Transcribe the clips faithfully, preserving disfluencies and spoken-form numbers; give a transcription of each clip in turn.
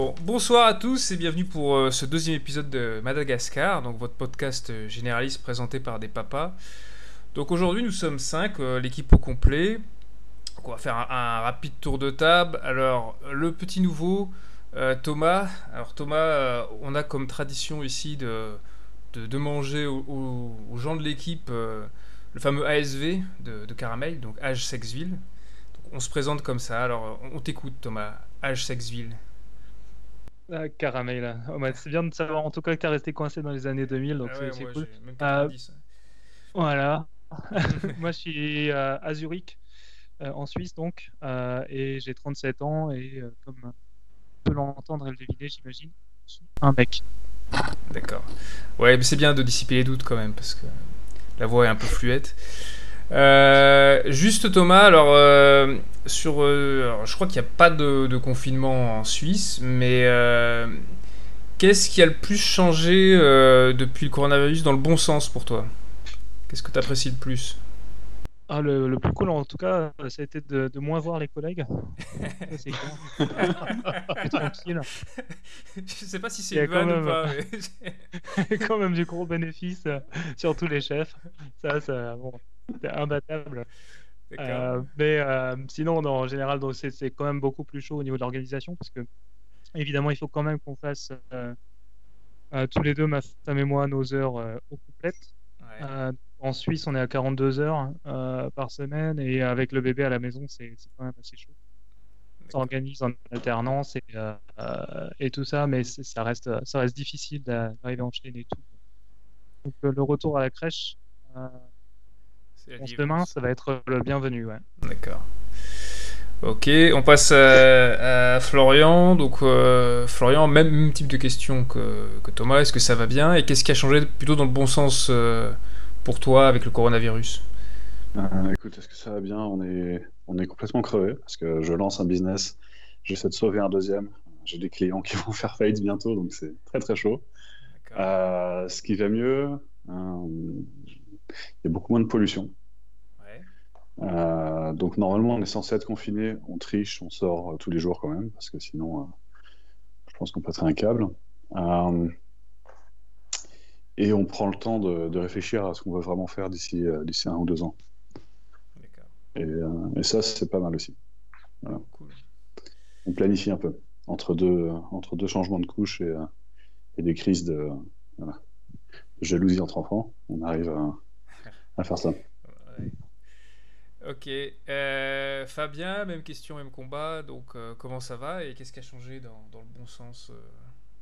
Bon, bonsoir à tous et bienvenue pour euh, ce deuxième épisode de Madagascar, donc votre podcast euh, généraliste présenté par des papas. Donc aujourd'hui nous sommes cinq, euh, l'équipe au complet. Donc on va faire un, un rapide tour de table. Alors le petit nouveau, euh, Thomas. Alors Thomas, euh, on a comme tradition ici de, de, de manger aux, aux- aux gens de l'équipe euh, le fameux A S V de, de Caramel, donc Age Sexville. Donc on se présente comme ça. Alors on, on t'écoute Thomas, Age Sexville. Ah, caramel. Là. Oh, bah, c'est bien de savoir en tout cas que tu as resté coincé dans les années deux mille, donc Ah c'est ouais, c'est moi cool. j'ai même Euh, quatre-vingt-dix. voilà. Moi, je suis euh, à Zurich, euh, en Suisse, donc, euh, et j'ai trente-sept ans, et euh, comme on peut l'entendre et le deviner, j'imagine, je suis un mec. D'accord. Ouais, mais c'est bien de dissiper les doutes quand même, parce que la voix est un peu fluette. Euh, juste Thomas, alors, euh, sur, euh, alors, je crois qu'il n'y a pas de, de confinement en Suisse, mais euh, qu'est-ce qui a le plus changé euh, depuis le coronavirus dans le bon sens pour toi? Qu'est-ce que tu apprécies le plus? Ah, le, le plus cool, en tout cas, euh, ça a été de, de moins voir les collègues. Ça, c'est clair. Plus tranquille. Je sais pas si c'est Il y une a quand vanne ou même, pas, mais... quand même du gros bénéfice euh, sur tous les chefs. Ça, ça bon, c'est imbattable. D'accord. Euh, mais euh, sinon, non, en général, donc, c'est c'est quand même beaucoup plus chaud au niveau de l'organisation parce que, évidemment, il faut quand même qu'on fasse euh, euh, tous les deux, ma femme et moi, nos heures euh, au complète. Ouais. Euh, En Suisse, on est à quarante-deux heures euh, par semaine et avec le bébé à la maison, c'est c'est quand même assez chaud. On D'accord. s'organise en alternance et, euh, euh, et tout ça, mais c'est- ça reste, ça reste difficile d'a- d'arriver à enchaîner tout. Donc, euh, le retour à la crèche, euh, C'est la on se demain, délivrance. ça va être le bienvenu. Ouais. D'accord. Ok, on passe à, à Florian. Donc, euh, Florian, même, même type de question que, que Thomas. Est-ce que ça va bien? Et qu'est-ce qui a changé plutôt dans le bon sens euh, pour toi avec le coronavirus? Euh, écoute, est-ce que ça va bien? On est, on est complètement crevé parce que je lance un business, j'essaie de sauver un deuxième. J'ai des clients qui vont faire faillite bientôt, donc c'est très très chaud. D'accord. Euh, ce qui va mieux, euh, il y a beaucoup moins de pollution. Ouais. Euh, donc normalement, on est censé être confiné, on triche, on sort euh, tous les jours quand même, parce que sinon, euh, je pense qu'on pèterait un câble. Euh, et on prend le temps de, de réfléchir à ce qu'on veut vraiment faire d'ici euh, d'ici un ou deux ans. D'accord. Et, euh, et ça, c'est pas mal aussi. Voilà. Cool. On planifie un peu entre deux, entre deux changements de couche et, euh, et des crises de, voilà, de jalousie entre enfants. On arrive à, à faire ça. Ouais. Ok. Euh, Fabien, même question, même combat. Donc, euh, comment ça va et qu'est-ce qui a changé dans, dans le bon sens euh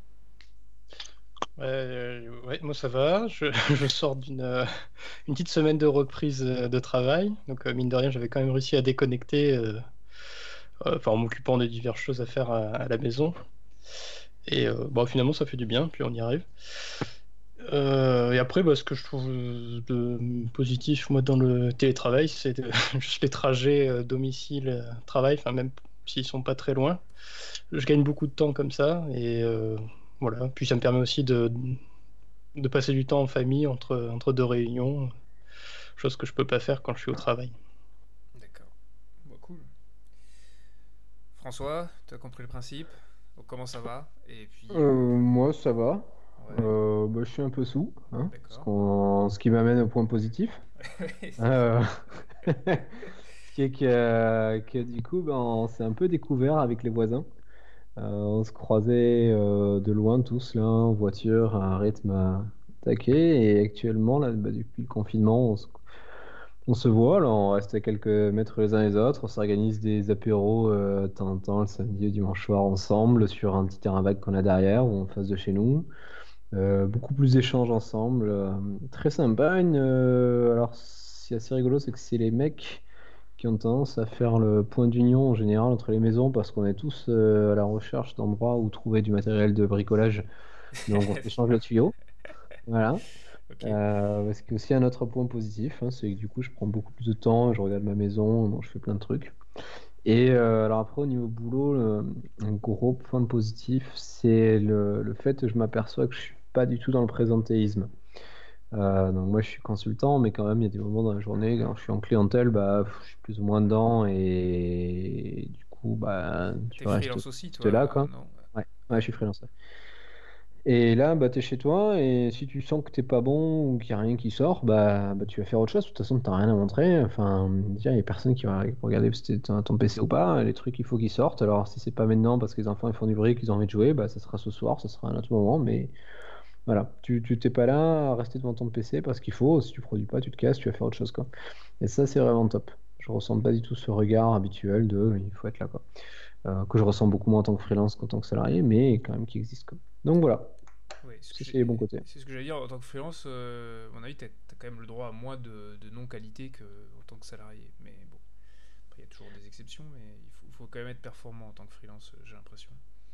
Euh, ouais, moi ça va. Je, je sors d'une euh, une petite semaine de reprise euh, de travail. Donc, euh, mine de rien, j'avais quand même réussi à déconnecter euh, euh, enfin, en m'occupant de diverses choses à faire à, à la maison. Et euh, bon, finalement, ça fait du bien, puis on y arrive. Euh, et après, bah, ce que je trouve euh, de positif, moi, dans le télétravail, c'est de- juste les trajets euh, domicile-travail, enfin, même s'ils sont pas très loin. Je gagne beaucoup de temps comme ça. Et euh, voilà. Puis ça me permet aussi de, de passer du temps en famille entre, entre deux réunions, chose que je peux pas faire quand je suis au travail. D'accord. Bon, cool. François, tu as compris le principe? Donc, comment ça va? Et puis, Euh, euh, moi, ça va. ouais, Euh, bah, je suis un peu sous, hein, ce d'accord. qu'on- ce qui m'amène au point positif. Ouais, c'est ça. Euh, Ce qui est que, que du coup, ben, on s'est un peu découvert avec les voisins. Euh, on se croisait euh, de loin tous là, en voiture, à un rythme euh, taqué. Et actuellement, là, bah, depuis le confinement, on se, on se voit. Là, on reste à quelques mètres les uns les autres. On s'organise des apéros euh, de temps en temps, le samedi et dimanche soir, ensemble, sur un petit terrain vague qu'on a derrière, ou en face de chez nous. Euh, beaucoup plus d'échanges ensemble. Euh, très sympa. Une, euh, alors, ce qui est assez rigolo, c'est que c'est les mecs qui ont tendance à faire le point d'union en général entre les maisons parce qu'on est tous euh, à la recherche d'endroits où trouver du matériel de bricolage. Donc, on s'échange le tuyau. Voilà. Ok. Euh, parce que aussi un autre point positif, hein, c'est que du coup, je prends beaucoup plus de temps, je regarde ma maison, donc je fais plein de trucs. Et euh, alors après, au niveau boulot, le- un gros point positif, c'est le, le fait que je m'aperçois que je suis pas du tout dans le présentéisme. Euh, donc moi, je suis consultant, mais quand même, il y a des moments dans la journée, quand je suis en clientèle, bah, pff, je suis plus ou moins dedans, et du coup, bah, T'es tu restes freelance aussi, juste là, toi, quoi. non? Ouais. Ouais, je suis freelance. Ouais. Et là, bah, tu es chez toi, et si tu sens que t'es pas bon ou qu'il n'y a rien qui sort, bah, bah, tu vas faire autre chose. De toute façon, tu n'as rien à montrer. Enfin, déjà, il n'y a personne qui va regarder si t'es- t'as ton P C ou pas. Les trucs, il faut qu'ils sortent. Alors, si c'est pas maintenant parce que les enfants ils font du bruit, qu'ils ont envie de jouer, bah, ça sera ce soir, ça sera à un autre moment. Mais voilà, tu tu t'es pas là à rester devant ton P C parce qu'il faut. Si tu produis pas, tu te casses, tu vas faire autre chose, quoi. Et ça, c'est vraiment top. Je ressens pas du tout ce regard habituel de il faut être là, quoi. Euh, que je ressens beaucoup moins en tant que freelance qu'en tant que salarié, mais quand même qui existe, quoi. Donc voilà, Ouais, ce que ça c'est j'ai- les bons côtés. c'est ce que j'allais dire, en tant que freelance, euh, à mon avis, t'as as quand même le droit à moins de, de non-qualité qu'en tant que salarié. Mais bon, après, il y a toujours des exceptions, mais il faut, faut quand même être performant en tant que freelance, euh, j'ai l'impression.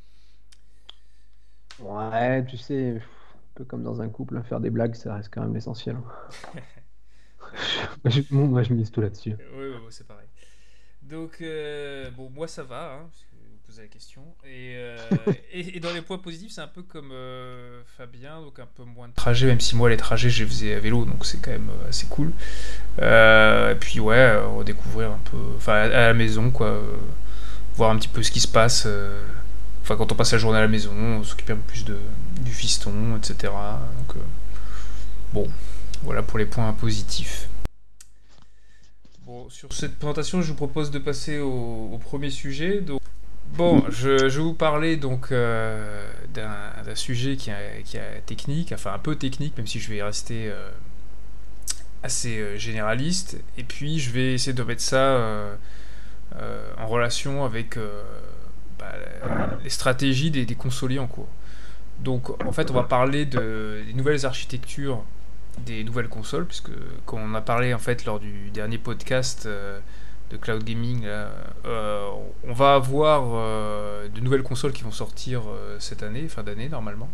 Ouais, tu sais, pff, un peu comme dans un couple, faire des blagues, ça reste quand même l'essentiel. D'accord. Moi, je, moi, je mise tout là-dessus. Oui, ouais, ouais, c'est pareil. Donc, euh, bon, moi ça va, hein, parce que vous posez la question. Et, euh, et, et dans les points positifs, c'est un peu comme euh, Fabien, donc un peu moins de trajet, même si moi les trajets, je les faisais à vélo, donc c'est quand même euh, assez cool. Euh, et puis, ouais, euh, redécouvrir un peu, enfin, à, à la maison, quoi, euh, voir un petit peu ce qui se passe. euh, Enfin, quand on passe la journée à la maison, on s'occupe un peu plus de, du fiston, et cetera. Donc, euh, bon, voilà pour les points positifs. Bon, sur cette présentation, je vous propose de passer au, au premier sujet. Donc, bon, je, je vais vous parler donc euh, d'un d'un sujet qui est, qui est technique, enfin un peu technique, même si je vais rester euh, assez euh, généraliste. Et puis, je vais essayer de mettre ça euh, euh, en relation avec euh, bah, les stratégies des, des consoliers en cours. Donc, en fait, on va parler de, des nouvelles architectures des nouvelles consoles, puisque quand on a parlé en fait lors du dernier podcast euh, de Cloud Gaming, là, euh, on va avoir euh, de nouvelles consoles qui vont sortir euh, cette année, fin d'année normalement.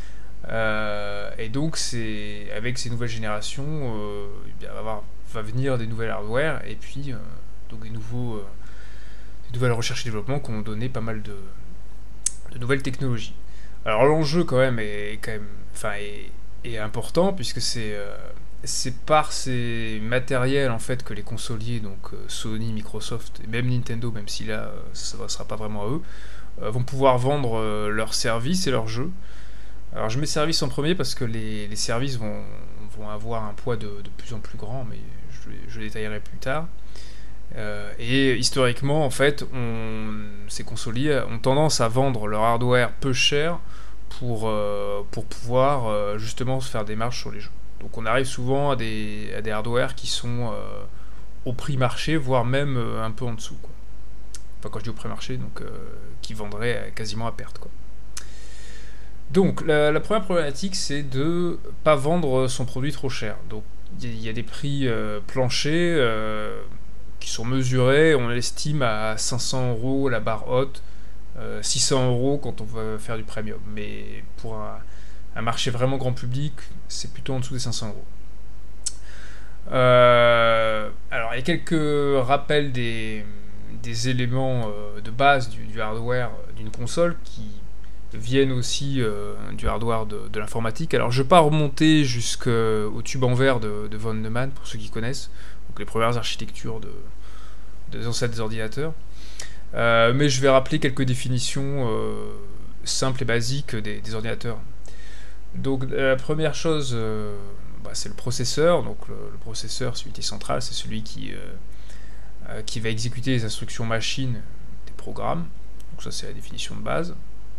Euh, et donc c'est avec ces nouvelles générations, euh, il va, avoir, va venir des nouvelles hardware et puis euh, donc des nouveaux, euh, des nouvelles recherches et développements qui ont donné pas mal de, de nouvelles technologies. Alors l'enjeu quand même est quand même, enfin est, est important puisque c'est euh, c'est par ces matériels en fait que les consoliers donc euh, Sony, Microsoft et même Nintendo, même si là euh, ça ne sera pas vraiment à eux, euh, vont pouvoir vendre euh, leurs services et leurs jeux. Alors je mets services en premier parce que les, les services vont, vont avoir un poids de, de plus en plus grand, mais je, je détaillerai plus tard. Euh, et historiquement, en fait, on, ces consoliers ont tendance à vendre leur hardware peu cher pour, euh, pour pouvoir euh, justement se faire des marges sur les jeux. Donc on arrive souvent à des, à des hardware qui sont euh, au prix marché, voire même euh, un peu en dessous, quoi. Enfin, quand je dis au prix marché, donc euh, qui vendraient quasiment à perte, quoi. Donc la, la première problématique, c'est de pas vendre son produit trop cher. Donc il y, y, a des prix euh, planchers euh, qui sont mesurés, on l'estime à cinq cents euros la barre haute, euh, six cents euros quand on veut faire du premium. Mais pour un, un marché vraiment grand public, c'est plutôt en dessous des cinq cents euros. Euh, alors il y a quelques rappels des, des éléments euh, de base du, du hardware d'une console qui viennent aussi euh, du hardware de, de l'informatique. Alors je ne vais pas remonter jusqu'au tube en verre de, de von Neumann, pour ceux qui connaissent, donc les premières architectures de, des ancêtres des ordinateurs. Euh, mais je vais rappeler quelques définitions euh, simples et basiques des, des ordinateurs. Donc la première chose, euh, bah, c'est le processeur. Donc le, le processeur, c'est l'unité centrale, c'est celui qui, euh, euh, qui va exécuter les instructions machines des programmes. Donc ça, c'est la définition de base.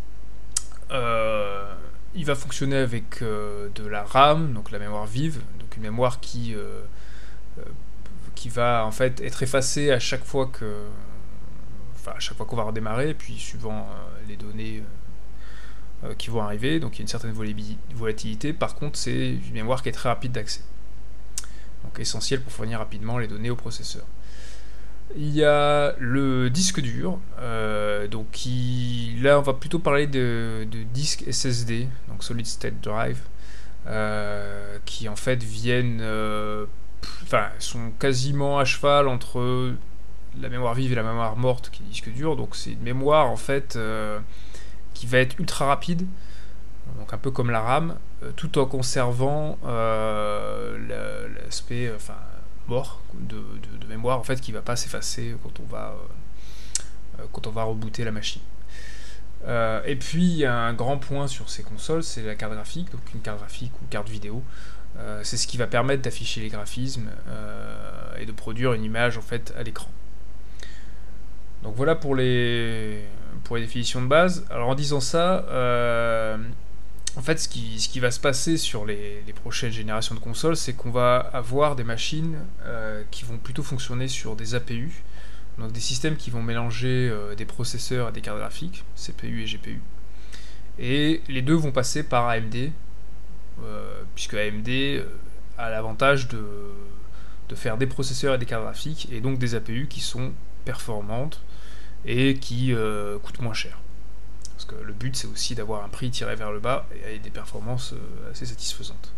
Euh, il va fonctionner avec euh, de la RAM, donc la mémoire vive, donc une mémoire qui, euh, euh, qui va en fait être effacée à chaque fois que, enfin à chaque fois qu'on va redémarrer, puis suivant euh, les données euh, qui vont arriver, donc il y a une certaine volatilité. Par contre, c'est une mémoire qui est très rapide d'accès, donc essentielle pour fournir rapidement les données au processeur. Il y a le disque dur, euh, donc qui, là on va plutôt parler de, de disque S S D, donc Solid State Drive, euh, qui en fait viennent, euh, enfin sont quasiment à cheval entre la mémoire vive et la mémoire morte qui est disque dur. Donc c'est une mémoire en fait euh, qui va être ultra rapide, donc un peu comme la RAM, euh, tout en conservant euh, l'aspect, enfin mort de, de, de mémoire en fait qui va pas s'effacer quand on va euh, quand on va rebooter la machine. Euh, et puis un grand point sur ces consoles, c'est la carte graphique, donc une carte graphique ou carte vidéo. Euh, c'est ce qui va permettre d'afficher les graphismes euh, et de produire une image en fait à l'écran. Donc voilà pour les, pour les définitions de base. Alors en disant ça, euh, en fait ce qui, ce qui va se passer sur les, les prochaines générations de consoles, c'est qu'on va avoir des machines euh, qui vont plutôt fonctionner sur des A P U, donc des systèmes qui vont mélanger euh, des processeurs et des cartes graphiques, C P U et G P U. Et les deux vont passer par A M D, euh, puisque A M D euh, a l'avantage de, de faire des processeurs et des cartes graphiques, et donc des A P U qui sont performantes et qui euh, coûtent moins cher. Parce que le but c'est aussi d'avoir un prix tiré vers le bas et des performances euh, assez satisfaisantes.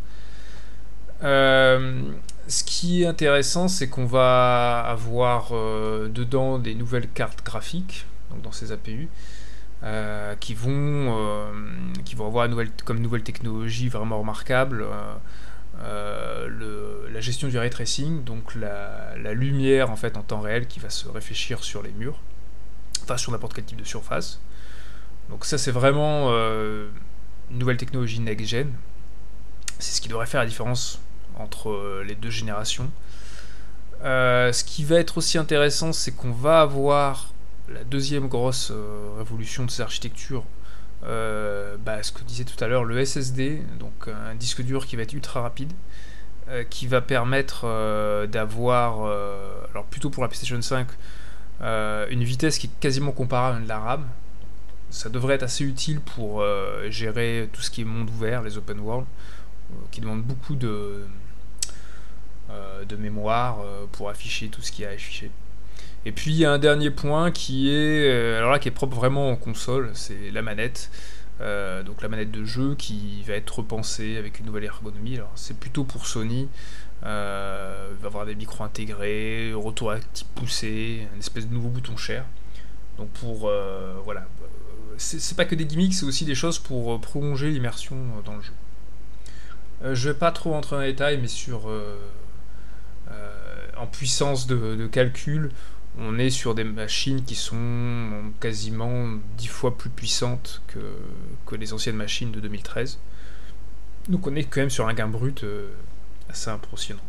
Euh, ce qui est intéressant, c'est qu'on va avoir euh, dedans des nouvelles cartes graphiques, donc dans ces A P U, euh, qui vont euh, qui vont avoir une nouvelle, comme nouvelle technologie vraiment remarquable. Euh, euh, le, la gestion du ray tracing, donc la, la lumière en fait en temps réel qui va se réfléchir sur les murs, enfin sur n'importe quel type de surface. Donc ça c'est vraiment euh, une nouvelle technologie next-gen. C'est ce qui devrait faire la différence entre euh, les deux générations. Euh, ce qui va être aussi intéressant, c'est qu'on va avoir la deuxième grosse euh, révolution de ces architectures. Euh, bah, ce que disait tout à l'heure, le S S D, donc un disque dur qui va être ultra rapide, euh, qui va permettre euh, d'avoir, euh, alors plutôt pour la PlayStation cinq, euh, une vitesse qui est quasiment comparable à de la RAM. Ça devrait être assez utile pour euh, gérer tout ce qui est monde ouvert, les open world, euh, qui demandent beaucoup de, euh, de mémoire euh, pour afficher tout ce qu'il y a à afficher. Et puis il y a un dernier point qui est, euh, alors là qui est propre vraiment en console, c'est la manette. Euh, donc la manette de jeu qui va être repensée avec une nouvelle ergonomie. Alors c'est plutôt pour Sony. Euh, il va y avoir des micros intégrés, retour actif poussé, une espèce de nouveau bouton cher. Donc pour euh, voilà, c'est, c'est pas que des gimmicks, c'est aussi des choses pour prolonger l'immersion dans le jeu. Euh, je vais pas trop rentrer dans les détails, mais sur euh, euh, en puissance de, de calcul, on est sur des machines qui sont quasiment dix fois plus puissantes que, que les anciennes machines de deux mille treize. Donc on est quand même sur un gain brut euh, assez impressionnant.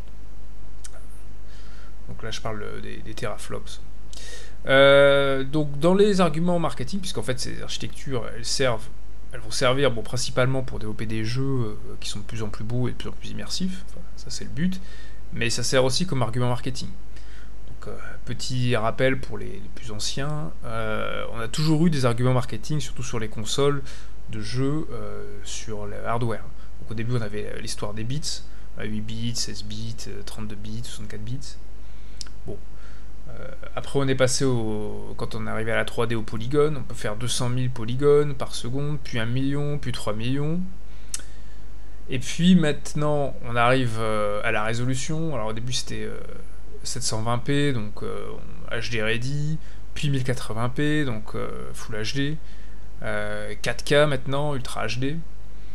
Donc là je parle des, des teraflops. Euh, donc dans les arguments marketing, puisqu'en fait ces architectures elles servent, elles vont servir bon, principalement pour développer des jeux euh, qui sont de plus en plus beaux et de plus en plus immersifs, enfin, ça c'est le but, mais ça sert aussi comme argument marketing. Donc euh, petit rappel pour les, les plus anciens, euh, on a toujours eu des arguments marketing, surtout sur les consoles de jeux euh, sur le hardware. Donc au début on avait l'histoire des bits, huit bits, seize bits, trente-deux bits, soixante-quatre bits. Bon. Euh, après on est passé au, quand on est arrivé à la trois D au polygone, on peut faire deux cent mille polygones par seconde, puis un million, puis trois millions. Et puis maintenant on arrive euh, à la résolution. Alors au début c'était euh, sept cent vingt p, donc euh, H D ready, puis mille quatre-vingts p, donc euh, Full H D, euh, quatre K maintenant, Ultra H D.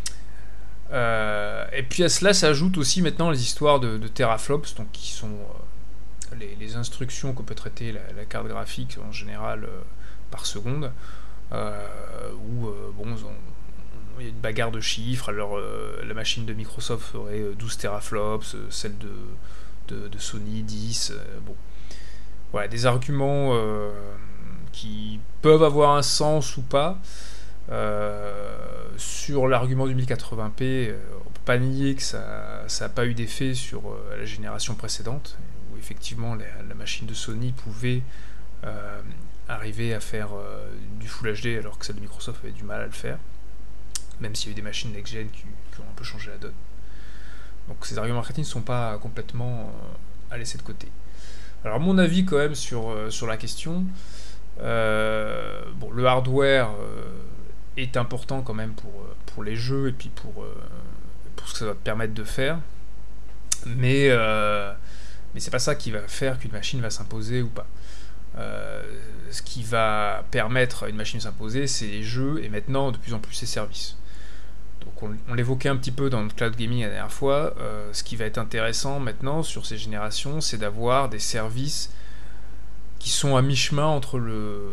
Euh, et puis à cela s'ajoutent aussi maintenant les histoires de, de teraflops, donc qui sont euh, les, les instructions que peut traiter la, la carte graphique en général euh, par seconde, euh, où euh, bon, il y a une bagarre de chiffres. Alors euh, la machine de Microsoft ferait douze teraflops, euh, celle de, de, de Sony dix. Euh, bon, voilà, des arguments euh, qui peuvent avoir un sens ou pas. Euh, sur l'argument du mille quatre-vingts p, euh, on peut pas nier que ça n'a pas eu d'effet sur euh, la génération précédente, où effectivement la, la machine de Sony pouvait euh, arriver à faire euh, du Full H D alors que celle de Microsoft avait du mal à le faire, même s'il y a eu des machines next-gen qui, qui ont un peu changé la donne. Donc ces arguments marketing ne sont pas complètement euh, à laisser de côté. Alors mon avis quand même sur, euh, sur la question, euh, bon, le hardware euh, est important quand même pour, pour les jeux et puis pour, euh, pour ce que ça va te permettre de faire, mais, euh, mais c'est pas ça qui va faire qu'une machine va s'imposer ou pas. Euh, ce qui va permettre à une machine de s'imposer, c'est les jeux et maintenant de plus en plus ses services. Donc on, on l'évoquait un petit peu dans le cloud gaming la dernière fois, euh, ce qui va être intéressant maintenant sur ces générations, c'est d'avoir des services qui sont à mi-chemin entre le,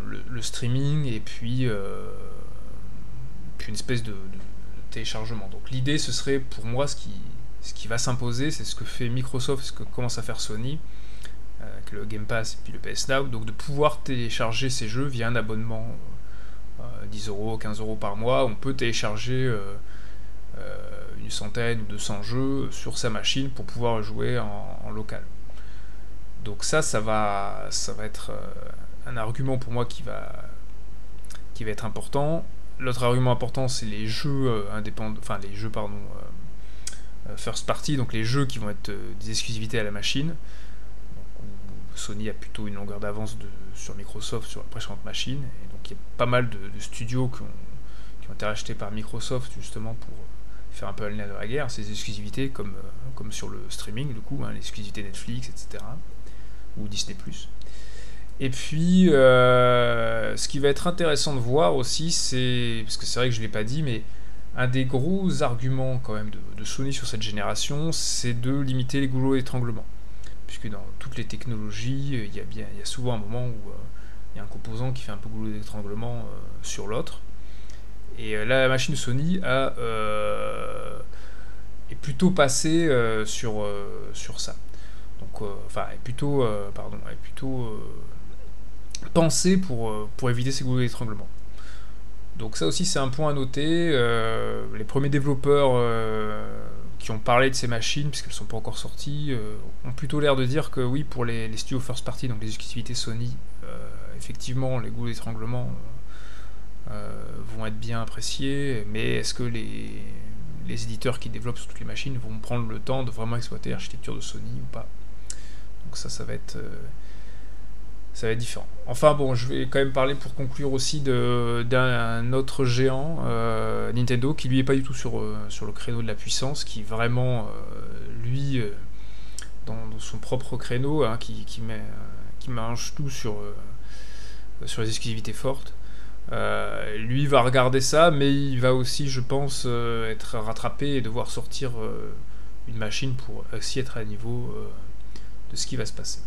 le, le streaming et puis, euh, puis une espèce de, de, de téléchargement. Donc l'idée, ce serait pour moi ce qui, ce qui va s'imposer, c'est ce que fait Microsoft, ce que commence à faire Sony, euh, avec le Game Pass et puis le P S Now, donc de pouvoir télécharger ces jeux via un abonnement euh, dix euros, quinze euros par mois. On peut télécharger euh, euh, une centaine ou deux cents jeux sur sa machine pour pouvoir jouer en, en local. Donc ça, ça va, ça va être euh, un argument pour moi qui va, qui va être important. L'autre argument important, c'est les jeux euh, indépendants, enfin les jeux pardon, euh, first party, donc les jeux qui vont être euh, des exclusivités à la machine. Donc, Sony a plutôt une longueur d'avance de, sur Microsoft sur la précédente machine, et donc il y a pas mal de, de studios qui ont, qui ont été rachetés par Microsoft justement pour faire un peu le nerf de la guerre, ces exclusivités comme, euh, comme sur le streaming du coup, hein, les exclusivités Netflix, et cetera. Ou Disney plus. Et puis, euh, ce qui va être intéressant de voir aussi, c'est, parce que c'est vrai que je ne l'ai pas dit, mais un des gros arguments quand même de, de Sony sur cette génération, c'est de limiter les goulots d'étranglement. Puisque dans toutes les technologies, il y a, bien, il y a souvent un moment où euh, il y a un composant qui fait un peu goulot d'étranglement euh, sur l'autre. Et euh, là, la machine Sony a, euh, est plutôt passée euh, sur, euh, sur ça. Donc, euh, enfin, est plutôt, euh, pardon, est plutôt euh, pensé pour, euh, pour éviter ces goulots d'étranglement. Donc ça aussi, c'est un point à noter. Euh, les premiers développeurs euh, qui ont parlé de ces machines, puisqu'elles ne sont pas encore sorties, euh, ont plutôt l'air de dire que oui, pour les, les studios first party, donc les exclusivités Sony, euh, effectivement, les goulots d'étranglement euh, vont être bien appréciés, mais est-ce que les, les éditeurs qui développent sur toutes les machines vont prendre le temps de vraiment exploiter l'architecture de Sony ou pas? Donc ça, ça va être, euh, ça va être différent. Enfin bon, je vais quand même parler pour conclure aussi de, d'un autre géant, euh, Nintendo, qui lui est pas du tout sur, euh, sur le créneau de la puissance, qui vraiment, euh, lui, euh, dans, dans son propre créneau, hein, qui, qui, met, euh, qui mange tout sur, euh, sur les exclusivités fortes. Euh, lui va regarder ça, mais il va aussi, je pense, euh, être rattrapé et devoir sortir euh, une machine pour aussi être à niveau euh, de ce qui va se passer.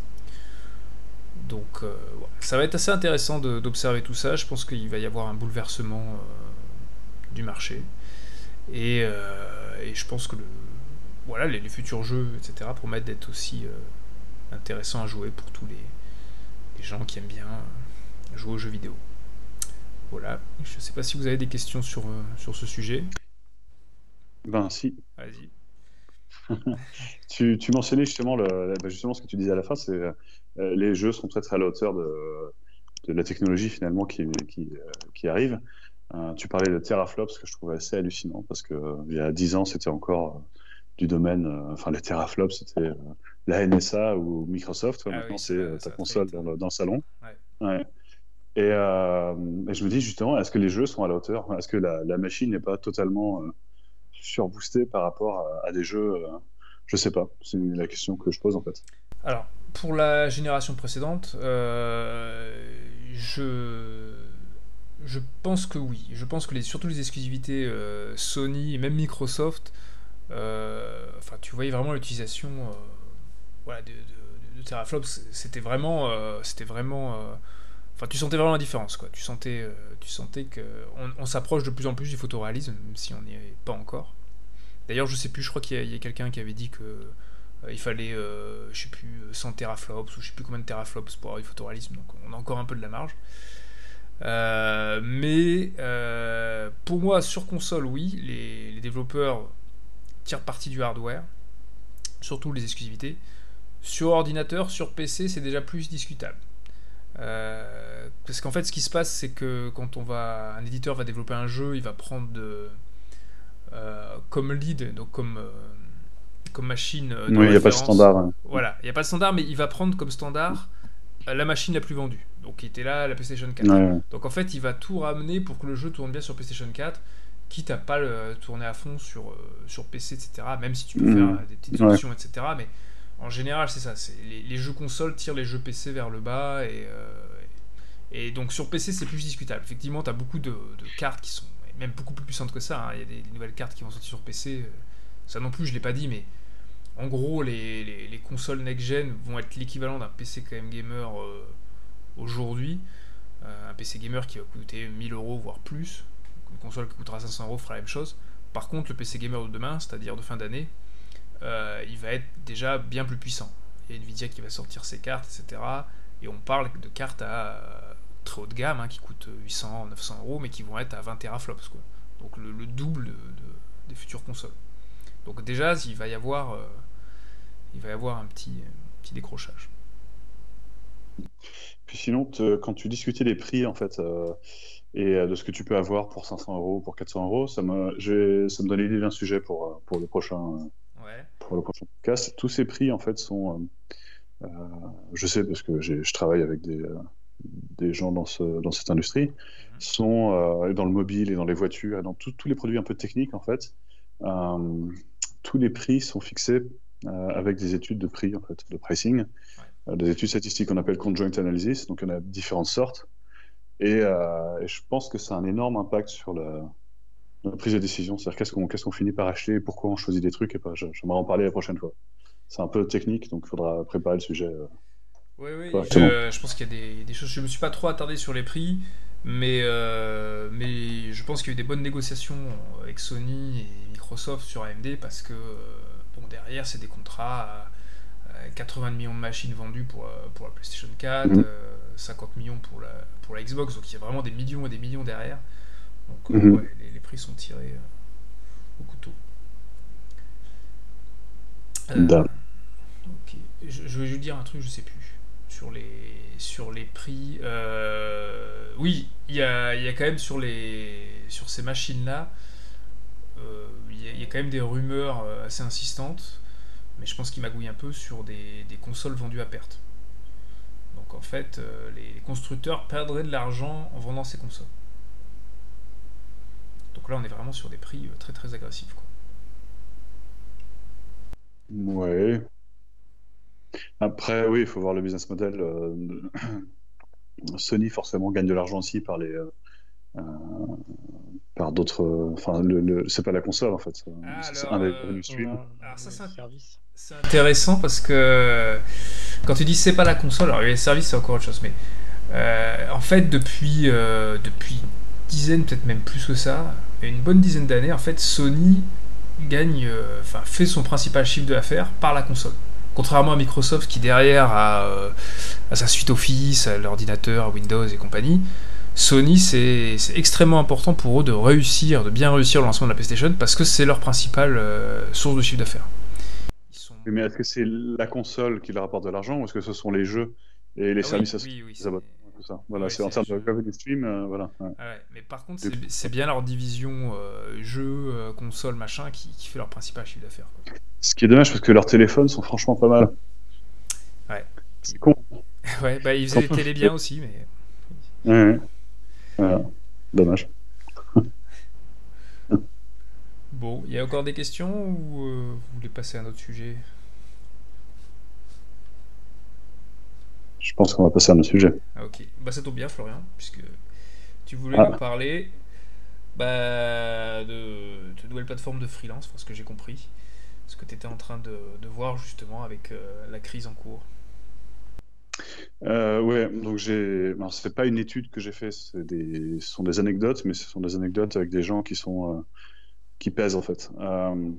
Donc euh, ouais. Ça va être assez intéressant de, d'observer tout ça. Je pense qu'il va y avoir un bouleversement euh, du marché, et, euh, et je pense que le, voilà, les, les futurs jeux, et cetera, promettent d'être aussi euh, intéressants à jouer pour tous les, les gens qui aiment bien jouer aux jeux vidéo. Voilà, je ne sais pas si vous avez des questions sur, euh, sur ce sujet. Ben si. Vas-y. tu, tu mentionnais justement, le, justement ce que tu disais à la fin, c'est euh, les jeux seront peut-être à la hauteur de, de la technologie finalement qui, qui, euh, qui arrive. Euh, tu parlais de teraflops, que je trouvais assez hallucinant, parce qu'il euh, y a dix ans, c'était encore euh, du domaine, euh, enfin les teraflops, c'était euh, la N S A ou Microsoft. Ouais, Ah maintenant, oui, c'est euh, ta console dans le, dans le salon. Ouais. Ouais. Et, euh, et je me dis justement, est-ce que les jeux sont à la hauteur? Est-ce que la, la machine n'est pas totalement euh, surboostée par rapport à, à des jeux euh, je sais pas, c'est la question que je pose en fait. Alors, pour la génération précédente, euh, je... je pense que oui. Je pense que les, surtout les exclusivités euh, Sony et même Microsoft, euh, enfin, tu voyais vraiment l'utilisation euh, voilà, de, de, de teraflops. C'était vraiment... Euh, c'était vraiment euh, Enfin, tu sentais vraiment la différence, quoi. Tu sentais, euh, tu sentais que on, on s'approche de plus en plus du photoréalisme, même si on n'y est pas encore. D'ailleurs, je sais plus, je crois qu'il y a, il y a quelqu'un qui avait dit que euh, il fallait, euh, je sais plus, cent teraflops ou je sais plus combien de teraflops pour avoir du photoréalisme. Donc, on a encore un peu de la marge. Euh, mais euh, pour moi, sur console, oui, les, les développeurs tirent parti du hardware, surtout les exclusivités. Sur ordinateur, sur P C, c'est déjà plus discutable. Euh, parce qu'en fait ce qui se passe c'est que quand on va un éditeur va développer un jeu, il va prendre de, euh, comme lead, donc comme euh, comme machine de oui, il n'y a pas de standard, hein. Voilà, il n'y a pas de standard, mais il va prendre comme standard euh, la machine la plus vendue, donc qui était là, la PlayStation quatre. Ouais, ouais. Donc en fait il va tout ramener pour que le jeu tourne bien sur PlayStation quatre, quitte à pas le tourner à fond sur, euh, sur P C, etc., même si tu peux mmh. faire des petites solutions, ouais. etc., mais en général, c'est ça. C'est les, les jeux consoles tirent les jeux P C vers le bas. Et, euh, et donc sur P C, c'est plus discutable. Effectivement, tu as beaucoup de, de cartes qui sont même beaucoup plus puissantes que ça. Il hein. y a des, des nouvelles cartes qui vont sortir sur P C. Ça non plus, je ne l'ai pas dit, mais en gros, les, les, les consoles next-gen vont être l'équivalent d'un P C K M Gamer euh, aujourd'hui. Euh, un P C gamer qui va coûter mille euros voire plus, une console qui coûtera cinq cents euros fera la même chose. Par contre, le P C gamer de demain, c'est-à-dire de fin d'année, euh, il va être déjà bien plus puissant. Il y a Nvidia qui va sortir ses cartes, et cetera. Et on parle de cartes à euh, très haut de gamme, hein, qui coûtent huit cents, neuf cents euros, mais qui vont être à vingt teraflops, quoi. Donc le, le double de, de, des futures consoles. Donc déjà, il va y avoir, euh, il va y avoir un petit, un petit décrochage. Puis sinon, te- quand tu discutais des prix, en fait, euh, et euh, de ce que tu peux avoir pour cinq cents euros, pour quatre cents euros, ça me, j'ai- ça me donne l'idée d'un sujet pour, euh, pour le prochain, euh, Ouais. pour le prochain podcast. Tous ces prix, en fait, sont, euh, euh, je sais parce que j'ai- je travaille avec des, euh, des gens dans, ce, dans cette industrie, Mhm. sont euh, dans le mobile et dans les voitures, et dans tout- tous les produits un peu techniques, en fait. euh, tous les prix sont fixés euh, avec des études de prix, en fait, de pricing, euh, des études statistiques qu'on appelle conjoint analysis. Donc, il y en a différentes sortes. Et, euh, et je pense que ça a un énorme impact sur la, la prise de décision. C'est-à-dire qu'est-ce qu'on qu'est-ce qu'on finit par acheter, pourquoi on choisit des trucs et pas. Je- J'aimerais en parler la prochaine fois. C'est un peu technique, donc il faudra préparer le sujet. euh, Oui, oui, correctement. je, je pense qu'il y a des, des choses. Je me suis pas trop attardé sur les prix, mais, euh, mais je pense qu'il y a eu des bonnes négociations avec Sony et Microsoft sur A M D parce que, euh, bon, derrière, c'est des contrats à, à quatre-vingts millions de machines vendues pour, euh, pour la PlayStation quatre, Mhm. euh, cinquante millions pour la, pour la Xbox, donc il y a vraiment des millions et des millions derrière. Donc, euh, Mhm. ouais, les, les prix sont tirés euh, au couteau. Euh, Da- ok. Je, je vais juste dire un truc, je sais plus. Sur les, sur les prix. Euh, oui, il y a, il y a quand même sur, les, sur ces machines-là, euh, il y a- il y a quand même des rumeurs euh, assez insistantes, mais je pense qu'ils magouillent un peu sur des, des consoles vendues à perte. Donc en fait, euh, les, les constructeurs perdraient de l'argent en vendant ces consoles. Donc là, on est vraiment sur des prix euh, très très agressifs, quoi. Ouais. Après, oui, il faut voir le business model. euh, Sony, forcément, gagne de l'argent aussi par les. euh, euh, par d'autres. euh, Enfin, le, le- c'est pas la console, en fait. C'est Ah, c'est alors, un des euh, revenus stream. Non, alors ça, le c'est un- service. c'est intéressant parce que quand tu dis c'est pas la console, alors les services c'est encore autre chose, mais euh, en fait depuis euh, depuis une dizaine, peut-être même plus que ça, une bonne dizaine d'années, en fait Sony gagne, euh, enfin fait son principal chiffre d'affaires par la console. Contrairement à Microsoft qui derrière a, euh, a sa suite Office, a l'ordinateur, à Windows et compagnie. Sony, c'est c'est extrêmement important pour eux de réussir, de bien réussir le lancement de la PlayStation parce que c'est leur principale euh, source de chiffre d'affaires. Ils sont... Oui, mais est-ce que c'est la console qui leur apporte de l'argent ou est-ce que ce sont les jeux et les Ah oui, services oui, oui, les c'est... abonnements, tout ça. Voilà, Oui, c'est en c'est termes de jeux. revenue stream, euh, voilà. Ouais. Ah ouais, mais par contre, Du c'est coup, c'est bien leur division euh, jeux, euh, console, machin, qui, qui fait leur principal chiffre d'affaires, quoi. ce qui est dommage parce que leurs téléphones sont franchement pas mal. Ouais. C'est con. Ouais, bah ils faisaient des télés bien aussi, mais... Ouais, ouais. Voilà. Dommage. Bon, il y a encore des questions ou euh, vous voulez passer à un autre sujet? Je pense qu'on va passer à notre sujet. Ah ok, bah ça tombe bien Florian, puisque tu voulais Ah. nous parler bah, de, de nouvelles plateformes de freelance, enfin, ce que j'ai compris, ce que tu étais en train de, de voir justement avec euh, la crise en cours. Euh, ouais, donc j'ai. Alors, c'est pas une étude que j'ai fait, c'est des... ce sont des anecdotes, mais ce sont des anecdotes avec des gens qui sont euh, qui pèsent en fait. Euh,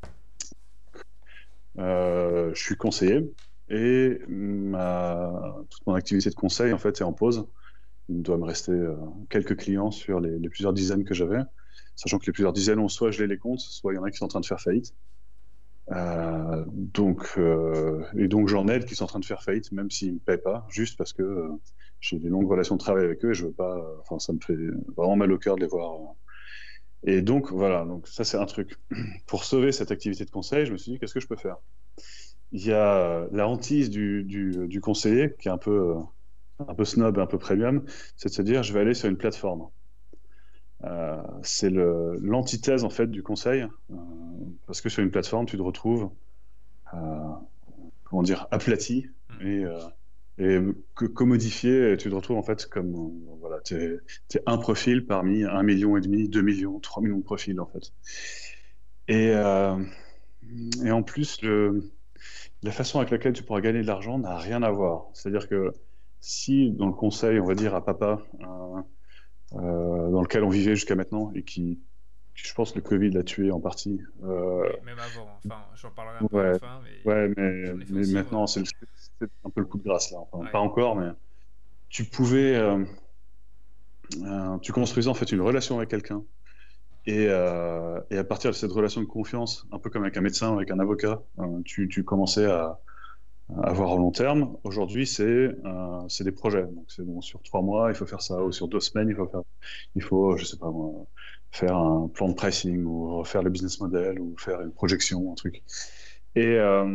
euh, je suis conseiller et ma... toute mon activité de conseil en fait est en pause. Il doit me rester euh, quelques clients sur les, les plusieurs dizaines que j'avais, sachant que les plusieurs dizaines, ont soit je les les compte, soit il y en a qui sont en train de faire faillite. Euh, donc, euh, et donc j'en aide qui sont en train de faire faillite, même s'ils ne me paient pas, juste parce que euh, j'ai des longues relations de travail avec eux et je veux pas. euh, Enfin, ça me fait vraiment mal au cœur de les voir. euh. Et donc voilà, donc ça c'est un truc. Pour sauver cette activité de conseil, je me suis dit qu'est-ce que je peux faire. Il y a euh, la hantise du, du, du conseiller qui est un peu euh, un peu snob, un peu premium, c'est de se dire je vais aller sur une plateforme. Euh, c'est le- l'antithèse en fait du conseil, euh, parce que sur une plateforme, tu te retrouves, euh, comment dire, aplati et, euh, et que commodifié, et tu te retrouves en fait comme, euh, voilà, t'es, t'es un profil parmi un million et demi, deux millions, trois millions de profils en fait. Et, euh, et en plus, le, la façon avec laquelle tu pourras gagner de l'argent n'a rien à voir. C'est-à-dire que si dans le conseil, on va dire à papa, euh, euh, dans lequel on vivait jusqu'à maintenant et qui, je pense, le Covid l'a tué en partie. Euh, Oui, même avant, hein. Enfin, j'en parlerai un peu à ouais, la fin, mais ouais, mais, j'en ai fait mais aussi, maintenant, moi. c'est, le- c'est un peu le coup de grâce là. Enfin, Ouais. pas encore, mais tu pouvais, euh, euh, tu construisais en fait une relation avec quelqu'un. Et, euh, et à partir de cette relation de confiance, un peu comme avec un médecin, avec un avocat, euh, tu, tu commençais à, à voir au long terme. Aujourd'hui, c'est euh, c'est des projets. Donc, c'est bon, sur trois mois, il faut faire ça, ou sur deux semaines, il faut faire, il faut, je sais pas moi, faire un plan de pricing, ou refaire le business model, ou faire une projection, un truc. Et euh,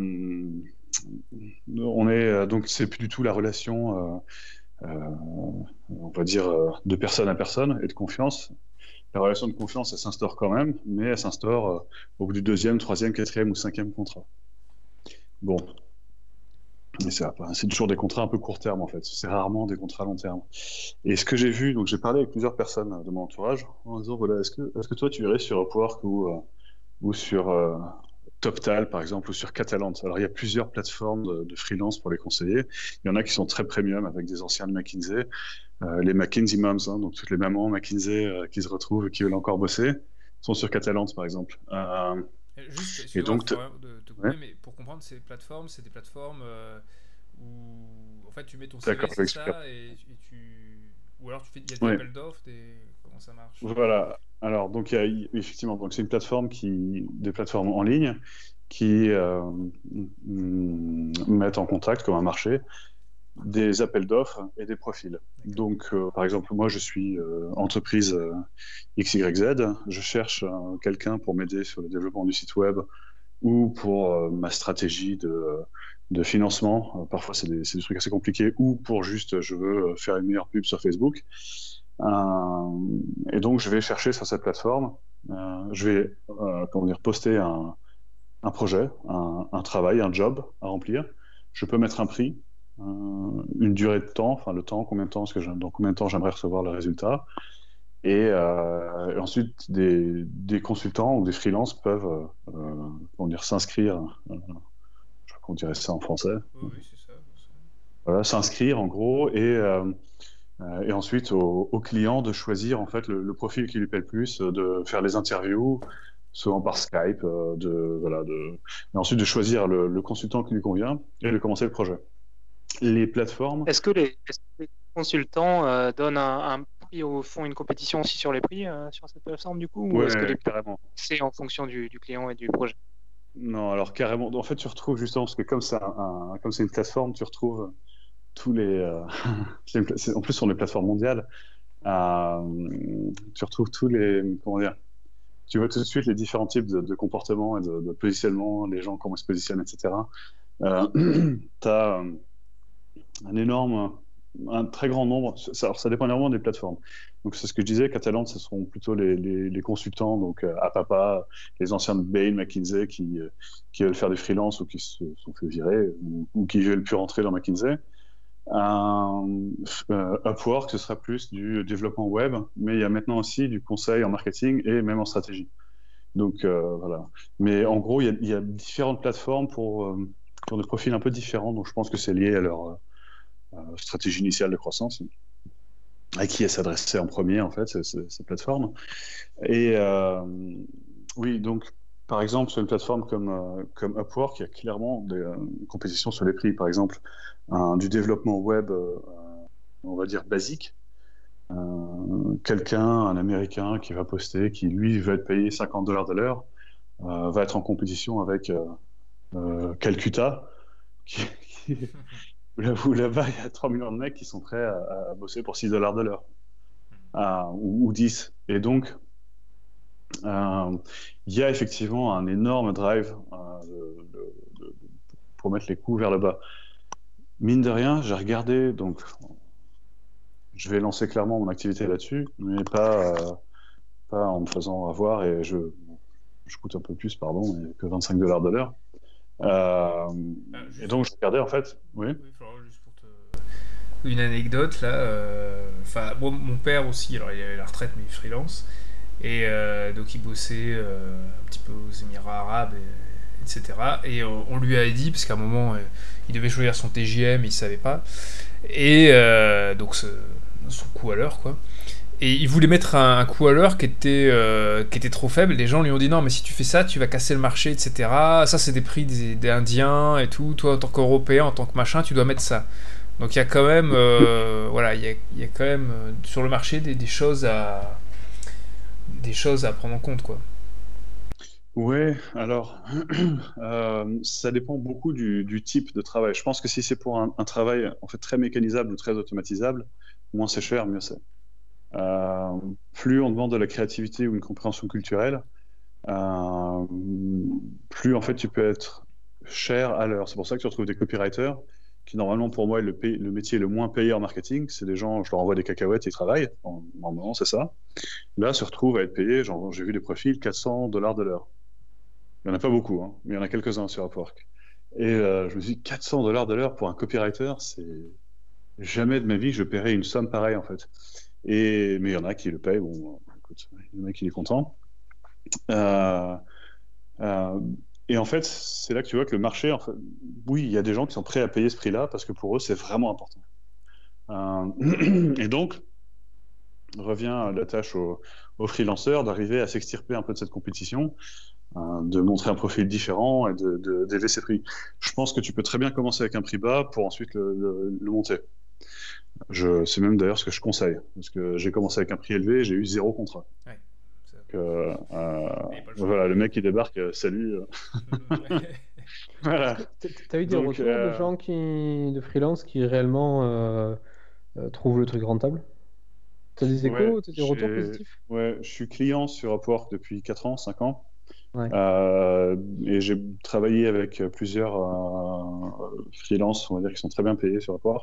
on est donc, c'est plus du tout la relation, euh, euh, on va dire, euh, de personne à personne et de confiance. La relation de confiance, elle s'instaure quand même, mais elle s'instaure euh, au bout du deuxième, troisième, quatrième ou cinquième contrat. Bon, mais c'est, c'est toujours des contrats un peu court terme en fait. C'est rarement des contrats long terme. Et ce que j'ai vu, donc j'ai parlé avec plusieurs personnes de mon entourage en disant voilà, est-ce que, est-ce que toi tu irais sur Upwork ou, euh, ou sur euh, TopTal par exemple ou sur Catalent. Alors il y a plusieurs plateformes de, de freelance pour les conseiller. Il y en a qui sont très premium avec des anciens de McKinsey. Euh, les McKinsey Moms, hein, donc toutes les mamans McKinsey euh, qui se retrouvent et qui veulent encore bosser, sont sur Catalent par exemple. Euh, Juste, et excuse-moi donc, t- de te couper, ouais, mais pour comprendre, ces plateformes, c'est des plateformes euh, où en fait tu mets ton C V, d'accord, je c'est vais expliquer. ça, et, et tu. Ou alors tu fais, il y a des Ouais, appels d'offres, des. Comment ça marche? voilà. Alors, donc, il y a, il- effectivement, donc c'est une plateforme qui, des plateformes en ligne qui euh, mm, mettent en contact, comme un marché, des appels d'offres et des profils. D'accord. Donc, euh, par exemple, moi, je suis euh, entreprise euh, X Y Z, je cherche euh, quelqu'un pour m'aider sur le développement du site web ou pour euh, ma stratégie de, de financement. Euh, parfois, c'est des, c'est des trucs assez compliqués, ou pour juste, je veux faire une meilleure pub sur Facebook. Euh, et donc, je vais chercher sur cette plateforme, euh, je vais euh, comment dire, poster un, un projet, un, un travail, un job à remplir. Je peux mettre un prix, euh, une durée de temps, enfin le temps, combien de temps, est-ce que je, dans combien de temps j'aimerais recevoir le résultat. Et, euh, et ensuite, des, des consultants ou des freelances peuvent euh, euh, comment dire, s'inscrire, euh, je crois qu'on dirait ça en français, Oui, oui, c'est ça. c'est ça. voilà, s'inscrire en gros, et, euh, euh, et ensuite au, au client de choisir en fait le, le profil qui lui plaît le plus, euh, de faire les interviews, souvent par Skype, euh, de, voilà, de, et ensuite de choisir le, le consultant qui lui convient et de commencer le projet. Les plateformes, Est-ce que les, est-ce que les consultants euh, donnent un, un prix ou font une compétition aussi sur les prix euh, sur cette plateforme du coup, ou est-ce que ouais, les carrément. c'est en fonction du, du client et du projet? Non, alors carrément. En fait, tu retrouves justement, parce que comme c'est un, un- comme c'est une plateforme, tu retrouves tous les. euh, c'est une pla- c'est- en plus, sur les plateformes mondiales, euh, tu retrouves tous les. Comment dire? Tu vois tout de suite les différents types de, de comportements et de, de positionnement, les gens, comment ils se positionnent, et cetera. Euh, tu as un énorme, un très grand nombre. Ça, alors, ça dépend énormément des plateformes. Donc, c'est ce que je disais. Catalan, ce seront plutôt les, les, les consultants, donc euh, à papa, les anciens de Bain, McKinsey, qui, euh, qui veulent faire du freelance ou qui se sont fait virer ou, ou qui veulent plus rentrer dans McKinsey. Euh, euh, Upwork, ce sera plus du développement web, mais il y a maintenant aussi du conseil en marketing et même en stratégie. Donc euh, voilà. Mais en gros, il y a, il y a différentes plateformes pour, euh, pour des profils un peu différents. Donc je pense que c'est lié à leur euh, stratégie initiale de croissance, à qui elle s'adressait en premier en fait, ces, ces, ces plateformes. Et euh, oui, donc par exemple sur une plateforme comme, euh, comme Upwork, il y a clairement des euh, compétitions sur les prix. Par exemple, un, du développement web, euh, on va dire basique. Euh, quelqu'un, un Américain qui va poster, qui lui va être payé cinquante dollars de l'heure, euh, va être en compétition avec euh, euh, Calcutta, qui, qui, où là-bas il y a trois millions de mecs qui sont prêts à, à bosser pour six dollars de l'heure, euh, ou, ou dix. Et donc, euh, il y a effectivement un énorme drive euh, de, de, de, pour mettre les coûts vers le bas. Mine de rien, j'ai regardé, donc je vais lancer clairement mon activité là-dessus, mais pas, euh, pas en me faisant avoir, et je, je coûte un peu plus, pardon, mais que vingt-cinq dollars de l'heure. Euh, Ah, et juste, donc je regardais en fait, oui. oui, Florent, juste pour te. Une anecdote là. euh, Enfin, bon, mon père aussi, alors il avait la retraite, mais il freelance. Et euh, donc il bossait euh, un petit peu aux Émirats Arabes et cetera. Et on, on lui a dit, parce qu'à un moment, euh, il devait choisir son T J M, il savait pas. Et euh, donc, ce, son coût à l'heure, quoi. Et il voulait mettre un, un coût à l'heure qui était, euh, qui était trop faible. Les gens lui ont dit non, mais si tu fais ça, tu vas casser le marché, et cetera. Ça, c'est des prix des, des Indiens et tout. Toi, en tant qu'Européen, en tant que machin, tu dois mettre ça. Donc il y a quand même, euh, voilà, il y a, il y a quand même euh, sur le marché des, des choses à, des choses à prendre en compte, quoi. Ouais, alors, euh, ça dépend beaucoup du, du type de travail. Je pense que si c'est pour un, un travail en fait très mécanisable ou très automatisable, moins c'est cher, mieux c'est. Euh, plus on demande de la créativité ou une compréhension culturelle, euh, plus en fait tu peux être cher à l'heure. C'est pour ça que tu retrouves des copywriters qui normalement pour moi est le, pay- le métier le moins payé en marketing. C'est des gens, je leur envoie des cacahuètes et ils travaillent. En- Normalement, c'est ça. Là, se retrouvent à être payés, genre, j'ai vu des profils, quatre cents dollars de l'heure. Il n'y en a pas beaucoup, hein, mais il y en a quelques-uns sur Upwork. Et euh, je me suis dit, quatre cents dollars de l'heure pour un copywriter, c'est jamais de ma vie que je paierais une somme pareille en fait. Et, mais il y en a qui le payent, bon, écoute, le mec il est content. Euh, euh, et en fait, c'est là que tu vois que le marché, en fait, oui, il y a des gens qui sont prêts à payer ce prix-là parce que pour eux, c'est vraiment important. Euh, et donc, revient la tâche aux, aux freelanceurs d'arriver à s'extirper un peu de cette compétition, euh, de montrer un profil différent et de, de, d'élever ses prix. Je pense que tu peux très bien commencer avec un prix bas pour ensuite le, le, le monter. Je, c'est même d'ailleurs ce que je conseille, parce que j'ai commencé avec un prix élevé, j'ai eu zéro contrat. Ouais. Donc, euh, euh, Il y a pas le choix. voilà, le mec qui débarque, euh, salut. euh, Voilà. T- T'as eu des Donc, retours euh, de gens qui, de freelance qui réellement euh, euh, trouvent le truc rentable? T'as des ouais, échos, t'as des retours j'ai- positifs? ouais, je suis client sur Upwork depuis quatre ans, cinq ans. Ouais. Euh, et j'ai travaillé avec plusieurs euh, freelances, on va dire, qui sont très bien payés sur Upwork.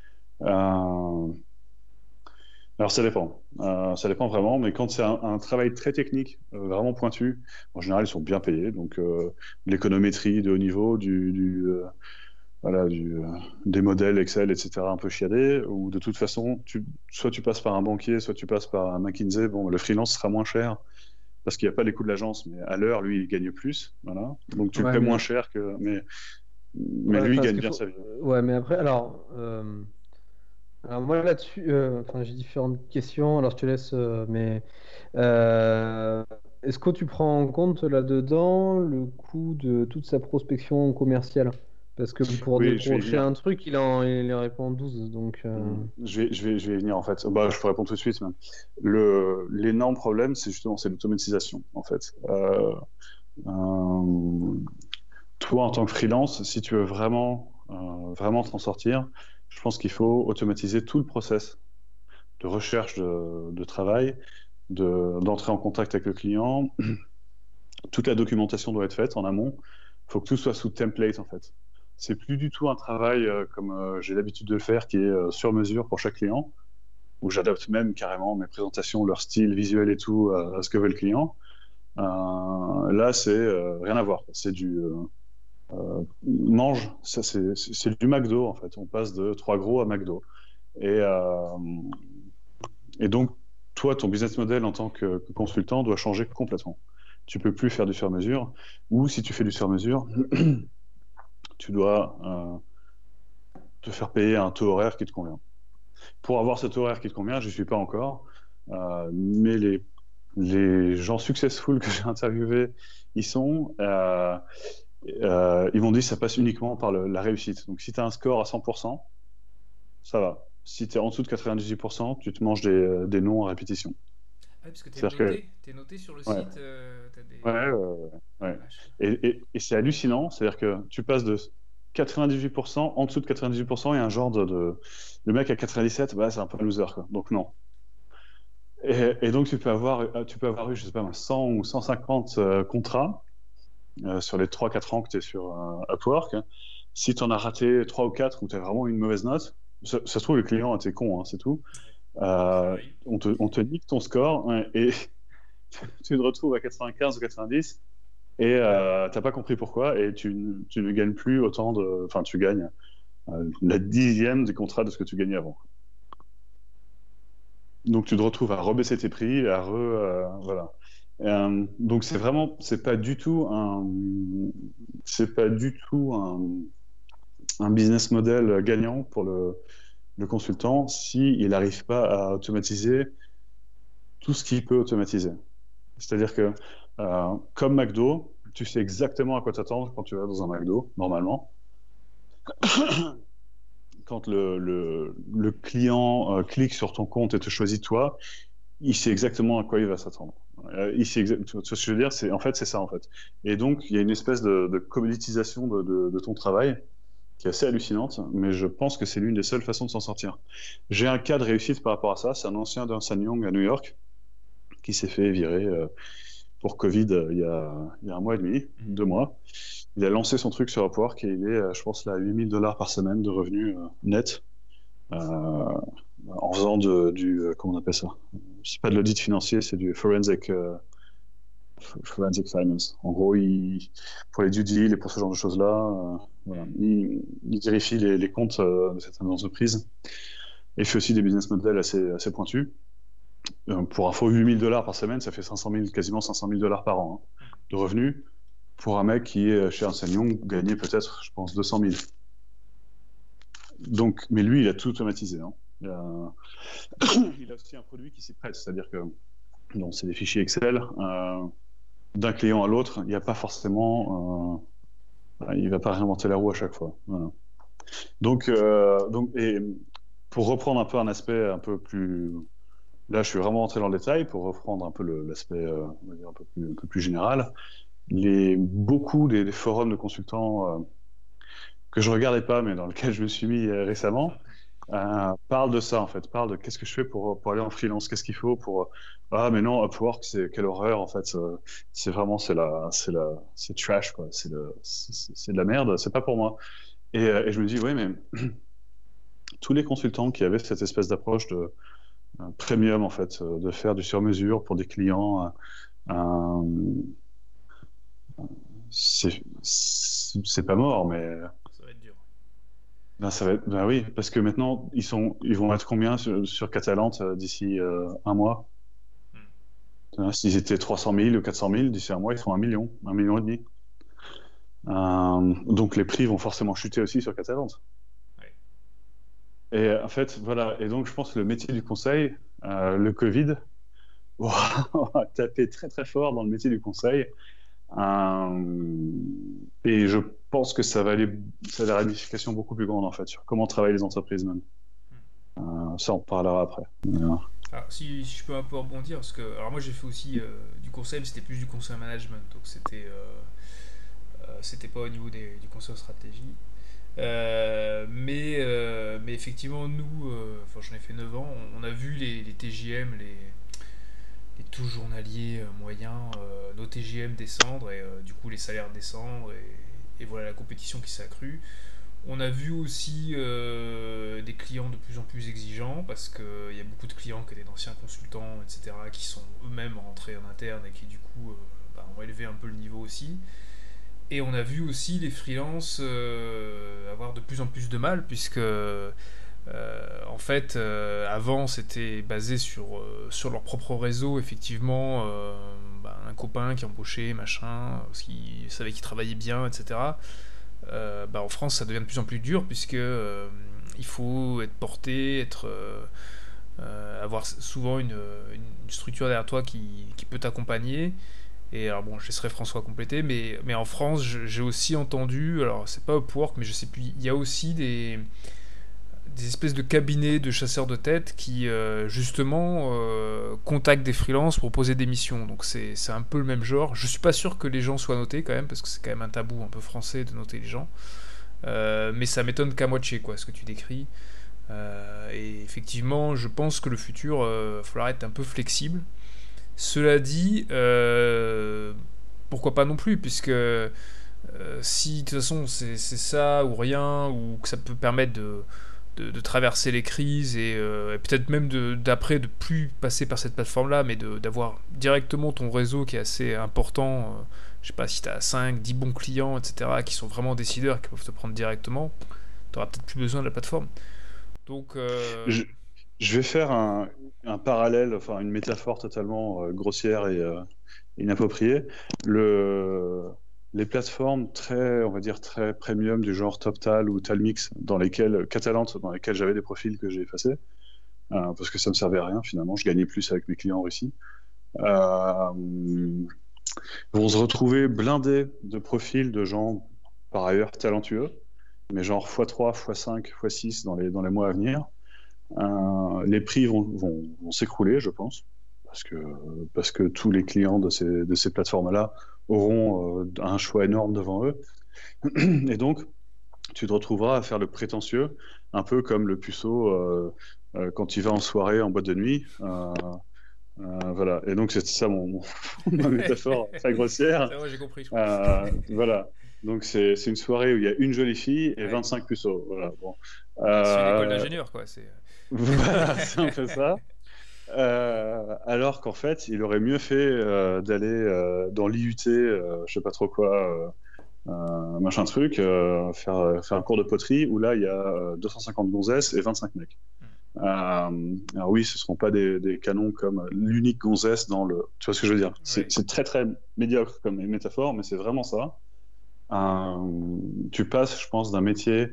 Euh, alors ça dépend, Euh, ça dépend vraiment, mais quand c'est un, un travail très technique, euh, vraiment pointu, en général ils sont bien payés. Donc euh, de l'économétrie de haut niveau, du, du, euh, voilà, du, euh, des modèles Excel, et cetera, un peu chiadés, ou de toute façon, tu, soit tu passes par un banquier, soit tu passes par un McKinsey. Bon, le freelance sera moins cher parce qu'il n'y a pas les coûts de l'agence, mais à l'heure, lui, il gagne plus. Voilà. Donc tu le Ouais, paies mais, moins cher que. Mais, mais ouais, lui, il parce gagne qu'il bien faut... sa vie. Ouais, mais après, alors, euh, alors moi là-dessus, euh, enfin, j'ai différentes questions, alors je te laisse, euh, mais euh, est-ce que tu prends en compte là-dedans le coût de toute sa prospection commerciale? Parce que pour Oui, je vais y décrocher venir. un truc, il en, il en répond douze, donc... euh, Hmm. Je vais, je vais, je vais y venir en fait. Bah, je peux répondre tout de suite. Même. Le, l'énorme problème, c'est justement c'est l'automatisation en fait. Euh, euh, toi, en tant que freelance, si tu veux vraiment, euh, vraiment t'en sortir, je pense qu'il faut automatiser tout le process de recherche de, de travail, de, d'entrer en contact avec le client. Toute la documentation doit être faite en amont. Il faut que tout soit sous template en fait. C'est plus du tout un travail euh, comme euh, j'ai l'habitude de le faire, qui est euh, sur mesure pour chaque client, où j'adapte même carrément mes présentations, leur style visuel et tout à, à ce que veut le client. Euh, là, c'est euh, rien à voir. C'est du euh, euh, mange, ça c'est, c'est c'est du McDo en fait. On passe de trois gros à McDo. Et, euh, et donc, toi, ton business model en tant que, que consultant doit changer complètement. Tu peux plus faire du sur-mesure, ou si tu fais du sur-mesure, tu dois euh, te faire payer un taux horaire qui te convient. Pour avoir ce taux horaire qui te convient, je ne suis pas encore, euh, mais les, les gens successful que j'ai interviewés, ils sont, euh, euh, ils m'ont dit que ça passe uniquement par le- la réussite. Donc si tu as un score à cent pour cent, ça va. Si tu es en dessous de quatre-vingt-dix-huit pour cent, tu te manges des, des noms à répétition. Ah, parce que t'es C'est-à-dire que, noté, t'es noté sur le ouais, site, euh, t'as des... ouais, euh, Ah, ouais. vache. Et, et- et c'est hallucinant, c'est-à-dire que tu passes de quatre-vingt-dix-huit pour cent, en dessous de quatre-vingt-dix-huit pour cent, il y a un genre de, de- le mec à quatre-vingt-dix-sept, bah, c'est un peu un loser, quoi. Donc non. Et, et donc tu peux avoir, euh, tu peux avoir eu, je sais pas, moi, cent ou cent cinquante euh, contrats euh, sur les trois quatre ans que tu es sur euh, Upwork. Si tu en as raté trois ou quatre où tu as vraiment une mauvaise note, ça, ça se trouve, le client était con, hein, c'est tout. Ouais, ça Euh, arrive. on te, on te nique ton score, ouais, et tu te retrouves à quatre-vingt-quinze ou quatre-vingt-dix et euh, t'as pas compris pourquoi et tu, tu ne gagnes plus autant de... Enfin, tu gagnes euh, la dixième des contrats de ce que tu gagnais avant. Donc tu te retrouves à rebaisser tes prix, à re... euh, voilà. Euh, donc c'est vraiment, c'est pas du tout un, c'est pas du tout un, un business model gagnant pour le, le consultant si il n'arrive pas à automatiser tout ce qu'il peut automatiser. C'est-à-dire que euh, comme McDo, tu sais exactement à quoi t'attendre quand tu vas dans un McDo, normalement. Quand le, le, le client euh, clique sur ton compte et te choisit toi, il sait exactement à quoi il va s'attendre. Euh, il sait exa- tu vois ce que je veux dire, c'est en fait c'est ça en fait. Et donc il y a une espèce de, de commoditisation de, de, de ton travail qui est assez hallucinante, mais je pense que c'est l'une des seules façons de s'en sortir. J'ai un cas de réussite par rapport à ça. C'est un ancien d'Ernst and Young à New York qui s'est fait virer euh, pour Covid euh, il y a, il y a un mois et demi, deux mois. Il a lancé son truc sur Upwork et il est, euh, je pense, là, à huit mille dollars par semaine de revenus euh, nets euh, en faisant de, du, euh, comment on appelle ça? C'est pas de l'audit financier, c'est du forensic, euh, forensic finance. En gros, il, pour les due deals et pour ce genre de choses-là, euh, voilà, il, il vérifie les, les comptes euh, de certaines entreprises et il fait aussi des business models assez, assez pointus. Euh, pour info, huit mille dollars par semaine, ça fait cinq cent mille, quasiment cinq cent mille dollars par an hein, de revenus. Pour un mec qui est chez Ernst and Young, gagner peut-être, je pense, deux cent mille. Donc, mais lui, il a tout automatisé. Hein. Il, a... il a aussi un produit qui s'y prête, c'est-à-dire que bon, c'est des fichiers Excel. Euh, d'un client à l'autre, il n'y a pas forcément... Euh, il ne va pas réinventer la roue à chaque fois. Voilà. Donc, euh, donc, et pour reprendre un peu un aspect un peu plus... Là, je suis vraiment entré dans le détail, pour reprendre un peu le, l'aspect euh, on va dire un, peu plus, un peu plus général. Les, beaucoup des, des forums de consultants euh, que je regardais pas, mais dans lesquels je me suis mis euh, récemment, euh, parlent de ça en fait, parlent de qu'est-ce que je fais pour, pour aller en freelance, qu'est-ce qu'il faut pour ah mais non Upwork c'est quelle horreur en fait, euh, c'est vraiment c'est la c'est la c'est trash quoi, c'est le c'est, c'est de la merde, c'est pas pour moi. Et, euh, et je me dis ouais mais tous les consultants qui avaient cette espèce d'approche de euh, premium en fait, euh, de faire du sur-mesure pour des clients. Euh, euh, C'est, c'est pas mort, mais Ça va être dur. ben, ça va être, ben oui, parce que maintenant ils sont, ils vont être combien sur, sur Catalante euh, d'ici euh, un mois? Hmm. S'ils étaient trois cent mille ou quatre cent mille, d'ici un mois ils seront un million, un million et demi. Euh, donc les prix vont forcément chuter aussi sur Catalante. Ouais. Et en fait, voilà. Et donc je pense que le métier du conseil, euh, le Covid, va taper très très fort dans le métier du conseil. Euh, et je pense que ça va aller, ça a des ramifications beaucoup plus grandes en fait sur comment travaillent les entreprises même. Euh, ça on parlera après. Voilà. Alors, si, si je peux un peu rebondir, parce que alors moi j'ai fait aussi euh, du conseil, mais c'était plus du conseil en management, donc c'était euh, euh, c'était pas au niveau des, du conseil en stratégie. Euh, mais, euh, mais effectivement, nous, euh, enfin, j'en ai fait neuf ans, on, on a vu les, les T J M, les, les taux journaliers euh, moyens, euh, nos T J M descendre et euh, du coup les salaires descendre et, et voilà la compétition qui s'est accrue. On a vu aussi euh, des clients de plus en plus exigeants parce qu'il y a beaucoup de clients qui étaient d'anciens consultants, et cetera, qui sont eux-mêmes rentrés en interne et qui du coup euh, bah, ont élevé un peu le niveau aussi. Et on a vu aussi les freelances euh, avoir de plus en plus de mal puisque euh, en fait euh, avant c'était basé sur, euh, sur leur propre réseau effectivement euh, bah, un copain qui embauchait machin parce qu'il savait qu'il travaillait bien etc. Euh, bah, en France ça devient de plus en plus dur puisque euh, il faut être porté, être euh, euh, avoir souvent une, une structure derrière toi qui, qui peut t'accompagner. Et alors bon, je laisserai François compléter, mais, mais en France, j'ai aussi entendu, alors c'est pas Upwork, mais je sais plus, il y a aussi des, des espèces de cabinets de chasseurs de tête qui euh, justement euh, contactent des freelances pour poser des missions. Donc c'est, c'est un peu le même genre. Je suis pas sûr que les gens soient notés quand même, parce que c'est quand même un tabou un peu français de noter les gens. Euh, mais ça m'étonne qu'à moitié, quoi, ce que tu décris. Euh, et effectivement, je pense que le futur, il euh, va falloir être un peu flexible. Cela dit, euh, pourquoi pas non plus, puisque euh, si de toute façon c'est, c'est ça ou rien, ou que ça peut permettre de, de, de traverser les crises et, euh, et peut-être même de, d'après de plus passer par cette plateforme-là, mais de, d'avoir directement ton réseau qui est assez important, euh, je sais pas si tu as cinq, dix bons clients, et cetera, qui sont vraiment décideurs, qui peuvent te prendre directement, tu n'auras peut-être plus besoin de la plateforme. Donc... Euh... Je, je vais faire un, un parallèle, enfin une métaphore totalement euh, grossière et, euh, inapproprié. Le, les plateformes très, on va dire, très premium du genre TopTal ou Talmix, dans lesquelles, Catalant, dans lesquelles j'avais des profils que j'ai effacés, euh, parce que ça me servait à rien finalement, je gagnais plus avec mes clients en Russie, euh, vont se retrouver blindés de profils de gens par ailleurs talentueux, mais genre fois trois, fois cinq, fois six dans les, dans les mois à venir. Euh, les prix vont, vont, vont s'écrouler, je pense, parce que, parce que tous les clients de ces, de ces plateformes-là auront euh, un choix énorme devant eux. Et donc, tu te retrouveras à faire le prétentieux, un peu comme le puceau euh, euh, quand tu vas en soirée, en boîte de nuit. Euh, euh, voilà. Et donc, c'est ça mon, mon, ma métaphore très grossière. C'est vrai, j'ai compris. Je crois. Euh, voilà. Donc, c'est, c'est une soirée où il y a une jolie fille et Ouais. vingt-cinq puceaux. Voilà. Bon. Euh... C'est une école Euh, d'ingénieur, quoi. C'est... Voilà, c'est un peu ça. Euh, alors qu'en fait, il aurait mieux fait euh, d'aller euh, dans l'I U T, euh, je sais pas trop quoi, euh, euh, machin truc, euh, faire, faire un cours de poterie où là, il y a euh, deux cent cinquante gonzesses et vingt-cinq mecs. Mm. Euh, alors oui, ce seront pas des, des canons comme l'unique gonzesse dans le... Tu vois ce que je veux dire? C'est, Oui. c'est très très médiocre comme métaphore, mais c'est vraiment ça. Euh, tu passes, je pense, d'un métier...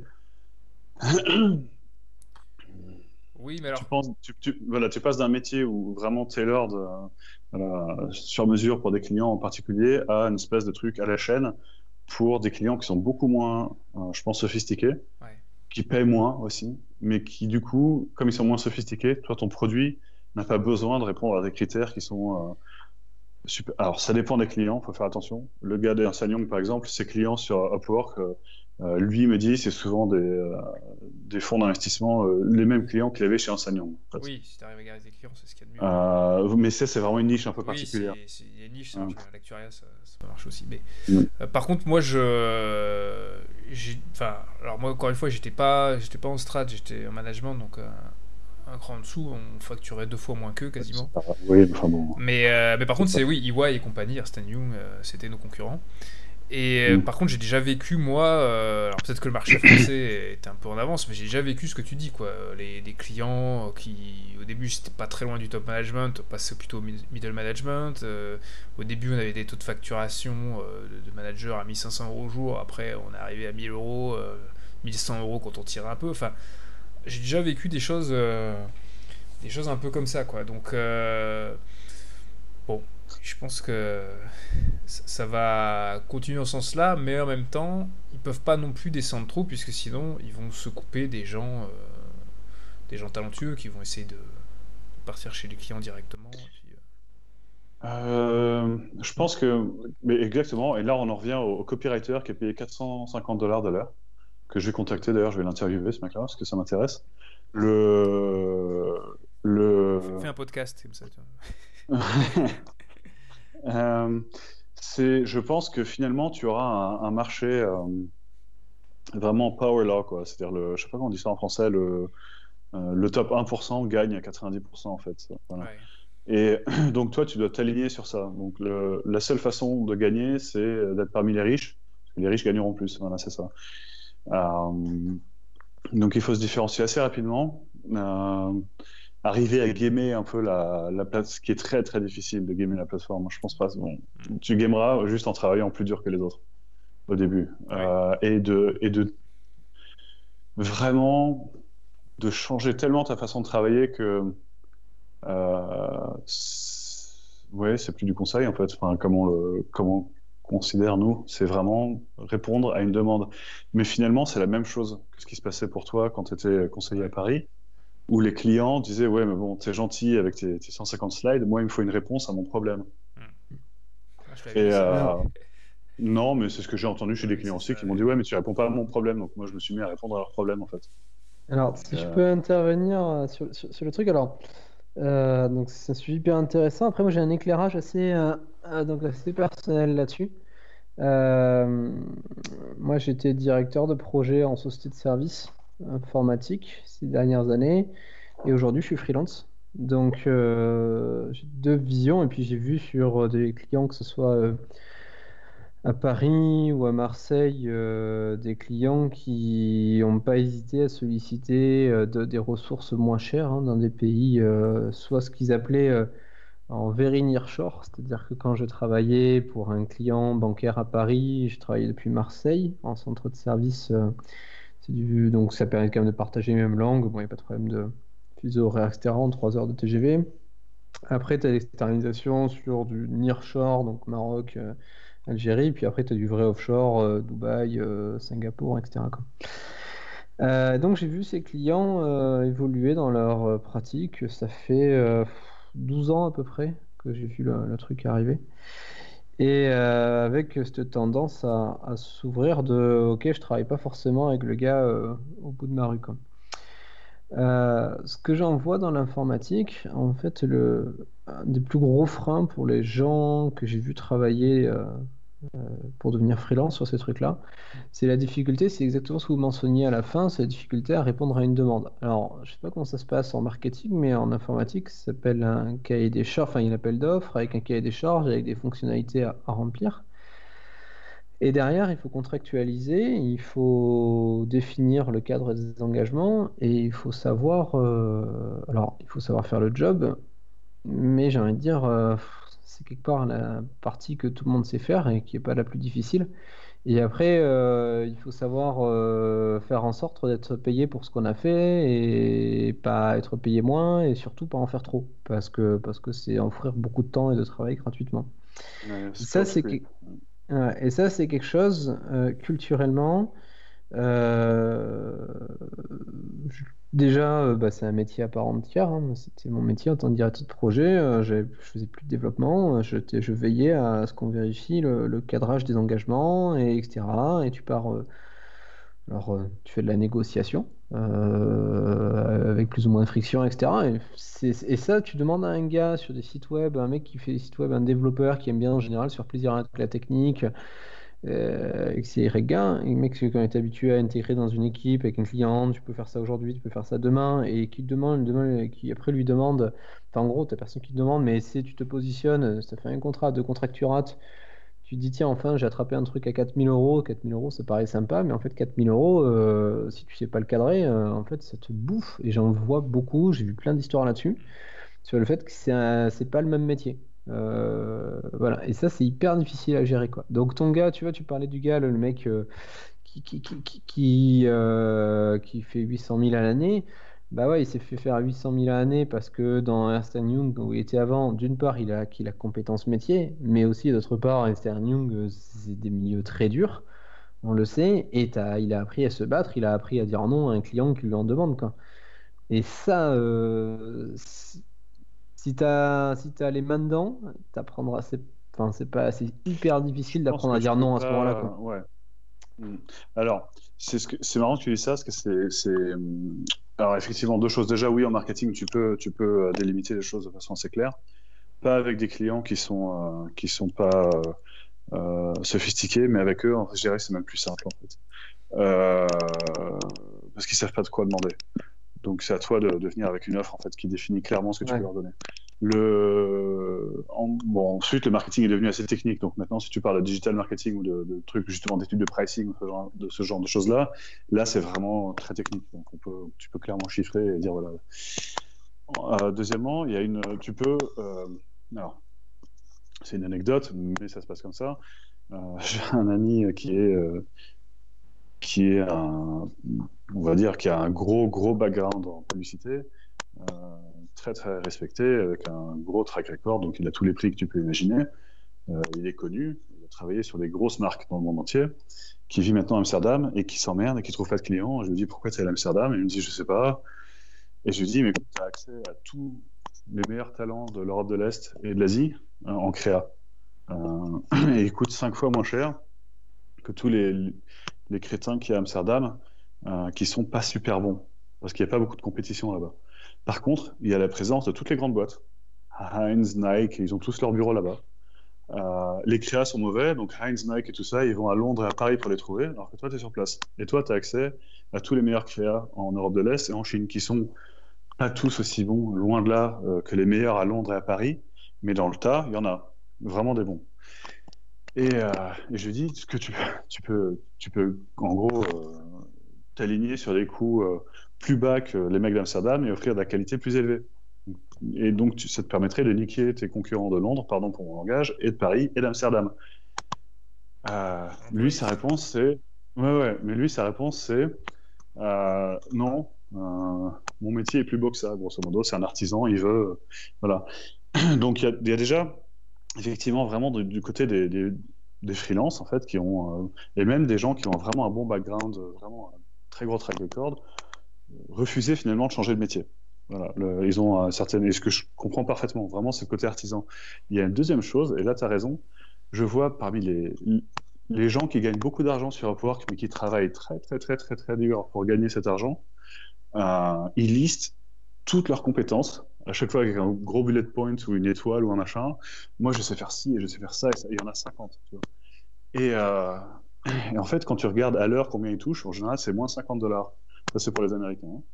Oui, mais alors. Tu, penses, tu, tu, voilà, tu passes d'un métier où vraiment tailored euh, voilà, sur mesure pour des clients en particulier à une espèce de truc à la chaîne pour des clients qui sont beaucoup moins, euh, je pense, sophistiqués, Ouais. qui payent moins aussi, mais qui du coup, comme ils sont moins sophistiqués, toi, ton produit n'a pas besoin de répondre à des critères qui sont euh, super. Alors, ça dépend des clients, il faut faire attention. Le gars d'Ernst and Young, par exemple, ses clients sur Upwork, euh, euh, lui me dit c'est souvent des, euh, des fonds d'investissement, euh, les mêmes clients qu'il avait chez Ernst and Young. En fait. Oui, si tu arrives à garder tes clients, c'est ce qu'il y a de mieux. Euh, mais ça, c'est vraiment une niche un peu oui, particulière. Oui, c'est une niche, ça Ouais. marche bien. L'actuariat, ça, ça marche aussi. Mais, mm. euh, par contre, moi, je. J'ai, enfin, alors, moi, encore une fois, j'étais pas, j'étais pas en strat, j'étais en management, donc. Euh, un cran en dessous, on facturait deux fois moins qu'eux quasiment. Oui, enfin bon. Mais, euh, mais par contre, c'est oui, E Y et compagnie, Ernst and Young, euh, c'était nos concurrents. Et euh, mm. par contre, j'ai déjà vécu, moi, euh, alors peut-être que le marché français était un peu en avance, mais j'ai déjà vécu ce que tu dis, quoi. Les, des clients qui, au début, c'était pas très loin du top management, on passait plutôt au middle management. Euh, au début, on avait des taux de facturation euh, de, de manager à mille cinq cents euros au jour. Après, on est arrivé à mille euros, euh, mille cent euros quand on tirait un peu. Enfin, j'ai déjà vécu des choses, euh, des choses un peu comme ça, quoi. Donc, euh, bon, je pense que ça va continuer dans ce sens-là, mais en même temps, ils peuvent pas non plus descendre trop, puisque sinon, ils vont se couper des gens, euh, des gens talentueux qui vont essayer de partir chez les clients directement. Et puis, euh... Euh, je pense que, mais exactement. Et là, on en revient au, au copywriter qui est payé quatre cent cinquante dollars de l'heure, que je vais contacter. D'ailleurs, je vais l'interviewer, ce mec-là, parce que ça m'intéresse. Le, le. Fais un podcast, comme ça. euh, c'est, je pense que finalement, tu auras un, un marché euh, vraiment power law, quoi. C'est-à-dire le, je sais pas comment on dit ça en français, le, euh, le top un pour cent gagne à quatre-vingt-dix pour cent en fait. Voilà. Ouais. Et donc toi, tu dois t'aligner sur ça. Donc le, la seule façon de gagner, c'est d'être parmi les riches. Parce que les riches gagneront plus. Voilà, c'est ça. Euh, donc il faut se différencier assez rapidement. Euh, arriver à gamer un peu la, la place, ce qui est très très difficile de gamer la plateforme. Je pense pas. Bon, tu gameras juste en travaillant plus dur que les autres au début. Ouais. Euh, et de et de vraiment de changer tellement ta façon de travailler que euh, ouais, c'est plus du conseil en fait. Enfin, comment le comment on considère nous, c'est vraiment répondre à une demande. Mais finalement, c'est la même chose que ce qui se passait pour toi quand tu étais conseiller à Paris, où les clients disaient ouais, mais bon, t'es gentil avec tes, tes cent cinquante slides, moi il me faut une réponse à mon problème. Mmh. Ah, et euh, non, mais c'est ce que j'ai entendu chez des clients aussi qui m'ont dit ouais, mais tu réponds pas à mon problème, donc moi je me suis mis à répondre à leur problème en fait. Alors, si euh... je peux intervenir sur, sur, sur le truc, alors, euh, donc c'est un sujet hyper intéressant. Après, moi, j'ai un éclairage assez, euh, donc assez personnel là-dessus. Euh, moi, j'étais directeur de projet en société de services informatique ces dernières années, et aujourd'hui, je suis freelance. Donc, euh, j'ai deux visions, et puis j'ai vu sur des clients, que ce soit euh, à Paris ou à Marseille, euh, des clients qui n'ont pas hésité à solliciter euh, de, des ressources moins chères hein, dans des pays, euh, soit ce qu'ils appelaient, euh, en very nearshore, c'est-à-dire que quand je travaillais pour un client bancaire à Paris, je travaillais depuis Marseille en centre de service. euh, c'est du... Donc ça permet quand même de partager les mêmes langues. Bon, il n'y a pas de problème de fuseau horaire, et cetera en trois heures de T G V. Après, tu as l'externalisation sur du nearshore, donc Maroc, euh, Algérie. Puis après, tu as du vrai offshore, euh, Dubaï, euh, Singapour, et cetera quoi. Euh, donc j'ai vu ces clients euh, évoluer dans leur euh, pratique. Ça fait euh, douze ans à peu près que j'ai vu le, le truc arriver. Et euh, avec cette tendance à, à s'ouvrir de OK, je travaille pas forcément avec le gars euh, au bout de ma rue, quoi. Euh, ce que j'en vois dans l'informatique, en fait, le, un des plus gros freins pour les gens que j'ai vu travailler euh, euh, pour devenir freelance sur ces trucs-là, c'est la difficulté, c'est exactement ce que vous mentionniez à la fin, c'est la difficulté à répondre à une demande. Alors, je sais pas comment ça se passe en marketing, mais en informatique, ça s'appelle un cahier des charges, enfin une appel d'offres avec un cahier des charges, avec des fonctionnalités à, à remplir. Et derrière, il faut contractualiser, il faut définir le cadre des engagements et il faut savoir, euh, alors il faut savoir faire le job, mais j'ai envie de dire, euh, c'est quelque part la partie que tout le monde sait faire et qui n'est pas la plus difficile. Et après, euh, il faut savoir euh, faire en sorte d'être payé pour ce qu'on a fait et pas être payé moins et surtout pas en faire trop parce que parce que c'est offrir beaucoup de temps et de travail gratuitement. Ouais, Et ça, c'est creep. que- ouais, et ça, c'est quelque chose euh, culturellement. euh, je- Déjà, euh, bah, c'est un métier à part entière, hein. Moi, c'était mon métier en tant que directeur de projet. euh, j'avais- je faisais plus de développement. euh, Je, t'ai- je veillais à ce qu'on vérifie le, le cadrage des engagements, et etc. Et tu pars. euh, alors, euh, tu fais de la négociation euh, avec plus ou moins de friction, et cetera. Et, c'est- et ça, tu demandes à un gars sur des sites web, un mec qui fait des sites web, un développeur qui aime bien en général sur plaisir avec la technique, euh, et que c'est gars, un mec qui est habitué à intégrer dans une équipe avec un client, tu peux faire ça aujourd'hui, tu peux faire ça demain, et qui demande, demande qui après lui demande, enfin, en gros, t'as personne qui te demande, mais si tu te positionnes, ça fait un contrat, deux contracturates, tu te dis, tiens, enfin, j'ai attrapé un truc à quatre mille euros. quatre mille euros, ça paraît sympa, mais en fait, quatre mille euros, euh, si tu sais pas le cadrer, euh, en fait, ça te bouffe. Et j'en vois beaucoup, j'ai vu plein d'histoires là-dessus, sur le fait que c'est un- c'est pas le même métier. Euh, voilà. Et ça, c'est hyper difficile à gérer, quoi. Donc, ton gars, tu vois, tu parlais du gars, le, le mec euh, qui, qui, qui, qui, qui, euh, qui fait huit cent mille à l'année. Bah ouais, il s'est fait faire huit cent mille à l'année parce que dans Ernst and Young, où il était avant, d'une part, il a acquis la compétence métier, mais aussi, d'autre part, Ernst and Young, euh, c'est des milieux très durs, on le sait, et t'as- il a appris à se battre, il a appris à dire non à un client qui lui en demande, quoi. Et ça, euh, si si t'as si t'as les mains dedans, t'apprendras, c'est enfin, c'est pas, c'est hyper Je difficile pense d'apprendre que à tu dire peux non à ce moment-là, pas. quoi. Ouais. Mm. Alors, c'est ce que... c'est marrant que tu dis ça, parce que c'est, c'est... hum, Alors, effectivement, deux choses. Déjà, oui, en marketing, tu peux, tu peux euh, délimiter les choses de façon assez claire. Pas avec des clients qui sont, euh, qui sont pas euh, euh, sophistiqués, mais avec eux, en fait, je dirais que c'est même plus simple, en fait. Euh, Parce qu'ils savent pas de quoi demander. Donc, c'est à toi de, de venir avec une offre, en fait, qui définit clairement ce que tu Ouais. peux leur donner. Le... en- Bon, ensuite, le marketing est devenu assez technique. Donc maintenant, si tu parles de digital marketing ou de, de trucs justement d'études de pricing ou ce genre, de ce genre de choses-là, là, c'est vraiment très technique. Donc on peut, tu peux clairement chiffrer et dire voilà. Euh, deuxièmement, il y a une, tu peux, euh, alors c'est une anecdote, mais ça se passe comme ça. Euh, j'ai un ami qui est, euh, qui est un, on va dire, qui a un gros, gros background en publicité. Euh, très très respecté, avec un gros track record, donc il a tous les prix que tu peux imaginer. Euh, il est connu, il a travaillé sur des grosses marques dans le monde entier, qui vit maintenant à Amsterdam et qui s'emmerde et qui trouve pas de clients. Je lui dis pourquoi tu es à Amsterdam, et il me dit je sais pas. Et je lui dis mais tu as accès à tous les meilleurs talents de l'Europe de l'Est et de l'Asie euh, en créa. Euh, et il coûte cinq fois moins cher que tous les, les crétins qui y a à Amsterdam, euh, qui sont pas super bons, parce qu'il n'y a pas beaucoup de compétition là-bas. Par contre, il y a la présence de toutes les grandes boîtes. Heinz, Nike, ils ont tous leur bureau là-bas. Euh, les créas sont mauvais, donc Heinz, Nike et tout ça, ils vont à Londres et à Paris pour les trouver, alors que toi, tu es sur place. Et toi, tu as accès à tous les meilleurs créas en Europe de l'Est et en Chine, qui sont pas tous aussi bons, loin de là, euh, que les meilleurs à Londres et à Paris, mais dans le tas, il y en a vraiment des bons. Et, euh, et je lui dis, ce que tu, tu, peux, tu peux, en gros, euh, t'aligner sur des coûts euh, plus bas que les mecs d'Amsterdam et offrir de la qualité plus élevée. Et donc, tu, ça te permettrait de niquer tes concurrents de Londres, pardon pour mon langage, et de Paris et d'Amsterdam. Euh, lui, sa réponse, c'est... Ouais, ouais, mais lui, sa réponse, c'est... Euh, non, euh, mon métier est plus beau que ça, grosso modo. C'est un artisan, il veut... Voilà. Donc, il y, y a déjà, effectivement, vraiment du, du côté des, des, des freelances, en fait, qui ont... Euh, et même des gens qui ont vraiment un bon background, vraiment un très gros track record, refuser finalement de changer de métier. Voilà, le, ils ont un certain... Et ce que je comprends parfaitement, vraiment, c'est le côté artisan. Il y a une deuxième chose, et là, tu as raison, je vois parmi les, les gens qui gagnent beaucoup d'argent sur Upwork, mais qui travaillent très, très, très, très, très dur pour gagner cet argent, euh, ils listent toutes leurs compétences, à chaque fois avec un gros bullet point ou une étoile ou un machin. Moi, je sais faire ci et je sais faire ça, et ça, il y en a cinquante. Tu vois. Et, euh, et en fait, quand tu regardes à l'heure combien ils touchent, en général, c'est moins cinquante dollars. Ça, c'est pour les Américains. Hein.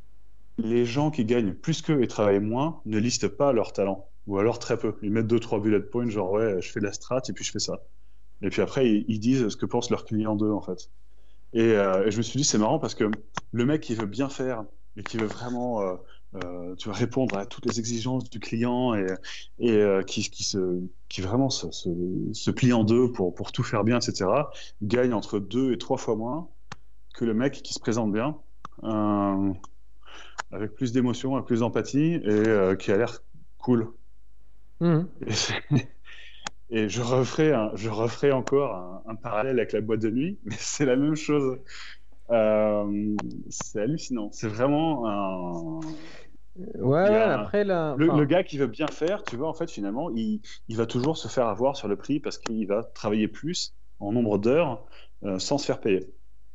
Les gens qui gagnent plus qu'eux et travaillent moins ne listent pas leur talent, ou alors très peu. Ils mettent deux, trois bullet points, genre ouais, je fais de la strat et puis je fais ça. Et puis après, ils, ils disent ce que pensent leurs clients d'eux, en fait. Et, euh, et je me suis dit, c'est marrant parce que le mec qui veut bien faire et qui veut vraiment euh, euh, tu vas répondre à toutes les exigences du client et, et euh, qui, qui, se, qui vraiment se, se, se plie en deux pour, pour tout faire bien, et cetera, gagne entre deux et trois fois moins que le mec qui se présente bien. Euh, avec plus d'émotion, avec plus d'empathie, et euh, qui a l'air cool. Mmh. Et, et je referai, un, je referai encore un, un parallèle avec la boîte de nuit, mais c'est la même chose. Euh, c'est hallucinant. C'est vraiment un... Ouais, ouais, après là... Le, enfin... le gars qui veut bien faire, tu vois, en fait, finalement, il, il va toujours se faire avoir sur le prix parce qu'il va travailler plus en nombre d'heures euh, sans se faire payer.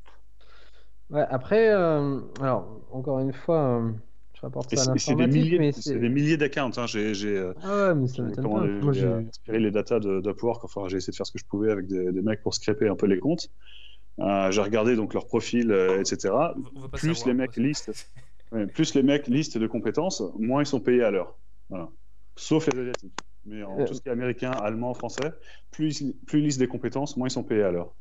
Ouais, après, euh, alors, encore une fois, euh, je rapporte ça à l'informatique, c'est des milliers, mais c'est des milliers d'accounts. Hein. J'ai, j'ai, ah ouais, mais ça m'étonne pas. Moi, j'ai aspiré les datas d'Upwork. Enfin, j'ai essayé de faire ce que je pouvais avec des, des mecs pour scraper un peu les comptes. Euh, j'ai regardé donc leur profil, euh, et cetera. Plus savoir, les mecs listent, ouais, plus les mecs listent de compétences, moins ils sont payés à l'heure. Voilà. Sauf les asiatiques. Mais en euh... tout ce qui est américain, allemand, français, plus, plus ils listent des compétences, moins ils sont payés à l'heure.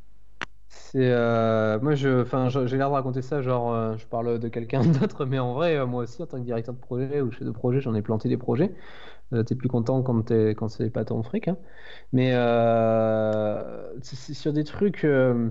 C'est euh, moi je enfin j'ai l'air de raconter ça genre euh, je parle de quelqu'un d'autre, mais en vrai euh, moi aussi en tant que directeur de projet ou chef de projet j'en ai planté des projets. Euh, t'es plus content quand t'es quand c'est pas ton fric, hein. Mais euh, c'est, c'est sur des trucs euh,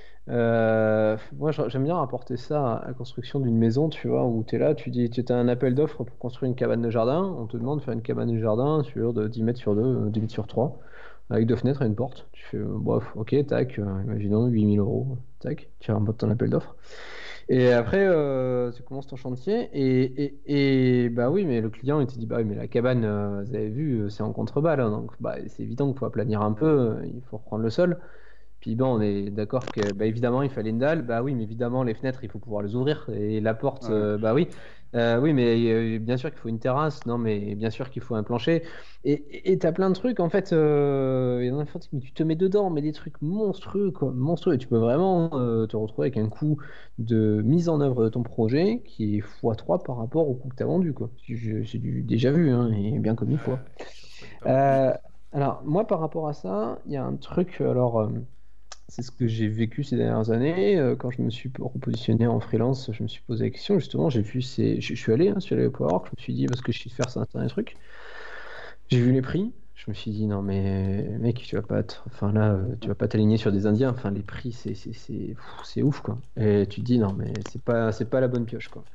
euh, moi j'aime bien rapporter ça à la construction d'une maison, tu vois, où t'es là, tu dis tu as un appel d'offres pour construire une cabane de jardin, on te demande de faire une cabane de jardin sur de dix mètres sur deux, dix mètres sur trois, avec deux fenêtres et une porte. Tu fais, euh, bref, ok, tac, euh, imaginons huit mille euros, tac, tu remportes ton appel d'offres. Et après, euh, tu commences ton chantier, et, et, et bah oui, mais le client, il te dit, bah oui, mais la cabane, euh, vous avez vu, c'est en contrebas, là, donc bah, c'est évident qu'il faut aplanir un peu, euh, il faut reprendre le sol. Puis bon, on est d'accord que, bah évidemment, il fallait une dalle, bah oui, mais évidemment, les fenêtres, il faut pouvoir les ouvrir, et la porte, ouais. euh, bah oui. Euh, oui, mais euh, bien sûr qu'il faut une terrasse, non, mais bien sûr qu'il faut un plancher. Et tu as plein de trucs, en fait, euh, il y en a mais tu te mets dedans, mais des trucs monstrueux, quoi, monstrueux. Et tu peux vraiment euh, te retrouver avec un coût de mise en œuvre de ton projet qui est fois trois par rapport au coût que tu as vendu, quoi. C'est du déjà vu, hein, et bien comme il faut. Euh, alors, moi, par rapport à ça, il y a un truc, alors... Euh, c'est ce que j'ai vécu ces dernières années. Euh, quand je me suis repositionné en freelance, je me suis posé la question. Justement, j'ai vu ces... je, je suis allé, hein, je suis allé au Powerwork, je me suis dit, parce que je sais faire certains trucs. J'ai vu les prix. Je me suis dit, non, mais mec, tu vas pas te... enfin, là, tu vas pas t'aligner sur des Indiens. Enfin, les prix, c'est, c'est, c'est... c'est ouf, quoi. Et tu te dis, non, mais c'est pas, c'est pas la bonne pioche, quoi.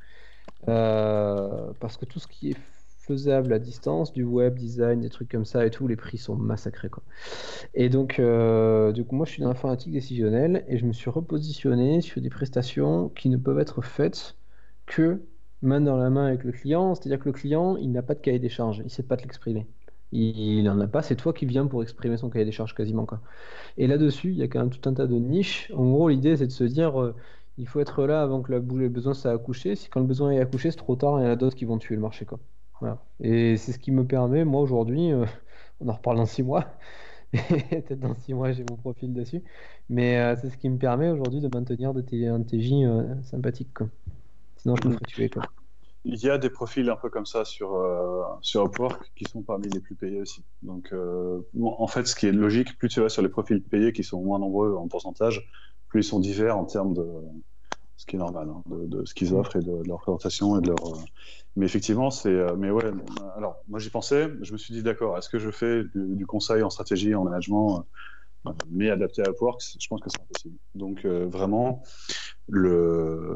Euh, parce que tout ce qui est faisable à distance, du web design, des trucs comme ça et tout, les prix sont massacrés, quoi. Et donc, euh, du coup, moi, je suis dans l'informatique décisionnelle et je me suis repositionné sur des prestations qui ne peuvent être faites que main dans la main avec le client. C'est-à-dire que le client, il n'a pas de cahier des charges, il ne sait pas te l'exprimer. Il n'en a pas, c'est toi qui viens pour exprimer son cahier des charges quasiment, quoi. Et là-dessus, il y a quand même tout un tas de niches. En gros, l'idée, c'est de se dire, euh, il faut être là avant que le besoin s'est accouché. Si quand le besoin est accouché, c'est trop tard, il y en a d'autres qui vont tuer le marché, quoi. Voilà. Et c'est ce qui me permet, moi, aujourd'hui, euh, on en reparle dans six mois, peut-être dans six mois, j'ai mon profil dessus, mais euh, c'est ce qui me permet aujourd'hui de maintenir de t- un T J euh, sympathique, quoi. Sinon, je me ferais tuer, quoi. Il y a des profils un peu comme ça sur, euh, sur Upwork qui sont parmi les plus payés aussi. Donc, euh, bon, en fait, ce qui est logique, plus tu vas sur les profils payés qui sont moins nombreux en pourcentage, plus ils sont divers en termes de, ce qui est normal, hein, de, de ce qu'ils offrent et de, de leur présentation et de leur. Euh... Mais effectivement, c'est. Euh, mais ouais. Alors, moi, j'y pensais. Je me suis dit, d'accord. Est-ce que je fais du, du conseil en stratégie, en management, euh, mais adapté à Upwork? Je pense que c'est impossible. Donc, euh, vraiment, le.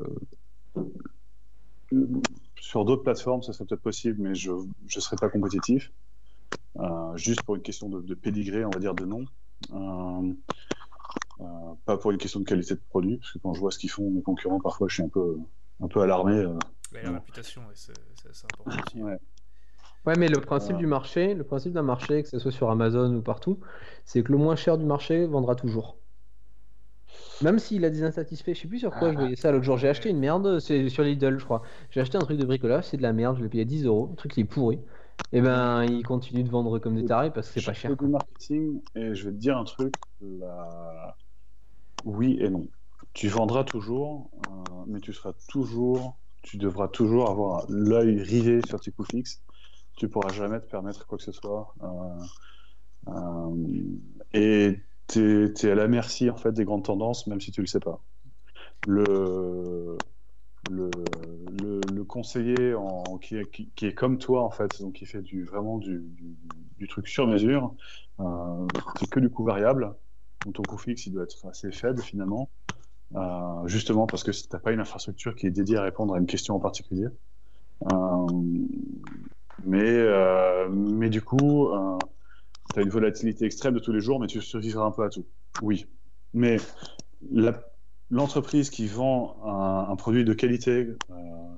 Sur d'autres plateformes, ça serait peut-être possible, mais je ne serais pas compétitif. Euh, juste pour une question de, de pédigré, on va dire, de nom. Euh, euh, pas pour une question de qualité de produit, parce que quand je vois ce qu'ils font, mes concurrents, parfois, je suis un peu, un peu alarmé. Euh, ouais, la réputation, ouais, c'est, c'est, c'est important aussi. Ouais. Ouais, mais le principe Euh... du marché, le principe d'un marché, que ce soit sur Amazon ou partout, c'est que le moins cher du marché vendra toujours. Même s'il a des insatisfaits, je sais plus sur quoi Ah, je voyais ça l'autre jour. J'ai ouais. acheté une merde, c'est sur Lidl, je crois. J'ai acheté un truc de bricolage, c'est de la merde, je l'ai payé dix euros, le truc il est pourri. Et ben, il continue de vendre comme des tarés parce que c'est je pas fais cher. du marketing et je vais te dire un truc, là... oui et non. Tu vendras toujours, euh, mais tu seras toujours, tu devras toujours avoir l'œil rivé sur tes coûts fixes. Tu pourras jamais te permettre quoi que ce soit. Euh, euh, et tu es à la merci en fait des grandes tendances, même si tu le sais pas. Le le, le, le conseiller en, qui, est, qui, qui est comme toi en fait, donc qui fait du, vraiment du, du, du truc sur mesure, euh, c'est que du coût variable. Donc ton coût fixe il doit être assez faible finalement, euh, justement parce que si tu n'as pas une infrastructure qui est dédiée à répondre à une question en particulier. Euh, mais, euh, mais du coup, euh, tu as une volatilité extrême de tous les jours, mais tu survivras un peu à tout. Oui. Mais la, l'entreprise qui vend un, un produit de qualité, euh,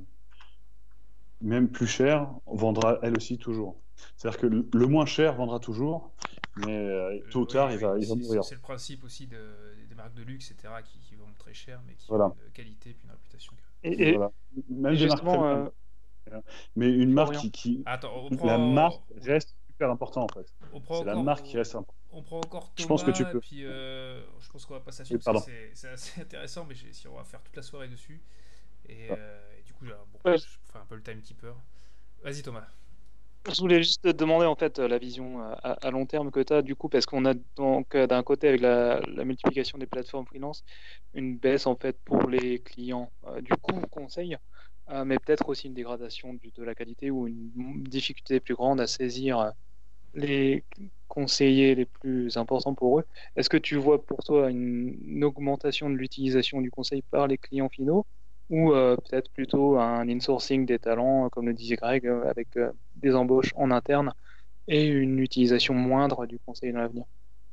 même plus cher, vendra elle aussi toujours. C'est-à-dire que le, le moins cher vendra toujours, mais euh, tôt ou Euh, tard, oui, il va, oui, il va c'est, mourir. c'est le principe aussi de, des marques de luxe, et cetera, qui, qui vendent très cher, mais qui Voilà. ont une qualité et puis une réputation. Et, et, voilà. Même et des marques très justement, bien. euh, Mais une marque Florian. qui, qui... Attends, on la prend, marque reste super importante en fait. on prend C'est la encore, marque qui reste importante. on prend encore Je pense que tu Thomas, et peux. puis euh, je pense qu'on va passer Oui, là-dessus, pardon. parce que c'est, c'est assez intéressant, mais j'ai- si on va faire toute la soirée dessus. Et, Ah. euh, et du coup, là, bon, Ouais. je fais un peu le timekeeper. Vas-y Thomas. Je voulais juste te demander en fait la vision à, à long terme que tu as du coup, parce qu'on a donc euh, d'un côté avec la, la multiplication des plateformes freelance une baisse en fait pour les clients euh, du coût conseil, euh, mais peut-être aussi une dégradation du, de la qualité ou une difficulté plus grande à saisir euh, les conseillers les plus importants pour eux. Est-ce que tu vois pour toi une, une augmentation de l'utilisation du conseil par les clients finaux ou euh, peut-être plutôt un insourcing des talents, comme le disait Greg, euh, avec euh, des embauches en interne et une utilisation moindre du conseil dans l'avenir?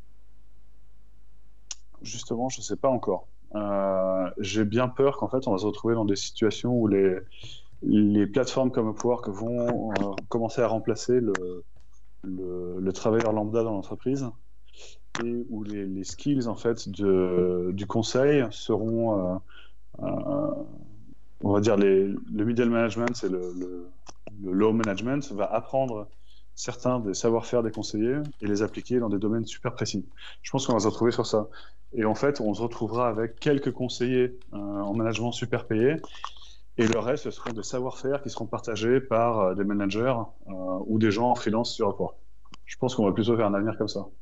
Justement, je ne sais pas encore. Euh, j'ai bien peur qu'en fait, on va se retrouver dans des situations où les, les plateformes comme Upwork vont euh, commencer à remplacer le, le, le travailleur lambda dans l'entreprise et où les, les skills en fait de, du conseil seront, euh, euh, on va dire, les, le middle management et le, le, le low management va apprendre certains des savoir-faire des conseillers et les appliquer dans des domaines super précis. Je pense qu'on va se retrouver sur ça. Et en fait, on se retrouvera avec quelques conseillers euh, en management super payés et le reste, ce seront des savoir-faire qui seront partagés par euh, des managers euh, ou des gens en freelance sur Upwork. Je pense qu'on va plutôt vers un avenir comme ça.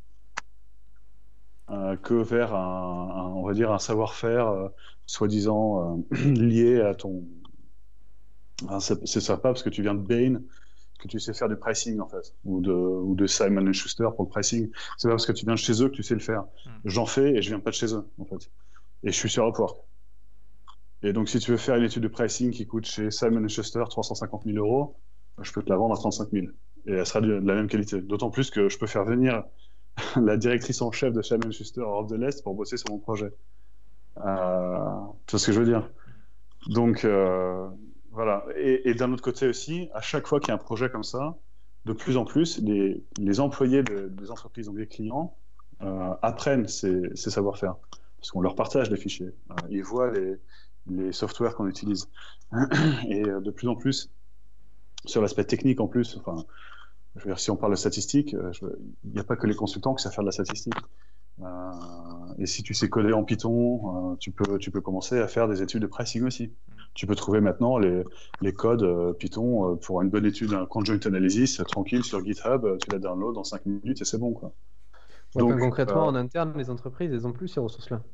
Euh, que vers un, un, on va dire, un savoir-faire euh, soi-disant euh, lié à ton... Enfin, c'est, c'est sympa parce que tu viens de Bain, que tu sais faire du pricing en fait, ou de, ou de Simon and Schuster pour le pricing. C'est pas parce que tu viens de chez eux que tu sais le faire. Mm. J'en fais et je viens pas de chez eux en fait. Et je suis sur Upwork. Et donc si tu veux faire une étude de pricing qui coûte chez Simon and Schuster trois cent cinquante mille euros, je peux te la vendre à trente-cinq mille. Et elle sera de la même qualité. D'autant plus que je peux faire venir la directrice en chef de Simon and Schuster Europe de l'Est pour bosser sur mon projet. Euh, tu vois ce que je veux dire? Donc euh, voilà. Et, et d'un autre côté aussi, à chaque fois qu'il y a un projet comme ça, de plus en plus, les, les employés de, des entreprises, donc les clients, euh, apprennent ces, ces savoir-faire. Parce qu'on leur partage les fichiers. Euh, ils voient les, les softwares qu'on utilise. Et euh, de plus en plus, sur l'aspect technique en plus, enfin, je veux dire, si on parle de statistiques, il n'y a pas que les consultants qui savent faire de la statistique. Euh, et si tu sais coder en Python, euh, tu, peux, tu peux commencer à faire des études de pricing aussi. Mmh. Tu peux trouver maintenant les, les codes euh, Python euh, pour une bonne étude, un conjoint analysis, euh, tranquille sur GitHub, euh, tu la download en cinq minutes et c'est bon, quoi. Ouais, Donc, concrètement, euh, en interne, les entreprises, elles n'ont plus ces ressources-là.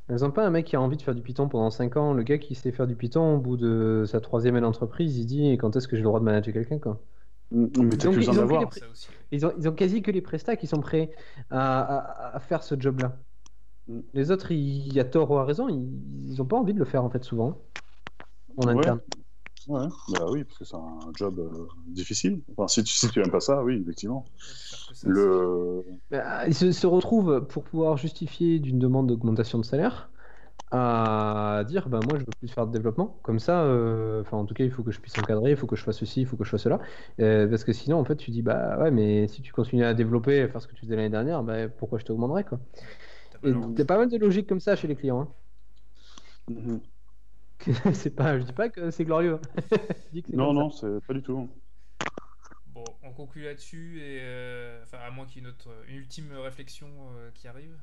Elles ont pas un mec qui a envie de faire du Python pendant cinq ans. Le gars qui sait faire du Python, au bout de sa troisième année d'entreprise, il dit quand est-ce que j'ai le droit de manager quelqu'un, quoi. Mais t'as Ils ont, plus besoin ils ont que d'avoir. les Ah, pré- ça aussi, ouais. ils ont, ils ont quasi que les prestats qui sont prêts à, à- à faire ce job-là. Mm. Les autres, il y a tort ou à raison, ils n'ont pas envie de le faire en fait souvent en Ouais. interne. Ouais, bah oui, parce que c'est un job euh, difficile. Enfin, si tu, si tu aimes pas ça, oui, effectivement. Ouais, faire que ça, Le... Bah, ils se, se retrouvent pour pouvoir justifier d'une demande d'augmentation de salaire à dire bah moi je veux plus faire de développement comme ça euh, enfin en tout cas il faut que je puisse encadrer, il faut que je fasse ceci, il faut que je fasse cela. Euh, parce que sinon en fait tu dis bah ouais mais si tu continues à développer à faire ce que tu faisais l'année dernière bah pourquoi je t'augmenterais quoi. c'est- t'as pas Et leur- t'as pas mal de logique comme ça chez les clients hein. Mhm. C'est pas je dis pas que c'est glorieux hein. Je dis que c'est Non, comme non, c'est pas du tout. Bon, on conclut là-dessus, et euh, enfin, à moins qu'il y ait une, autre, une ultime réflexion euh, qui arrive.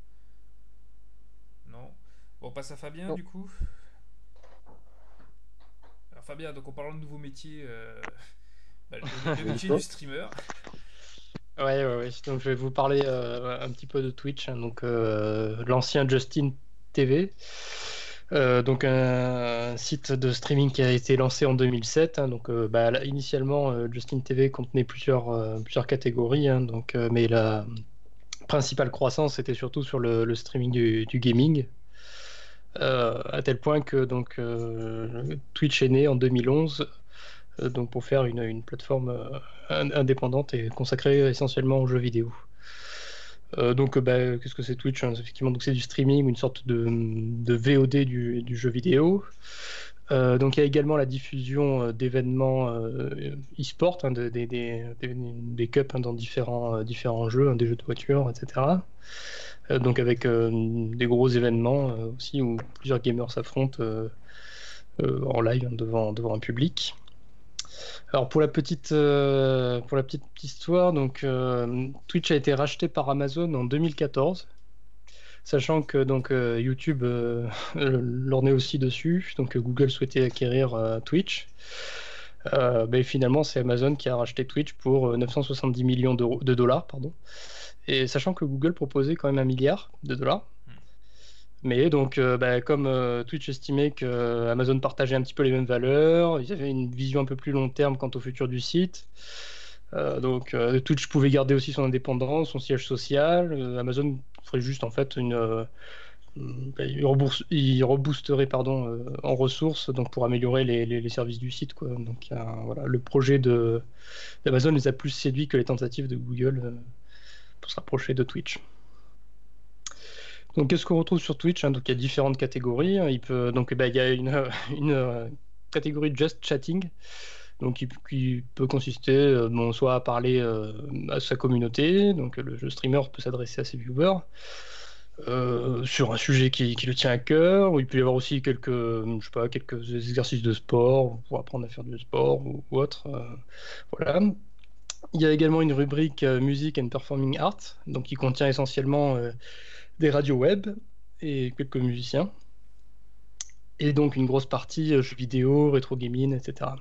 Non. Bon, on passe à Fabien, Non. du coup. Alors, Fabien, donc en parlant de nouveaux métiers, euh, bah, le, le métier du streamer. Ouais, ouais, ouais. Donc je vais vous parler euh, un petit peu de Twitch, hein. Donc euh, l'ancien Justin T V. Euh, donc un site de streaming qui a été lancé en deux mille sept, hein. Donc euh, bah, là, initialement euh, Justin T V contenait plusieurs, euh, plusieurs catégories, hein. Donc, euh, mais la principale croissance était surtout sur le, le streaming du, du gaming, euh, à tel point que donc euh, Twitch est né en deux mille onze, euh, donc pour faire une, une plateforme euh, in- indépendante et consacrée essentiellement aux jeux vidéo. Euh, donc, euh, bah, qu'est-ce que c'est Twitch, hein? Effectivement, donc c'est du streaming, une sorte de, de V O D du, du jeu vidéo. Euh, donc, il y a également la diffusion euh, d'événements euh, e-sport, hein, de- des, des, des, des cups, hein, dans différents, euh, différents jeux, hein, des jeux de voiture, et cetera. Euh, donc, avec euh, des gros événements euh, aussi où plusieurs gamers s'affrontent euh, euh, en live, hein, devant, devant un public. Alors pour la petite, euh, pour la petite histoire, donc euh, Twitch a été racheté par Amazon en deux mille quatorze, sachant que donc euh, YouTube euh, l'ornait aussi dessus, donc euh, Google souhaitait acquérir euh, Twitch. Euh, ben, finalement, c'est Amazon qui a racheté Twitch pour euh, neuf cent soixante-dix millions d'euros, de dollars, pardon. Et sachant que Google proposait quand même un milliard de dollars. Mais donc, euh, bah, comme euh, Twitch estimait que euh, Amazon partageait un petit peu les mêmes valeurs, ils avaient une vision un peu plus long terme quant au futur du site. Euh, donc, euh, Twitch pouvait garder aussi son indépendance, son siège social. Euh, Amazon ferait juste en fait une, euh, bah, il, rebourse- il reboosterait pardon euh, en ressources, donc pour améliorer les, les- les services du site, quoi. Donc, il y a, voilà, le projet de d'Amazon les a plus séduits que les tentatives de Google euh, pour se rapprocher de Twitch. Donc, qu'est-ce qu'on retrouve sur Twitch, hein? Donc, il y a différentes catégories, hein. Il peut, donc, bah, il y a une, une euh, catégorie Just Chatting, donc qui, qui peut consister euh, bon, soit à parler euh, à sa communauté, donc le, le streamer peut s'adresser à ses viewers euh, sur un sujet qui, qui le tient à cœur, ou il peut y avoir aussi quelques, je sais pas, quelques exercices de sport pour apprendre à faire du sport ou, ou autre. euh, voilà. Il y a également une rubrique euh, Music and Performing Arts, donc qui contient essentiellement euh, des radios web et quelques musiciens. Et donc une grosse partie euh, jeux vidéo, rétro gaming, et cetera.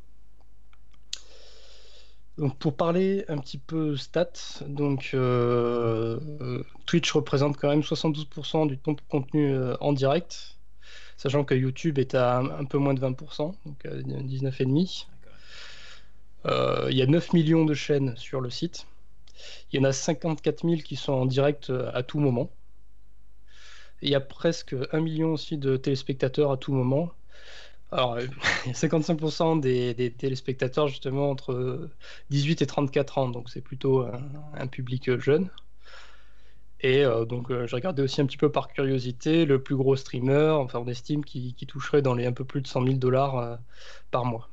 Donc pour parler un petit peu stats, donc euh, euh, Twitch représente quand même soixante-douze pour cent du ton- contenu euh, en direct, sachant que YouTube est à un, un peu moins de vingt pour cent, donc à dix-neuf virgule cinq. Euh, il y a neuf millions de chaînes sur le site. Il y en a cinquante-quatre mille qui sont en direct euh, à tout moment. Il y a presque un million aussi de téléspectateurs à tout moment. Alors, euh, il y a cinquante-cinq pour cent des, des téléspectateurs justement entre dix-huit et trente-quatre ans, donc c'est plutôt un, un public euh, jeune. Et euh, donc euh, j'ai regardé aussi un petit peu par curiosité le plus gros streamer, enfin on estime qu'il qu'il toucherait dans les un peu plus de cent mille dollars euh, par mois.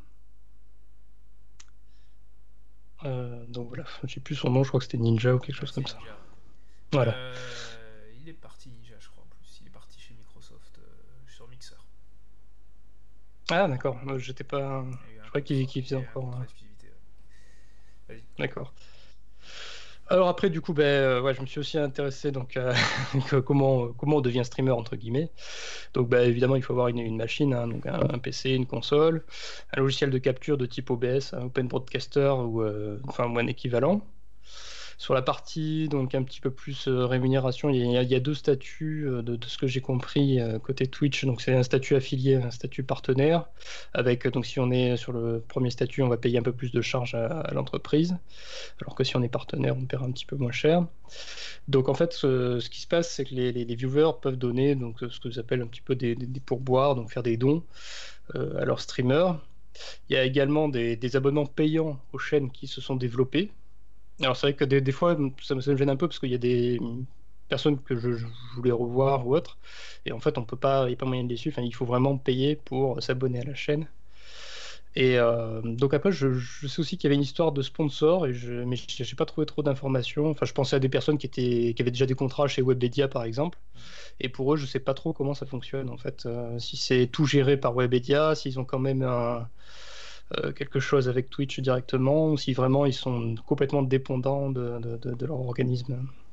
Euh, donc voilà, j'ai plus son nom, je crois que c'était Ninja ou quelque chose Ouais, comme c'est ça. Ninja. Voilà. Euh, il est parti déjà, je crois, en plus. Il est parti chez Microsoft euh, sur Mixer. Ah d'accord, moi, j'étais pas. Il y a eu un Je crois qu'il contrat- qu'il faisait il y a eu un encore. contrat hein. d'exclusivité, ouais. Vas-y. D'accord. Alors après, du coup, ben, euh, ouais, je me suis aussi intéressé donc à que comment, comment on devient streamer entre guillemets. Donc, ben, évidemment, il faut avoir une, une machine, hein, donc un, un P C, une console, un logiciel de capture de type O B S, un Open Broadcaster ou euh, enfin ou un équivalent. Sur la partie donc un petit peu plus euh, rémunération, il y, a, il y a deux statuts euh, de, de ce que j'ai compris euh, côté Twitch. Donc c'est un statut affilié, un statut partenaire. Avec donc si on est sur le premier statut, on va payer un peu plus de charges à, à l'entreprise, alors que si on est partenaire, on paiera un petit peu moins cher. Donc en fait, ce, ce qui se passe, c'est que les, les, les viewers peuvent donner donc ce que j'appelle un petit peu des, des, des pourboires, donc faire des dons euh, à leurs streamers. Il y a également des, des abonnements payants aux chaînes qui se sont développés. Alors c'est vrai que des, des fois ça me, ça me gêne un peu parce qu'il y a des personnes que je, je voulais revoir ou autre, et en fait on peut pas, il n'y a pas moyen de les suivre, enfin, il faut vraiment payer pour s'abonner à la chaîne. Et euh, donc après je, je sais aussi qu'il y avait une histoire de sponsor, et je, mais je n'ai pas trouvé trop d'informations. Enfin je pensais à des personnes qui, étaient, qui avaient déjà des contrats chez Webedia par exemple, et pour eux je sais pas trop comment ça fonctionne en fait, euh, si c'est tout géré par Webedia, s'ils ont quand même un Euh, quelque chose avec Twitch directement, ou si vraiment ils sont complètement dépendants de, de, de, de leur organisme.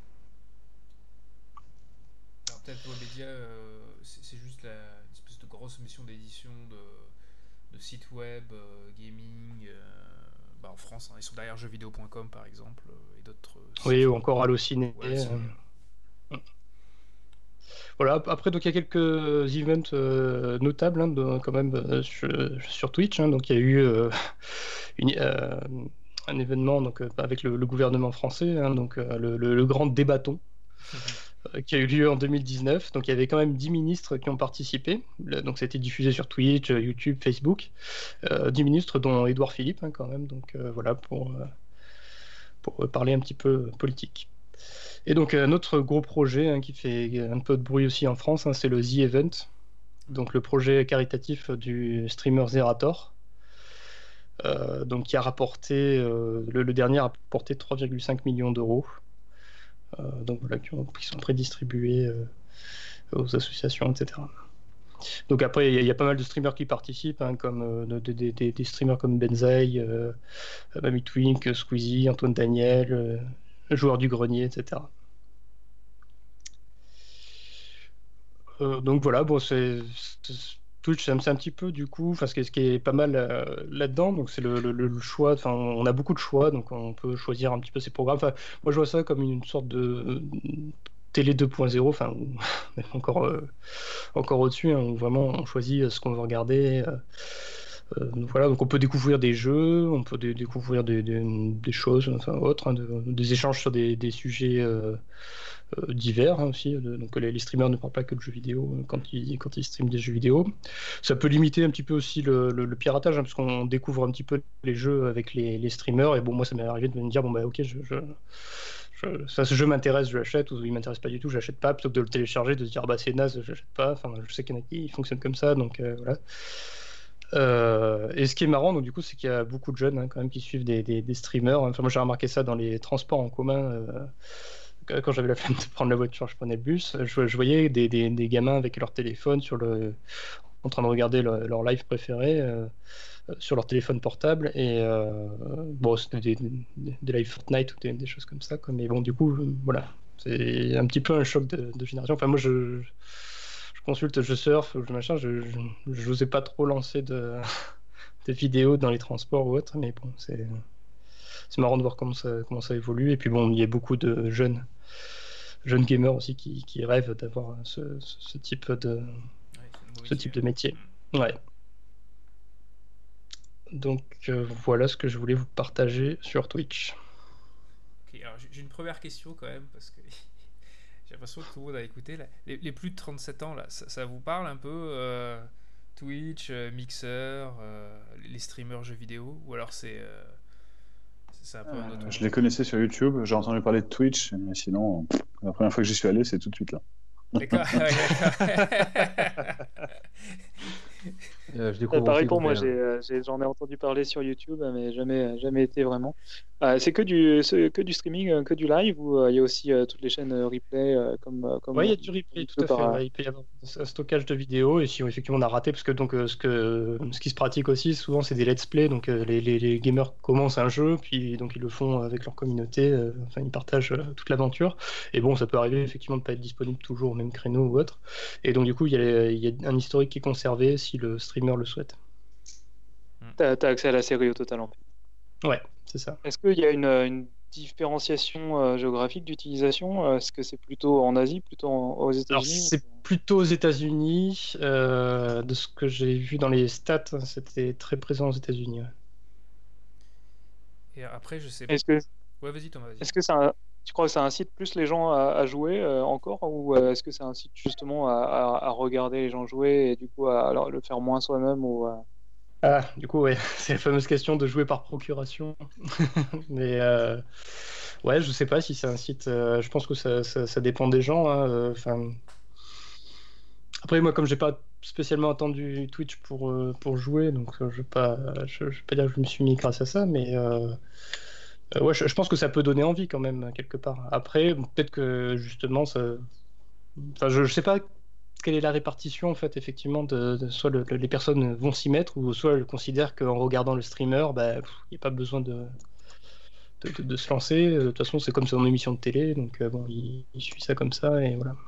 Alors peut-être Webedia, euh, c'est, c'est juste la, une espèce de grosse mission d'édition de, de sites web, euh, gaming, euh, bah en France, hein, ils sont derrière jeux vidéo point com par exemple, euh, et d'autres... Euh, oui, ou encore Allociné. Ouais, Allociné. Euh... Voilà, après, donc il y a quelques events euh, notables hein, de, quand même euh, sur, sur Twitch. Hein, donc il y a eu euh, une, euh, un événement donc, euh, avec le, le gouvernement français, hein, donc euh, le, le, le grand débatton, euh, qui a eu lieu en deux mille dix-neuf. Donc il y avait quand même dix ministres qui ont participé. Le, donc ça a été diffusé sur Twitch, YouTube, Facebook. Euh, dix ministres, dont Édouard Philippe, hein, quand même. Donc euh, voilà, pour, euh, pour parler un petit peu politique. Et donc un autre gros projet hein, qui fait un peu de bruit aussi en France, hein, c'est le The Event, donc le projet caritatif du streamer Zerator, euh, donc qui a rapporté, euh, le, le dernier a rapporté trois virgule cinq millions d'euros, euh, donc voilà, qui, ont, qui sont prédistribués euh, aux associations, et cetera. Donc après, il y, y a pas mal de streamers qui participent, hein, comme euh, de, de, de, des streamers comme Benzaï, euh, Mamie Twink, Squeezie, Antoine Daniel, euh, Joueur du Grenier, et cetera. Euh, donc voilà, bon, c'est, c'est Twitch, c'est un, c'est un petit peu du coup, enfin, ce qui est, ce qui est pas mal euh, là-dedans, donc c'est le, le, le choix, enfin, on a beaucoup de choix, donc on peut choisir un petit peu ses programmes. Enfin, moi, je vois ça comme une sorte de euh, télé deux point zéro, enfin, encore, euh, encore au-dessus, hein, où vraiment on choisit ce qu'on veut regarder. Euh, Euh, donc voilà, donc on peut découvrir des jeux, on peut dé- découvrir des, des, des choses, enfin autres, hein, de- des échanges sur des, des sujets euh, euh, divers hein, aussi. De- donc les, les streamers ne parlent pas que de jeux vidéo euh, quand ils, quand ils streament des jeux vidéo. Ça peut limiter un petit peu aussi le, le, le piratage, hein, parce qu'on découvre un petit peu les jeux avec les, les streamers. Et bon, moi ça m'est arrivé de me dire, bon bah ok, je, je, je- ça, ce jeu m'intéresse, je l'achète, ou il m'intéresse pas du tout, je l'achète pas, plutôt que de le télécharger, de se dire, ah bah c'est naze, je l'achète pas. Enfin, je sais qu'il y en a qui fonctionnent comme ça, donc euh, voilà. Euh, et ce qui est marrant, donc, du coup, c'est qu'il y a beaucoup de jeunes hein, quand même qui suivent des, des, des streamers. Enfin, moi, j'ai remarqué ça dans les transports en commun. Euh, quand j'avais la flemme de prendre la voiture, je prenais le bus. Je, je voyais des, des, des gamins avec leur téléphone sur le, en train de regarder le, leur live préféré euh, sur leur téléphone portable. Et euh, bon, c'était des, des, des lives Fortnite ou des, des choses comme ça. Quoi. Mais bon, du coup, voilà, c'est un petit peu un choc de, de génération. Enfin, moi, je, je consulte, je surfe, je machin, je n'osais pas trop lancer de, de vidéos dans les transports ou autre, mais bon, c'est c'est marrant de voir comment ça, comment ça évolue. Et puis bon, il y a beaucoup de jeunes, jeunes gamers aussi qui, qui rêvent d'avoir ce, ce, ce type de, ouais, ce type de métier. Ouais. Donc euh, voilà ce que je voulais vous partager sur Twitch. Ok, alors j'ai une première question quand même, parce que j'ai l'impression que tout le monde a écouté. Là. Les, les plus de trente-sept ans, là, ça, ça vous parle un peu euh, Twitch, euh, Mixer, euh, les streamers jeux vidéo? Ou alors c'est, euh, c'est un peu un autre... Euh, je les connaissais sur YouTube, j'ai entendu parler de Twitch, mais sinon, pff, la première fois que j'y suis allé, c'est tout de suite là. D'accord, d'accord. Euh, je découvre Euh, pareil aussi pour moi, Gobert. j'ai, euh, j'ai- j'en ai entendu parler sur YouTube, mais jamais, jamais été vraiment. Euh, c'est que du, c'est que du streaming, euh, que du live, ou euh, il y a aussi euh, toutes les chaînes euh, replay euh, comme, euh, comme Oui, il y a on- du replay, on tout peut à fait. par- Ouais. Il peut y avoir un stockage de vidéos, et si effectivement on a raté, parce que donc euh, ce que ce qui se pratique aussi souvent, c'est des let's play. Donc euh, les, les, les gamers commencent un jeu, puis donc ils le font avec leur communauté. euh, enfin, ils partagent euh, toute l'aventure. Et bon, ça peut arriver effectivement de pas être disponible toujours au même créneau ou autre. Et donc du coup, il y a, il y a un historique qui est conservé si le streamer le souhaite. T'as, t'as accès à la série au total en fait. Ouais, c'est ça. Est-ce qu'il y a une, une différenciation euh, géographique d'utilisation? Euh, Est-ce que c'est plutôt en Asie, plutôt en- aux Alors, États-Unis? c'est plutôt aux États-Unis. euh, de ce que j'ai vu dans les stats, c'était très présent aux États-Unis. Ouais. Et après, je sais. Est-ce que, Ouais, vas-y, Thomas, vas-y. est-ce que ça, tu crois que ça incite plus les gens à, à jouer euh, encore, ou euh, est-ce que ça incite justement à, à- à regarder les gens jouer et du coup à, alors, le faire moins soi-même ou à- Ah, du coup, ouais, c'est la fameuse question de jouer par procuration. Mais euh, ouais, je sais pas si ça incite. euh, je pense que ça, ça, ça dépend des gens. hein, euh, Enfin, après, moi, comme j'ai pas spécialement attendu Twitch pour, euh, pour jouer, donc euh, je vais pas, je, je vais pas dire que je me suis mis grâce à ça, mais euh, euh, ouais, je, je pense que ça peut donner envie quand même quelque part. Après, bon, peut-être que justement, ça, enfin, je, je sais pas quelle est la répartition en fait, effectivement, de, de- soit le- le- les personnes vont s'y mettre ou soit elles considèrent qu'en regardant le streamer, bah, il n'y a pas besoin de, de, de- de se lancer. Euh, De toute façon, c'est comme son émission de télé, donc euh, bon, il, il suit ça comme ça et voilà.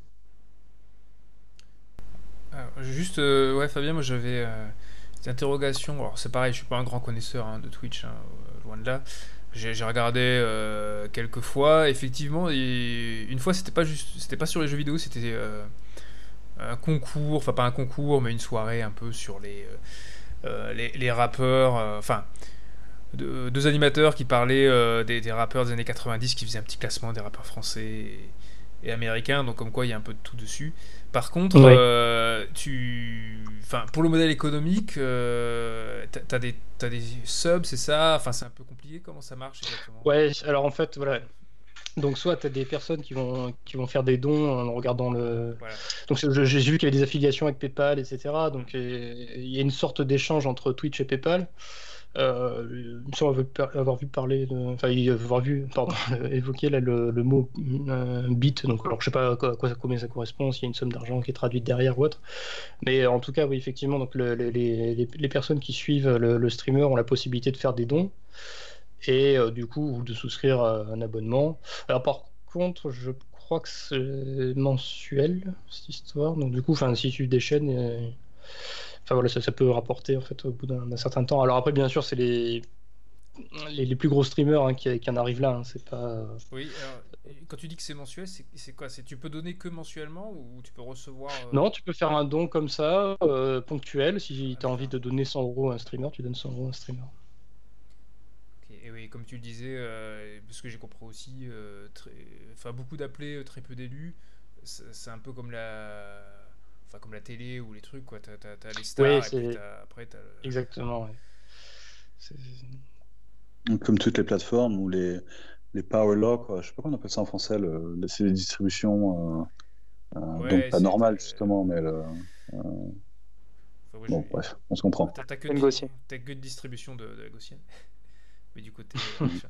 Alors, juste, euh, ouais, Fabien, moi j'avais euh, des interrogations. Alors, c'est pareil, je suis pas un grand connaisseur hein, de Twitch, hein, euh, loin de là. J'ai j'ai regardé euh, quelques fois, effectivement, et une fois c'était pas juste, c'était pas sur les jeux vidéo, c'était euh, un concours, enfin pas un concours, mais une soirée un peu sur les euh, euh, les, les rappeurs, euh, enfin deux, deux animateurs qui parlaient euh, des, des rappeurs des années quatre-vingt-dix, qui faisaient un petit classement des rappeurs français et, et américains, donc comme quoi il y a un peu de tout dessus. Par contre, Ouais. euh, tu, enfin pour le modèle économique, euh, t'as, t'as des t'as des subs, c'est ça, enfin c'est un peu compliqué. Comment ça marche exactement? Ouais, alors en fait, voilà. Donc soit tu as des personnes qui vont, qui vont faire des dons en regardant le... Voilà. Donc c'est- je- j'ai vu qu'il y avait des affiliations avec PayPal, et cetera. Donc euh, il y a une sorte d'échange entre Twitch et PayPal. Euh, il me semble avoir avoir vu parler de... Enfin, y avoir vu, pardon, évoquer là, le, le mot euh, bit. Donc alors je sais pas à quoi, à quoi ça, combien ça correspond, s'il y a une somme d'argent qui est traduite derrière ou autre. Mais en tout cas, oui, effectivement, donc le- le- les, les, les personnes qui suivent le, le streamer ont la possibilité de faire des dons et euh, du coup ou de souscrire à un abonnement. Alors par contre, je crois que c'est mensuel cette histoire. Donc du coup, enfin, si tu suis des chaînes, euh, enfin voilà, ça, ça peut rapporter en fait au bout d'un d'un certain temps. Alors après, bien sûr, c'est les, les les plus gros streamers hein, qui, qui en arrivent là. hein. C'est pas. Oui, alors, quand tu dis que c'est mensuel, c'est, c'est quoi? C'est tu peux donner que mensuellement ou tu peux recevoir euh, Non, tu peux faire un don comme ça, euh, ponctuel. Si Ah, tu as envie putain. de donner cent euros à un streamer, tu donnes cent euros à un streamer. Ok, et oui, comme tu le disais, euh, parce que j'ai compris aussi, euh, très, enfin beaucoup d'appelés, euh, très peu d'élus. C'est, c'est un peu comme la, enfin comme la télé ou les trucs quoi. T'as, t'as, t'as les stars Oui, et puis c'est t'as, après t'as. Le... exactement. Ouais. C'est- Comme toutes les plateformes ou les, les power law, quoi. Je sais pas comment on appelle ça en français, le, le- c'est les distributions, euh, euh, Ouais, donc pas c'est normales t'as- justement, mais le, enfin, ouais, bon, je- bref, on se comprend. T'as, t'as que Une de, gaussienne. t'as que de distribution de, de la gaussienne, mais du côté. euh, machin.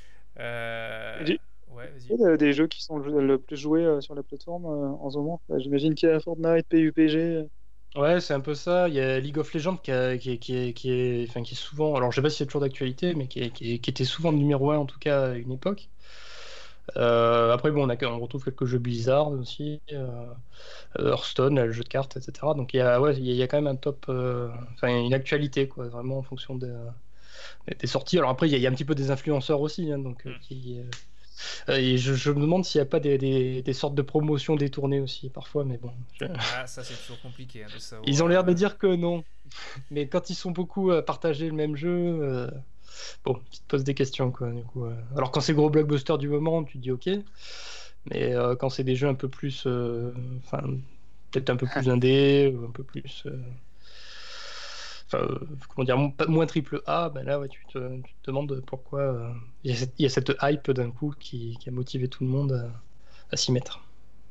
Euh, J'ai- ouais, vas-y. Il y a des jeux qui sont le le plus joués euh, sur la plateforme euh, en ce moment. Bah, j'imagine qu'il y a Fortnite, P U B G. Ouais, c'est un peu ça. Il y a League of Legends qui, a- qui, est- qui, est, qui, est, enfin, qui est souvent, alors je sais pas si c'est toujours d'actualité, mais qui, est- qui, est- qui était souvent numéro un en tout cas à une époque. Euh, après, bon, on, a, on retrouve quelques jeux Blizzard aussi, euh, Hearthstone, le jeu de cartes, et cetera. Donc il y a, ouais, il y a, il y a quand même un top, euh, enfin une actualité, quoi, vraiment en fonction des, des sorties. Alors après, il y, a, il y a un petit peu des influenceurs aussi, hein, donc euh, Mm. qui, euh, euh, et je, je me demande s'il n'y a pas des, des, des sortes de promotions détournées aussi parfois, mais bon. je- Ah, ça c'est toujours compliqué hein, de savoir. Ils ont l'air de euh, dire que non. Mais quand ils sont beaucoup à partager le même jeu, euh, bon, tu te poses des questions, quoi, du coup. euh. Alors quand c'est gros blockbuster du moment, tu te dis ok. Mais euh, quand c'est des jeux un peu plus, euh, enfin, peut-être un peu plus indé, ou un peu plus, euh, enfin, euh, comment dire, mo- pas- moins triple A, ben là, ouais, tu te, tu te demandes pourquoi euh, il y a cette, il y a cette hype d'un coup qui, qui a motivé tout le monde à, à s'y mettre.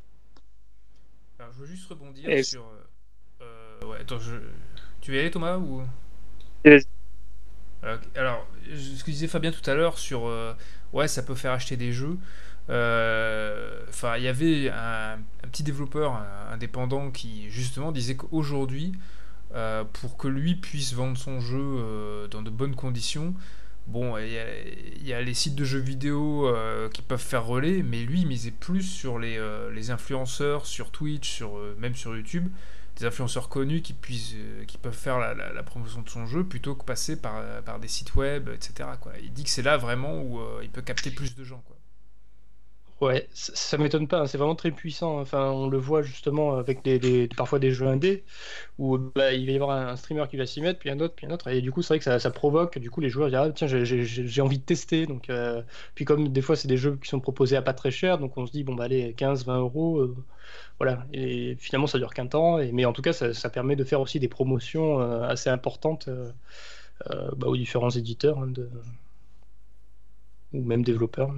Alors, je veux juste rebondir Et- sur. euh, euh, ouais, attends, je... tu veux y aller, Thomas ou... Et vas-y. Euh, Alors, je- ce que disait Fabien tout à l'heure sur. euh, ouais, ça peut faire acheter des jeux. Euh, Enfin, il y avait un, un petit développeur un- indépendant qui, justement, disait qu'aujourd'hui, euh, pour que lui puisse vendre son jeu euh, dans de bonnes conditions, bon, il y a, il y a les sites de jeux vidéo euh, qui peuvent faire relais, mais lui, il misait plus sur les, euh, les influenceurs, sur Twitch, sur, euh, même sur YouTube. des influenceurs connus qui, puissent, euh, qui peuvent faire la, la, la promotion de son jeu plutôt que passer par, par des sites web, et cetera, quoi. Il dit que c'est là vraiment où euh, il peut capter plus de gens, quoi. Ouais, ça, ça m'étonne pas, hein, c'est vraiment très puissant. Enfin, on le voit justement avec des, des- parfois des jeux indés où bah, il va y avoir un, un streamer qui va s'y mettre, puis un autre, puis un autre, et du coup, c'est vrai que ça, ça provoque. Du coup, les joueurs disent ah tiens, j'ai j'ai- j'ai- j'ai envie de tester. Donc, euh, puis comme des fois, c'est des jeux qui sont proposés à pas très cher, donc on se dit bon bah allez, quinze vingt euros, euh, voilà. Et finalement, ça dure qu'un temps. Et, mais en tout cas, ça, ça permet de faire aussi des promotions euh, assez importantes euh, euh, bah, aux différents éditeurs hein, de... ou même développeurs.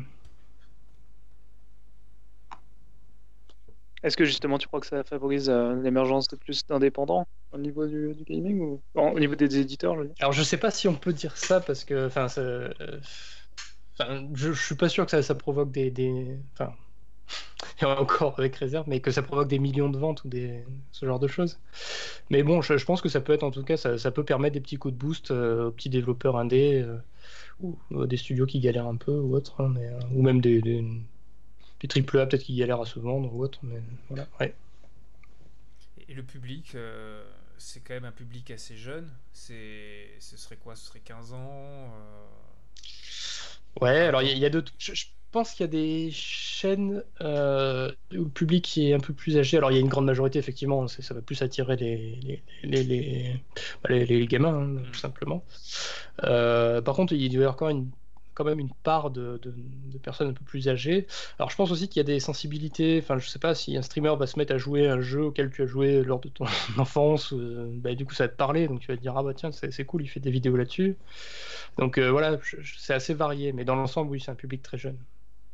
Est-ce que justement tu crois que ça favorise euh, l'émergence de plus d'indépendants au niveau du, du gaming ou bon, au niveau des éditeurs, je veux dire. Alors, je sais pas si on peut dire ça parce que, enfin, ça- euh, enfin, je, je suis pas sûr que ça, ça provoque des, des- enfin, et encore avec réserve, mais que ça provoque des millions de ventes ou des, ce genre de choses. Mais bon, je, je pense que ça peut être, en tout cas, ça, ça peut permettre des petits coups de boost euh, aux petits développeurs indés euh, ou euh, des studios qui galèrent un peu ou autre, hein, mais, euh, ou même des, des, des triple A peut-être qui galèrent à se vendre ou autre, mais voilà, ouais. Et le public, euh, c'est quand même un public assez jeune. C'est, ce serait quoi? Ce serait quinze ans euh, Ouais, vingt alors il y, a- ans il y a de, je, je pense qu'il y a des chaînes euh, où le public qui est un peu plus âgé. Alors il y a une grande majorité, effectivement, c'est- ça va plus attirer les, les, les, les, bah, les- les gamins, hein, tout simplement. Euh, par contre, il doit y avoir quand même une, quand même une part de, de, de personnes un peu plus âgées. Alors je pense aussi qu'il y a des sensibilités. Enfin, je sais pas si un streamer va se mettre à jouer à un jeu auquel tu as joué lors de ton enfance, euh, bah, du coup ça va te parler, donc tu vas te dire ah bah tiens c'est c'est cool, il fait des vidéos là-dessus. Donc euh, voilà, je- je- c'est assez varié, mais dans l'ensemble, oui, c'est un public très jeune.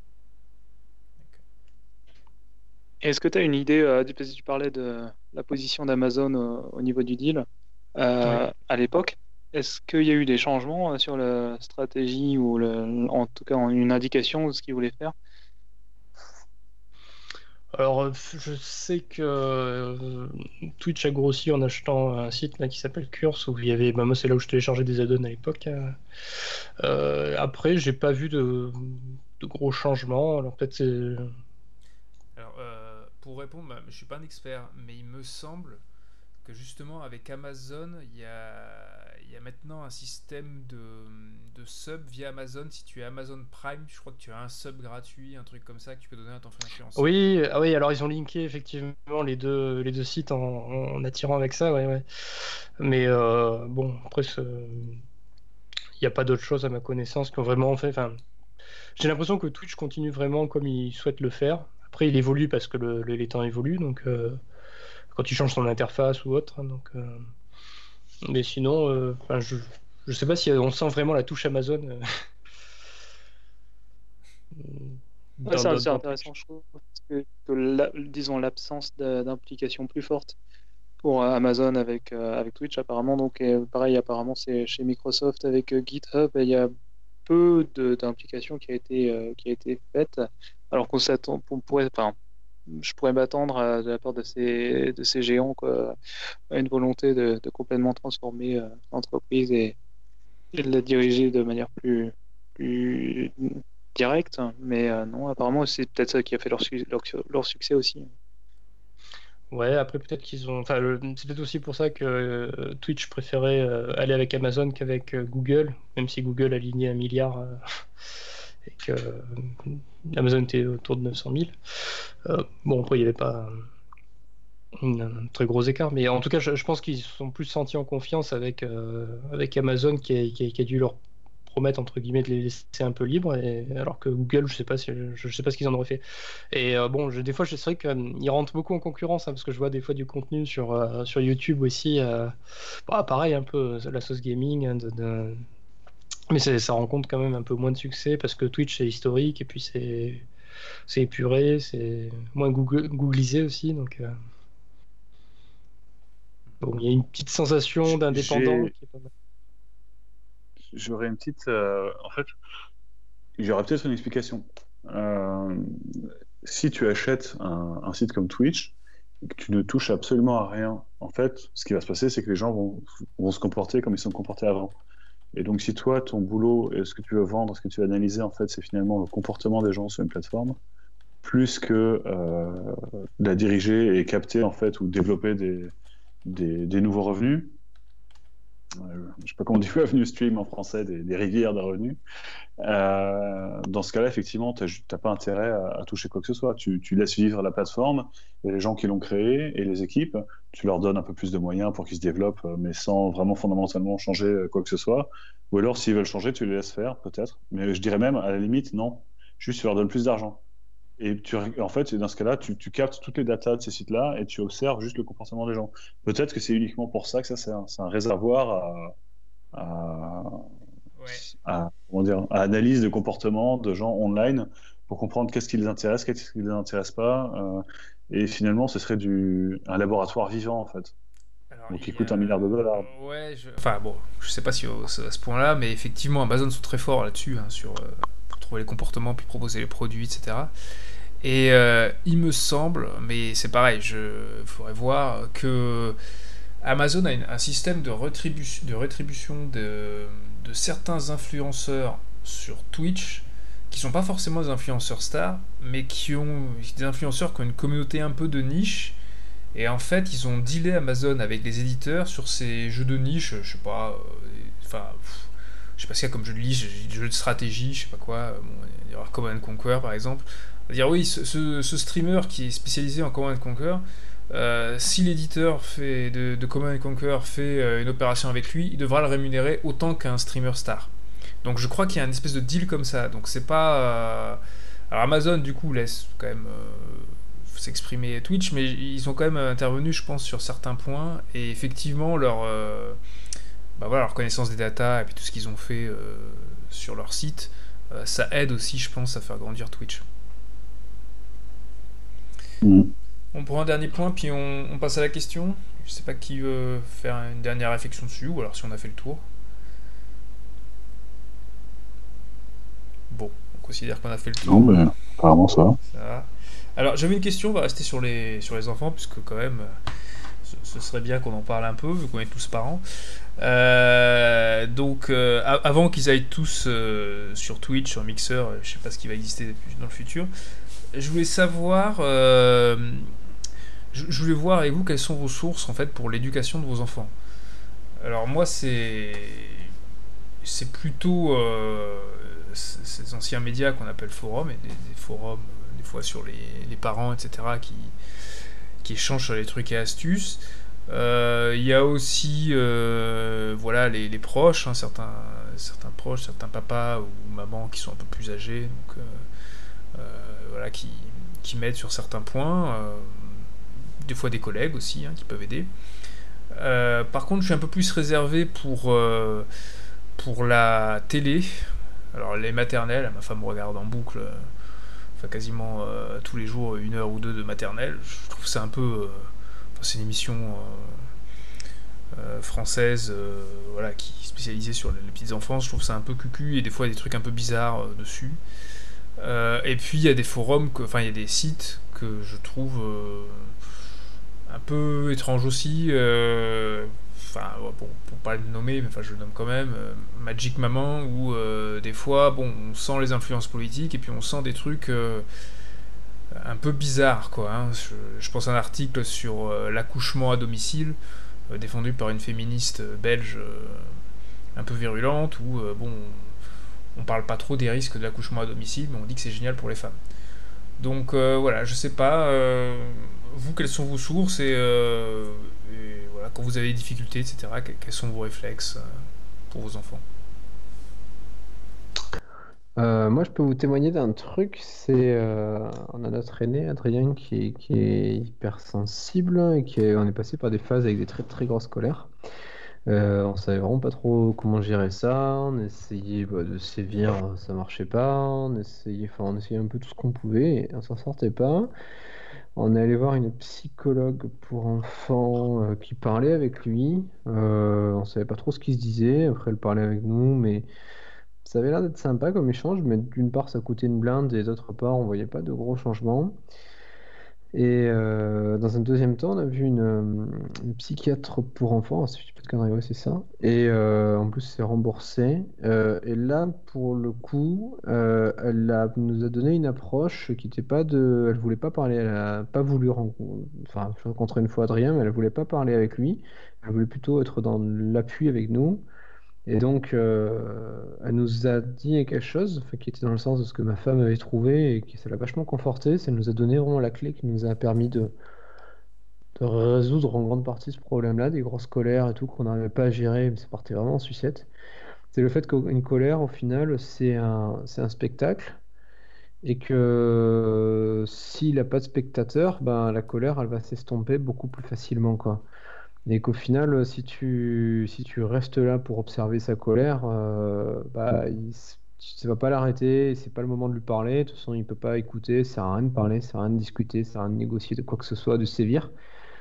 Et est-ce que tu as une idée, euh, du- parce que tu parlais de la position d'Amazon au, au niveau du deal euh, Ouais. à l'époque, est-ce qu'il y a eu des changements euh, sur la stratégie ou le, en tout cas en- une indication de ce qu'ils voulaient faire? Alors, euh, je sais que euh, Twitch a grossi en achetant un site là qui s'appelle Curse où il y avait, bah, moi c'est là où je téléchargeais des add-ons à l'époque. euh. Euh, après, j'ai pas vu de, de gros changements. Alors peut-être c'est, Alors, euh, pour répondre, bah, je suis pas un expert, mais il me semble que justement avec Amazon, il y a, il y a maintenant un système de, de sub via Amazon. Si tu es Amazon Prime, je crois que tu as un sub gratuit, un truc comme ça que tu peux donner à ton influenceur. oui, ah oui, alors ils ont linké effectivement les deux, les deux sites en, en attirant avec ça, ouais, ouais. Mais euh, bon, après, c'est- il n'y a pas d'autre chose à ma connaissance qui ont vraiment fait. Enfin, j'ai l'impression que Twitch continue vraiment comme il souhaite le faire. Après, il évolue parce que le, le- les temps évoluent, donc euh, quand il change son interface ou autre, hein, donc, euh, mais sinon, euh, enfin, je je sais pas si on sent vraiment la touche Amazon euh, Ouais, dans, c'est dans- c'est dans intéressant, Twitch. je trouve, parce que, que la- disons l'absence de- d'implication plus forte pour euh, Amazon avec, euh, avec Twitch apparemment. Donc et pareil, apparemment c'est chez Microsoft avec euh, GitHub, et il y a peu de- d'implication qui a été euh, qui a été faite, alors qu'on s'attend, on pourrait, enfin, je pourrais m'attendre à- de la part de ces de ces géants quoi, à une volonté de, de complètement transformer euh, l'entreprise et, et de la diriger de manière plus plus directe. Mais euh, non, apparemment c'est peut-être ça qui a fait leur, su- leur, leur succès aussi. Ouais, après peut-être qu'ils ont. Enfin, le- c'est peut-être aussi pour ça que euh, Twitch préférait euh, aller avec Amazon qu'avec euh, Google, même si Google a ligné un milliard euh, et que euh, Amazon était autour de neuf cent mille. Euh, bon, après, il n'y avait pas un, un très gros écart, mais en tout cas, je, je pense qu'ils se sont plus sentis en confiance avec, euh, avec Amazon qui a, qui a- qui a dû leur promettre entre guillemets de les laisser un peu libres, et, alors que Google, je sais pas si, je, je sais pas ce qu'ils en auraient fait. Et euh, bon, je, des fois, je sais qu'ils rentrent beaucoup en concurrence, hein, parce que je vois des fois du contenu sur, euh, sur YouTube aussi. Euh, bah, pareil, un peu euh, la sauce gaming, hein, de, de- mais c'est- ça rencontre quand même un peu moins de succès parce que Twitch c'est historique et puis c'est c'est épuré, c'est moins Google, googlisé aussi. Donc euh, bon, il y a une petite sensation d'indépendant J'ai- qui est pas mal. J'aurais une petite. euh, en fait, j'aurais peut-être une explication. Euh, si tu achètes un, un site comme Twitch et que tu ne touches absolument à rien, en fait, ce qui va se passer, c'est que les gens vont, vont se comporter comme ils se sont comportés avant. Et donc, si toi, ton boulot et ce que tu veux vendre, ce que tu veux analyser, en fait, c'est finalement le comportement des gens sur une plateforme, plus que euh, la diriger et capter, en fait, ou développer des, des, des nouveaux revenus. Euh, je ne sais pas comment on dit revenue stream en français, des, des rivières de revenus. Euh, dans ce cas-là, effectivement, tu n'as pas intérêt à, à toucher quoi que ce soit. Tu, tu laisses vivre la plateforme et les gens qui l'ont créée et les équipes, tu leur donnes un peu plus de moyens pour qu'ils se développent, mais sans vraiment fondamentalement changer quoi que ce soit. Ou alors, s'ils veulent changer, tu les laisses faire, peut-être. Mais je dirais même, à la limite, non. Juste, tu leur donnes plus d'argent. Et tu, en fait, dans ce cas-là, tu, tu captes toutes les datas de ces sites-là et tu observes juste le comportement des gens. Peut-être que c'est uniquement pour ça que ça sert. C'est un réservoir à, à, Ouais. à, comment dire, à analyse de comportement de gens online pour comprendre qu'est-ce qui les intéresse, qu'est-ce qui les intéresse pas. Euh, et finalement, ce serait du, un laboratoire vivant, en fait. Alors, Donc, il il y coûte a- un milliard de dollars. Ouais, je... Enfin bon, je sais pas si au- à ce point-là, mais effectivement, Amazon sont très forts là-dessus, hein, sur, euh, pour trouver les comportements, puis proposer les produits, et cetera. Et euh, il me semble, mais c'est pareil, je faudrait voir que Amazon a une- un système de, rétribu- de rétribution de, de certains influenceurs sur Twitch qui sont pas forcément des influenceurs stars, mais qui ont des influenceurs qui ont une communauté un peu de niche. Et en fait, ils ont dealé Amazon avec les éditeurs sur ces jeux de niche, je sais pas, euh, enfin, pff, je sais pas ce qu'il y a comme jeu de niche, jeu de stratégie, je sais pas quoi, bon, il y aura Command and Conquer par exemple. Dire oui, ce, ce, ce streamer qui est spécialisé en Command and Conquer, euh, si l'éditeur fait de, de Command and Conquer fait euh, une opération avec lui, il devra le rémunérer autant qu'un streamer star. Donc je crois qu'il y a une espèce de deal comme ça. Donc c'est pas. euh, Alors Amazon du coup laisse quand même euh, s'exprimer Twitch, mais ils sont quand même intervenus, je pense, sur certains points. Et effectivement, leur, euh, bah voilà, leur connaissance des datas et puis tout ce qu'ils ont fait euh, sur leur site, euh, ça aide aussi, je pense, à faire grandir Twitch. Mm. On prend un dernier point, puis on, on passe à la question. Je sais pas qui veut faire une dernière réflexion dessus, ou alors si on a fait le tour. Bon, on considère qu'on a fait le tour. Non, mais apparemment, ça va. Ça va. Alors j'avais une question, on va rester sur les, sur les enfants, puisque quand même, euh, ce, ce serait bien qu'on en parle un peu, vu qu'on est tous parents. Euh, donc euh, a- avant qu'ils aillent tous euh, sur Twitch, sur Mixer, euh, je sais pas ce qui va exister dans le futur, je voulais savoir, euh, je, je voulais voir avec vous quelles sont vos sources en fait pour l'éducation de vos enfants. Alors moi c'est c'est plutôt euh, c- ces anciens médias qu'on appelle forums, et des, des forums euh, des fois sur les, les parents, et cetera qui, qui échangent sur les trucs et astuces. Euh, Il y a aussi euh, voilà, les, les proches, hein, certains, certains proches, certains papas ou mamans qui sont un peu plus âgés, donc, euh, euh, voilà, qui, qui m'aident sur certains points. Euh, des fois des collègues aussi hein, qui peuvent aider. Euh, par contre, je suis un peu plus réservé pour, euh, pour la télé. Alors, les maternelles, ma femme regarde en boucle, euh, enfin quasiment euh, tous les jours, une heure ou deux de maternelle. Je trouve que c'est un peu. Euh, enfin, c'est une émission euh, euh, française euh, voilà, qui est spécialisée sur les, les petites enfants. Je trouve ça un peu cucu et des fois il y a des trucs un peu bizarres euh, dessus. Euh, et puis il y a des forums, que- enfin il y a des sites que je trouve euh, un peu étranges aussi. euh, Enfin, ouais, bon, pour pas le nommer, mais enfin je le nomme quand même, euh, Magic Maman, où euh, des fois, bon, on sent les influences politiques et puis on sent des trucs euh, un peu bizarres, quoi. Hein. Je, je pense à un article sur euh, l'accouchement à domicile, euh, défendu par une féministe euh, belge euh, un peu virulente, où euh, bon, on parle pas trop des risques de l'accouchement à domicile, mais on dit que c'est génial pour les femmes. Donc euh, voilà, je sais pas, euh, vous, quelles sont vos sources et, euh, et voilà, quand vous avez des difficultés, et cetera, que- quels sont vos réflexes euh, pour vos enfants? Euh, moi, je peux vous témoigner d'un truc, c'est euh, on a notre aîné Adrien qui est, qui est hypersensible et qui est, on est passé par des phases avec des très très grosses colères. Euh, on savait vraiment pas trop comment gérer ça. On essayait bah, de sévir, ça marchait pas. On essayait, enfin, on essayait un peu tout ce qu'on pouvait et on s'en sortait pas. On est allé voir une psychologue pour enfants euh, qui parlait avec lui. Euh, on savait pas trop ce qu'il se disait. Après, elle parlait avec nous, mais ça avait l'air d'être sympa comme échange. Mais d'une part, ça coûtait une blinde et d'autre part, on voyait pas de gros changements. Et euh, dans un deuxième temps, on a vu une, euh, une psychiatre pour enfants, si je dis pas de conneries, ouais, c'est ça. Et euh, en plus, c'est remboursé. Euh, et là, pour le coup, euh, elle a- nous a donné une approche qui n'était pas de. Elle voulait pas parler, elle a pas voulu rencontrer. Enfin, je rencontrais une fois Adrien, mais elle voulait pas parler avec lui. Elle voulait plutôt être dans l'appui avec nous. Et donc, euh, elle nous a dit quelque chose enfin, qui était dans le sens de ce que ma femme avait trouvé et qui ça l'a vachement conforté. Ça nous a donné vraiment la clé qui nous a permis de, de résoudre en grande partie ce problème-là, des grosses colères et tout qu'on n'arrivait pas à gérer, mais ça partait vraiment en sucette. C'est le fait qu'une colère, au final, c'est un, c'est un spectacle et que s'il n'a pas de spectateur, ben, la colère, elle va s'estomper beaucoup plus facilement, quoi. Et qu'au final, si tu, si tu restes là pour observer sa colère, euh, bah, il, s- tu ne vas pas l'arrêter, c'est pas le moment de lui parler. De toute façon, il peut pas écouter, ça sert à rien de parler, ça sert à rien de discuter, ça sert à rien de négocier de quoi que ce soit, de sévir.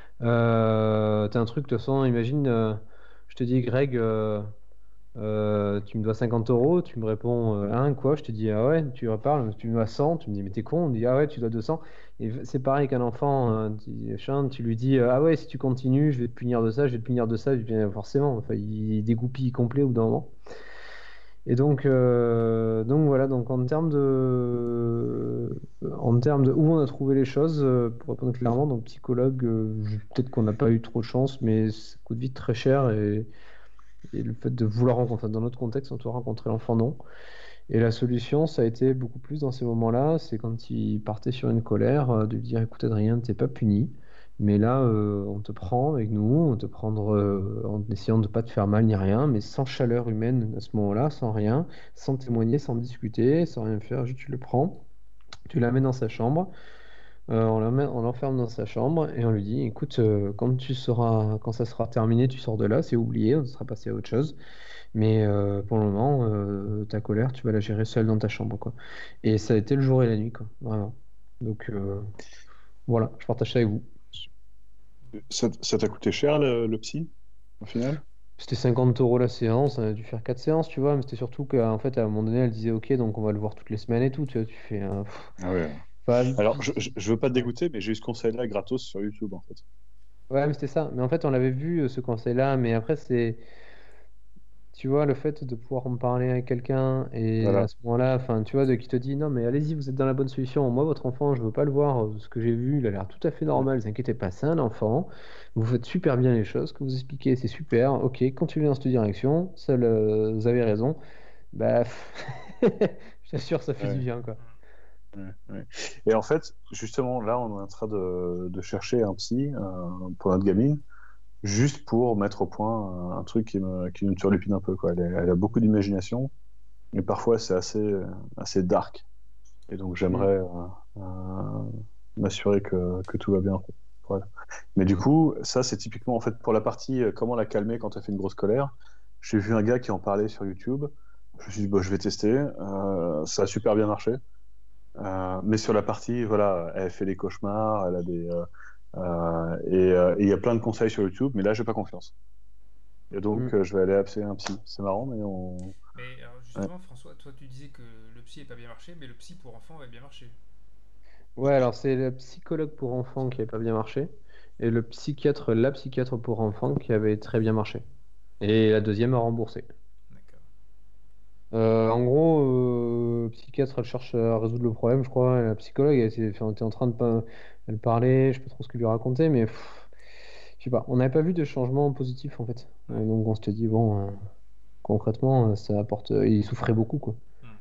Euh, t'as un truc, de toute façon, imagine, euh, je te dis, Greg, euh, euh, tu me dois cinquante euros, tu me réponds, euh, hein, quoi? Je te dis, ah ouais, tu reparles, tu me dois cent, tu me dis, mais t'es con, on dit, ah ouais, tu dois deux cents. Et c'est pareil qu'un enfant, euh, tu, Sean, tu lui dis, euh, ah ouais, si tu continues, je vais te punir de ça, je vais te punir de ça, je vais- forcément, enfin, il dégoupille complet au bout d'un moment. Et donc, euh, donc voilà, donc en termes de, en termes de où on a trouvé les choses, euh, pour répondre clairement, donc psychologue, euh, je- peut-être qu'on n'a pas eu trop de chance, mais ça coûte vite très cher et, et le fait de vouloir rencontrer, dans notre contexte, on doit rencontrer l'enfant, non. Et la solution, ça a été beaucoup plus dans ces moments-là, c'est quand il partait sur une colère, euh, de lui dire, écoute Adrien, t'es pas puni, mais là, euh, on te prend avec nous, on te prendre euh, en essayant de pas te faire mal ni rien, mais sans chaleur humaine à ce moment-là, sans rien, sans témoigner, sans discuter, sans rien faire, juste tu le prends, tu l'amènes dans sa chambre, euh, on l'emmène- on l'enferme dans sa chambre et on lui dit, écoute, euh, quand tu seras, quand ça sera terminé, tu sors de là, c'est oublié, on sera passé à autre chose. Mais euh, pour le moment, euh, ta colère, tu vas la gérer seule dans ta chambre, quoi. Et ça a été le jour et la nuit, quoi. Vraiment. Donc euh, voilà, je partage ça avec vous. Ça ça t'a coûté cher le, le psy, au final? C'était cinquante euros la séance, on a dû faire quatre séances, tu vois, mais c'était surtout qu'en fait, à un moment donné, elle disait, ok, donc on va le voir toutes les semaines et tout, tu vois, tu fais un... Ah ouais. Enfin, Alors, je, je, je veux pas te dégoûter, mais j'ai eu ce conseil-là gratos sur YouTube, en fait. ouais, mais c'était ça. Mais en fait, on l'avait vu, euh, ce conseil-là, mais après, c'est... Tu vois, le fait de pouvoir en parler avec quelqu'un et à Voilà. ce moment-là, enfin, tu vois, de qui te dit non, mais allez-y, vous êtes dans la bonne solution. Moi, votre enfant, je veux pas le voir. euh, Ce que j'ai vu, il a l'air tout à fait normal. Ne vous inquiétez pas, c'est un enfant. Vous faites super bien les choses. Ce que vous expliquez, c'est super. Ok, continuez dans cette direction. Seul, euh, vous avez raison. Bah, je t'assure, ça fait du Ouais, bien, quoi. ouais, ouais. Et en fait, justement, là, on est en train de, de chercher un psy euh, pour notre gamine, juste pour mettre au point un, un truc qui me, qui me turlupine un peu, quoi. Elle, est- elle a beaucoup d'imagination, mais parfois c'est assez, assez dark. Et donc Mm. j'aimerais euh, euh, m'assurer que, que tout va bien. Voilà. Mais du coup, ça c'est typiquement en fait pour la partie euh, comment la calmer quand elle fait une grosse colère. J'ai vu un gars qui en parlait sur YouTube. Je me suis dit, bah, je vais tester. Euh, ça a super bien marché. Euh, mais sur la partie, voilà, elle fait des cauchemars, elle a des. Euh, euh, et euh, et il y a plein de conseils sur YouTube, mais là, j'ai pas confiance. Et Mm. donc, euh, je vais aller appeler un psy. C'est marrant, mais on. Mais alors Ouais. justement, François, toi tu disais que le psy n'a pas bien marché, mais le psy pour enfants avait bien marché. Ouais, alors c'est le psychologue pour enfants qui avait pas bien marché et le psychiatre, la psychiatre pour enfants qui avait très bien marché. Et la deuxième a remboursé. D'accord. Euh, en gros, euh, le psychiatre, elle cherche à résoudre le problème, je crois. Et la psychologue, elle était, enfin, on était en train de pas, elle parlait, je sais pas trop ce qu'elle lui racontait, mais pff, je sais pas. On n'avait pas vu de changement positif en fait. Ouais. Euh, donc on s'était dit bon, euh, concrètement, euh, ça apporte. euh, il souffrait beaucoup quoi. Hmm.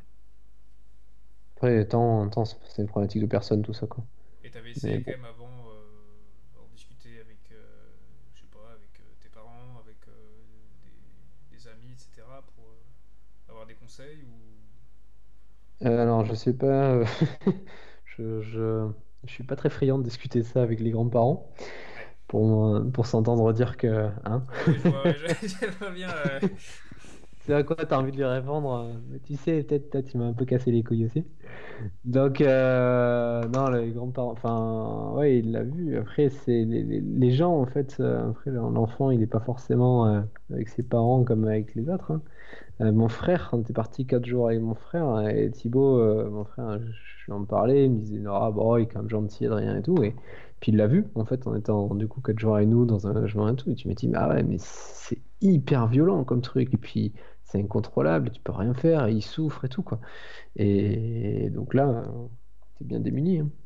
Après, tant, tant, c'est une problématique de personne, tout ça quoi. Et t'avais Mais essayé quand bon. même avant euh, en discuter avec, euh, je sais pas, avec euh, tes parents, avec euh, des, des amis, et cetera pour euh, avoir des conseils ou... Euh, alors, je sais pas. euh, je, je, je suis pas très friand de discuter ça avec les grands-parents Ouais. pour, pour s'entendre dire que, hein. Ouais, je vois, je, je vois bien. euh, c'est à quoi t'as envie de lui répondre. euh, Mais tu sais, peut-être toi, tu m'as un peu cassé les couilles aussi. Donc, euh, non, les grands-parents, enfin, ouais, il l'a vu. Après, c'est les, les- les gens, en fait, euh, après, l'enfant, il n'est pas forcément euh, avec ses parents comme avec les autres, hein. Euh, mon frère, on était parti quatre jours avec mon frère, et Thibaut, euh, mon frère, je, je lui en parlais, il me disait, ah, bon, il est quand même gentil, Adrien et tout. Et puis il l'a vu, en fait, en étant du coup quatre jours avec nous dans un logement et tout. Et tu me dis, mais ah ouais, mais c'est hyper violent comme truc. Et puis c'est incontrôlable, tu peux rien faire, et il souffre et tout, quoi. Et donc là, euh, t'es bien démuni, hein.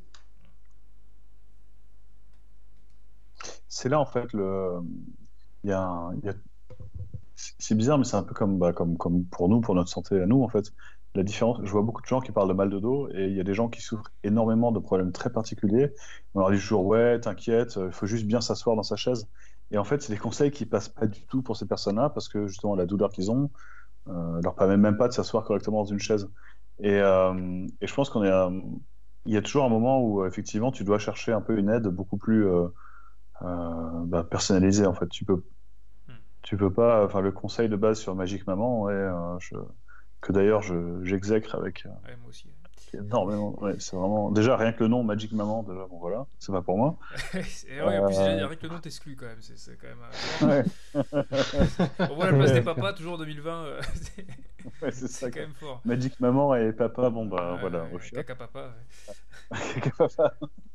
C'est là, en fait, le... il y a, un- il y a- c'est c'est bizarre, mais c'est un peu comme, bah, comme, comme pour nous, pour notre santé à nous, en fait. La différence, je vois beaucoup de gens qui parlent de mal de dos, et il y a des gens qui souffrent énormément de problèmes très particuliers. On leur dit toujours, ouais, t'inquiète, il faut juste bien s'asseoir dans sa chaise. Et en fait, c'est des conseils qui passent pas du tout pour ces personnes-là, parce que justement, la douleur qu'ils ont euh, leur permet même pas de s'asseoir correctement dans une chaise. Et, euh, et je pense qu'on est, à- il y a toujours un moment où, effectivement, tu dois chercher un peu une aide beaucoup plus euh, euh, bah, personnalisée, en fait. Tu peux Hmm. tu peux pas, enfin, le conseil de base sur Magic Maman, ouais, euh, je- que d'ailleurs je- j'exècre avec euh, Ouais, moi aussi. énormément. Ouais, c'est vraiment déjà rien que le nom Magic Maman, déjà, bon voilà, c'est pas pour moi. Et ouais, en plus, Euh, rien que le nom t'exclut quand même. C'est c'est quand même. ouais. euh, On voit la place des papas, toujours en deux mille vingt. euh, c'est Ouais, c'est c'est ça, quand quoi. même fort. Magic Maman et papa, bon bah voilà, au Euh, chiottes. caca papa. Ouais. Papa.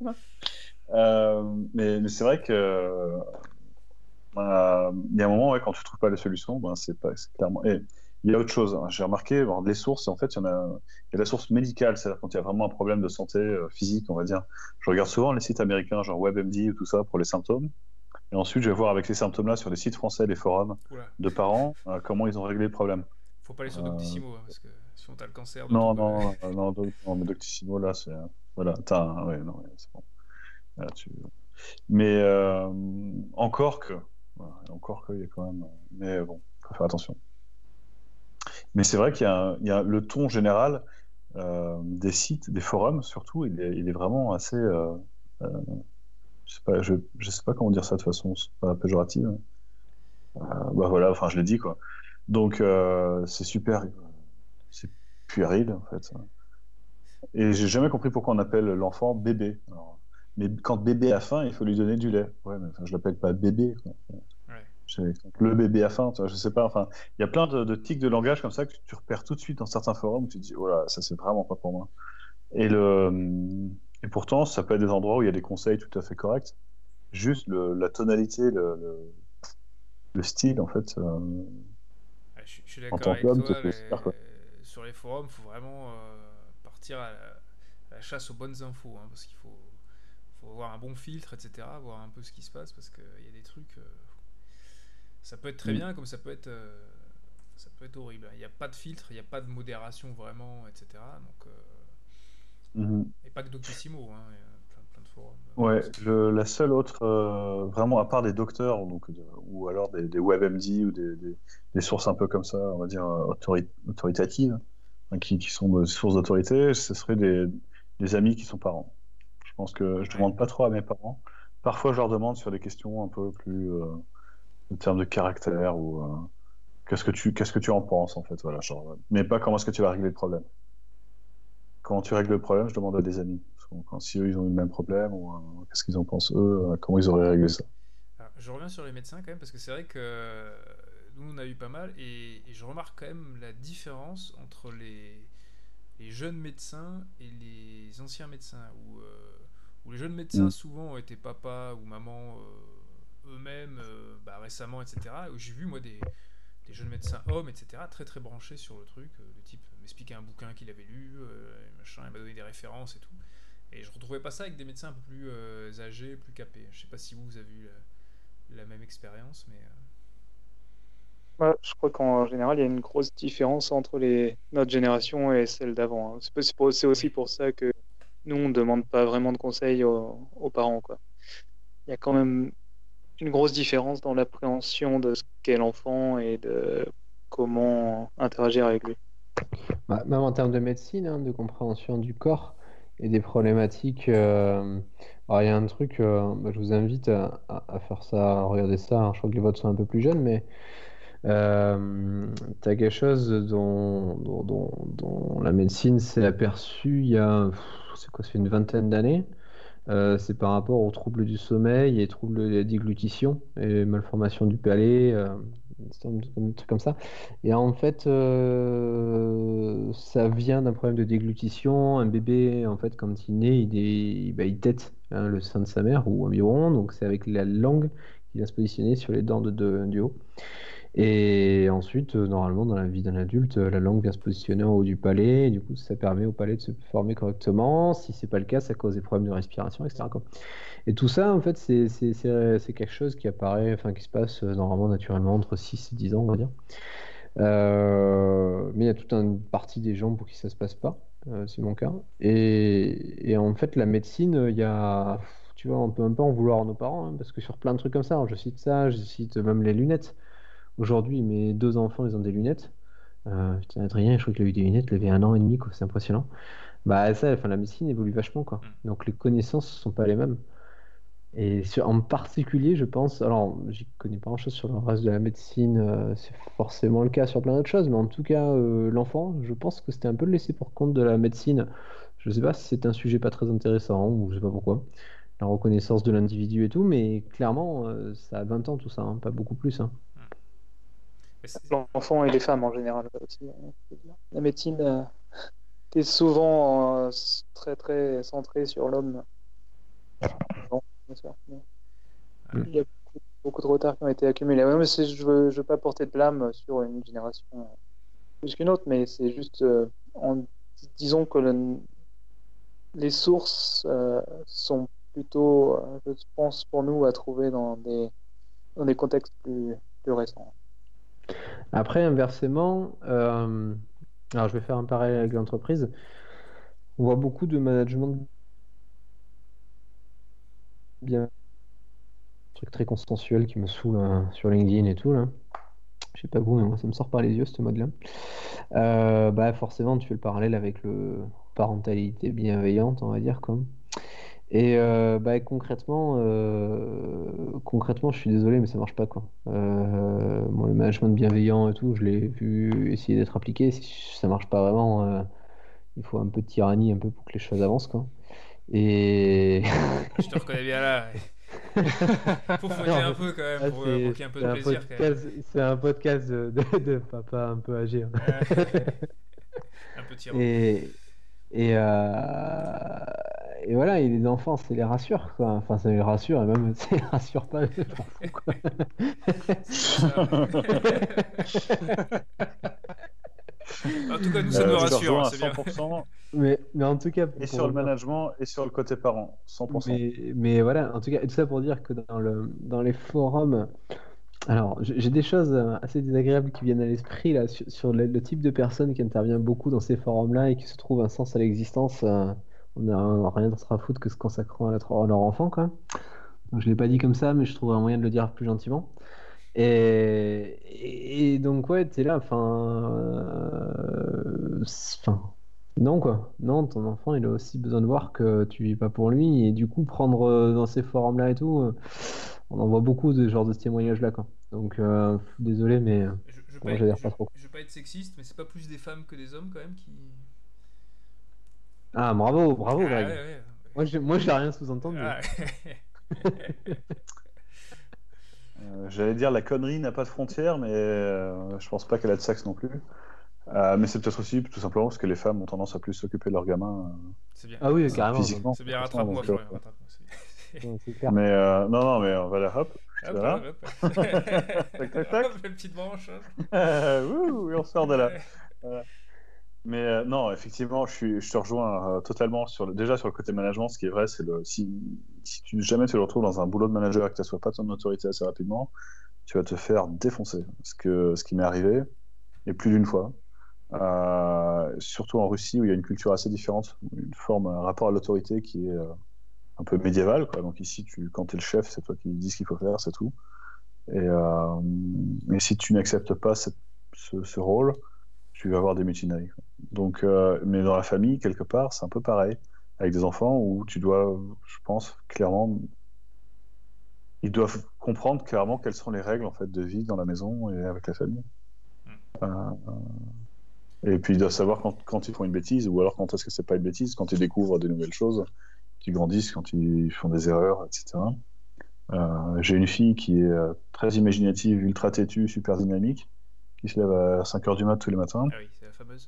Euh, mais mais c'est vrai que euh, il y a un moment, ouais, quand tu trouves pas les solutions, ben c'est pas c'est clairement. Et il y a autre chose, hein. J'ai remarqué, bon, les sources, en fait, il y en a, il y a la source médicale, c'est-à-dire quand il y a vraiment un problème de santé euh, physique, on va dire. Je regarde souvent les sites américains, genre WebMD ou tout ça, pour les symptômes. Et ensuite, je vais voir avec ces symptômes-là sur les sites français, les forums Oula. de parents, euh, comment ils ont réglé le problème. Faut pas aller sur Euh, Doctissimo, hein, parce que sinon t'as le cancer de non, tout. euh. non, non, non, doc- non, mais Doctissimo, là, c'est. euh, Voilà, t'as un- ouais, non, ouais, c'est bon. Là, tu- Mais euh, encore que. Voilà, encore que, il y a quand même. Mais bon, faut faire attention. Mais c'est vrai qu'il y a, un- il y a le ton général euh, des sites, des forums surtout, il est, il est vraiment assez. Euh, euh, je sais pas, je, je sais pas comment dire ça de façon c'est pas péjorative. Euh, bah voilà, enfin je l'ai dit quoi. Donc euh, c'est super, c'est puéril en fait. Et j'ai jamais compris pourquoi on appelle l'enfant bébé. Alors, mais quand bébé a faim, il faut lui donner du lait. Ouais, mais enfin, je l'appelle pas bébé, quoi. Ouais. J'ai- Le bébé a faim, tu vois, je sais pas. Enfin, il y a plein de, de tics de langage comme ça que tu repères tout de suite dans certains forums. Où tu te dis, oh là, ça c'est vraiment pas pour moi. Et le et pourtant, ça peut être des endroits où il y a des conseils tout à fait corrects. Juste le, la tonalité, le, le, le style, en fait, euh, Ouais, je, suis- je suis en d'accord tant avec qu'homme, te toi. fait les- super quoi. Sur les forums, faut vraiment euh, partir à la, à la chasse aux bonnes infos, hein, parce qu'il faut, faut avoir un bon filtre, et cetera. Voir un peu ce qui se passe, parce qu'il y a des trucs. euh, ça peut être très Mm. bien, comme ça peut être, euh, ça peut être horrible. Il n'y a pas de filtre, il n'y a pas de modération vraiment, et cetera. Donc, euh, Mhm. et pas que Doctissimo, hein, il y a plein, plein de forums. Ouais, le, la seule autre, euh, vraiment à part des docteurs, donc, de- ou alors des, des WebMD ou des, des, des sources un peu comme ça, on va dire euh, autori- autoritative, hein, qui, qui sont des sources d'autorité, ce serait des, des amis qui sont parents. Je pense que je Ouais. demande pas trop à mes parents. Parfois, je leur demande sur des questions un peu plus euh, en termes de caractère ou euh, qu'est-ce que tu qu'est-ce que tu en penses en fait, voilà, genre, euh, mais pas comment est-ce que tu vas régler le problème. Quand tu règles le problème, je demande à des amis. Parce que Quand, si eux ils ont eu le même problème ou euh, qu'est-ce qu'ils en pensent eux, euh, comment ils auraient réglé ça. Alors, je reviens sur les médecins quand même, parce que c'est vrai que euh, nous on a eu pas mal, et, et je remarque quand même la différence entre les, les jeunes médecins et les anciens médecins, où, euh, où les jeunes médecins Mm. souvent ont été papa ou maman euh, eux-mêmes euh, bah, récemment, et cetera. Où j'ai vu moi des, des jeunes médecins hommes, et cetera, très très branchés sur le truc. Euh, le type m'expliquait un bouquin qu'il avait lu, euh, et machin, il m'a donné des références et tout. Et je retrouvais pas ça avec des médecins un peu plus euh, âgés, plus capés. Je sais pas si vous, vous avez eu la, la même expérience, mais. euh, Ouais, je crois qu'en général, il y a une grosse différence entre les... notre génération et celle d'avant, hein. C'est c'est pour- c'est aussi Oui. pour ça que nous, on ne demande pas vraiment de conseils aux, aux parents, quoi. Il y a quand même une grosse différence dans l'appréhension de ce qu'est l'enfant et de comment interagir avec lui. Bah, même en termes de médecine, hein, de compréhension du corps et des problématiques. euh, alors, il y a un truc, euh, bah, je vous invite à, à- à faire ça, à regarder ça, hein. Je crois que les vôtres sont un peu plus jeunes, mais Euh, tu as quelque chose dont, dont, dont- dont la médecine s'est aperçue il y a, pff, c'est quoi, ça fait une vingtaine d'années. Euh, c'est par rapport aux troubles du sommeil et troubles de la déglutition et malformation du palais, euh, c'est un un truc comme ça. Et en fait, euh, ça vient d'un problème de déglutition. Un bébé, en fait, quand il naît, il, est- bah, il tète hein, le sein de sa mère ou un biberon. Donc, c'est avec la langue qui vient se positionner sur les dents de, de- du haut. Et ensuite, euh, normalement, dans la vie d'un adulte, euh, la langue vient se positionner en haut du palais. Et du coup, ça permet au palais de se former correctement. Si c'est pas le cas, ça cause des problèmes de respiration, et cetera quoi. Et tout ça, en fait, c'est c'est- c'est- c'est quelque chose qui apparaît, enfin, qui se passe euh, normalement naturellement entre six et dix ans, on va dire. Euh, mais il y a toute une partie des gens pour qui ça se passe pas. Euh, c'est mon cas. Et, et en fait, la médecine, euh, il y a, tu vois, on peut un peu en vouloir à nos parents, hein, parce que sur plein de trucs comme ça, hein, je cite ça, je cite même les lunettes. Aujourd'hui, mes deux enfants, ils ont des lunettes. Euh, putain, Adrien, je crois qu'il a eu des lunettes, il avait un an et demi, quoi. C'est impressionnant. Bah ça, enfin, la médecine évolue vachement, quoi. Donc les connaissances sont pas les mêmes. Et sur- en particulier, je pense, alors j'y connais pas grand-chose sur le reste de la médecine, euh, c'est forcément le cas sur plein d'autres choses, mais en tout cas, euh, l'enfant, je pense que c'était un peu le laissé pour compte de la médecine. Je sais pas si c'est un sujet pas très intéressant ou je sais pas pourquoi. La reconnaissance de l'individu et tout, mais clairement, euh, ça a vingt ans tout ça, hein, pas beaucoup plus, hein. Mais c'est- L'enfant et les femmes en général aussi. hein, je veux dire. La médecine euh, est souvent euh, s- très très centrée sur l'homme. Bon, bien sûr, mais Mm. il y a beaucoup, beaucoup de retards qui ont été accumulés. Ouais, mais c'est- je veux, je veux pas porter de blâme sur une génération euh, plus qu'une autre, mais c'est juste euh, en disons que le- les sources euh, sont plutôt, euh, je pense, pour nous à trouver dans des dans des contextes plus plus récents. Après, inversement, euh, alors je vais faire un parallèle avec l'entreprise. On voit beaucoup de management bien, un truc très consensuel qui me saoule hein, sur LinkedIn et tout là. Je sais pas vous, mais moi ça me sort par les yeux ce mode-là. Euh, bah forcément, tu fais le parallèle avec le parentalité bienveillante, on va dire comme. Et euh, bah concrètement, euh, concrètement, je suis désolé, mais ça marche pas quoi. Euh, moi, le management bienveillant et tout, je l'ai vu essayer d'être appliqué, ça marche pas vraiment. euh, Il faut un peu de tyrannie, un peu pour que les choses avancent, quoi. Et Je te reconnais bien là. Faut fouetter non, un mais peu quand même là, pour, euh, pour c'est qu'il y ait un peu c'est de un plaisir quand même. podcast, c'est un podcast de, de, de papa un peu âgé, hein. Un peu tyran. Et et, euh, et voilà, et les enfants, ça les rassure, quoi. Enfin, ça les rassure, et même ça les rassure pas, je m'en fous, quoi. C'est comme ça. En tout cas, nous, ça Euh, nous je te rassure, rejoins à c'est bien. cent pour cent, Mais, mais en tout cas, et pour sur le revenir- management et sur le côté parent, cent pour cent. mais, mais voilà, en tout cas, tout ça pour dire que dans le, dans les forums, alors j'ai j'ai des choses euh, assez désagréables qui viennent à l'esprit là sur, sur le, le type de personne qui intervient beaucoup dans ces forums-là et qui se trouve un sens à l'existence. euh, on n'a rien d'autre à foutre que se consacrant à, notre- à leur enfant, quoi. Donc, je l'ai pas dit comme ça, mais je trouve un moyen de le dire plus gentiment. Et, et, et donc ouais, t'es là, enfin, euh, c'est- enfin, non quoi, non, ton enfant il a aussi besoin de voir que tu vis pas pour lui et du coup prendre euh, dans ces forums-là et tout, euh, on en voit beaucoup de genre de ce témoignages-là quoi. Donc euh, désolé mais euh, Je, je, veux moi pas, j'adhère je, pas trop. je veux pas être sexiste, mais c'est pas plus des femmes que des hommes quand même qui. Ah bravo, bravo Ah, Greg. ouais, ouais. Moi je, moi j'ai rien sous-entendu. Ah, Euh, J'allais dire la connerie n'a pas de frontières, mais euh, je pense pas qu'elle a de sexe non plus. Euh, mais c'est peut-être aussi tout simplement parce que les femmes ont tendance à plus s'occuper de leurs gamins c'est bien. Ah oui euh, carrément. physiquement. C'est bien, franchement, rattrape-moi, donc, Florian. euh, rattrape-moi, c'est bien. Non, c'est clair. Mais euh, non, non, mais on va la hop. Hop, Voilà. hop, hop. Tac, tac, tac. Hop, la petite branche. hein. Ouh, et on sort de là. Voilà. Mais euh, non, effectivement, je, suis, je te rejoins euh, totalement sur le, déjà sur le côté management. Ce qui est vrai, c'est le si, si tu jamais tu te retrouves dans un boulot de manager et que tu n'assois pas ton autorité assez rapidement, tu vas te faire défoncer. Ce, que, ce qui m'est arrivé, et plus d'une fois, euh, surtout en Russie où il y a une culture assez différente, une forme, un rapport à l'autorité qui est euh, un peu médiéval, quoi. Donc ici, tu, quand tu es le chef, c'est toi qui dis ce qu'il faut faire, c'est tout. Et, euh, et si tu n'acceptes pas cette, ce, ce rôle, tu vas avoir des mutineries, quoi. Donc, euh, mais dans la famille, quelque part, c'est un peu pareil, avec des enfants où tu dois, je pense, clairement ils doivent comprendre clairement quelles sont les règles en fait de vie dans la maison et avec la famille. Mm. Euh, et puis ils doivent savoir quand, quand ils font une bêtise, ou alors quand est-ce que c'est pas une bêtise, quand ils découvrent des nouvelles choses, qu'ils grandissent, quand ils font des erreurs, et cetera. Euh, j'ai une fille qui est euh, très imaginative, ultra têtue, super dynamique, qui se lève à cinq heures du mat tous les matins. Ah oui, c'est la fameuse.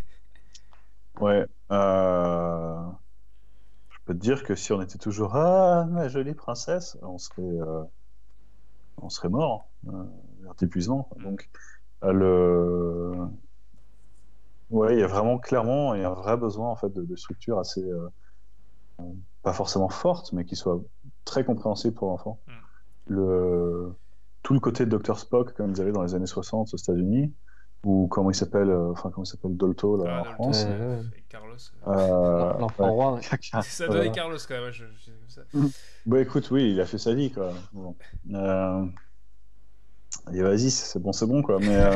Ouais. Euh... Je peux te dire que si on était toujours ah ma jolie princesse, on serait euh... on serait mort euh, d'épuisement. Donc euh, le ouais, il y a vraiment clairement il y a un vrai besoin en fait de, de structure assez euh, pas forcément forte, mais qui soit très compréhensible pour l'enfant. Mm. Le tout le côté de docteur Spock comme ils avaient dans les années soixante aux États-Unis, ou comment il s'appelle, euh, enfin comment il s'appelle Dolto là Ah, en Dolto, France. ouais, ouais. avec Carlos. Euh, L'enfant ouais. roi. Ça donnait Carlos quand même. Je, je, ça. Bah écoute, oui, il a fait sa vie quoi. Bon. Euh... Et vas-y, c'est bon, c'est bon quoi. Mais, euh...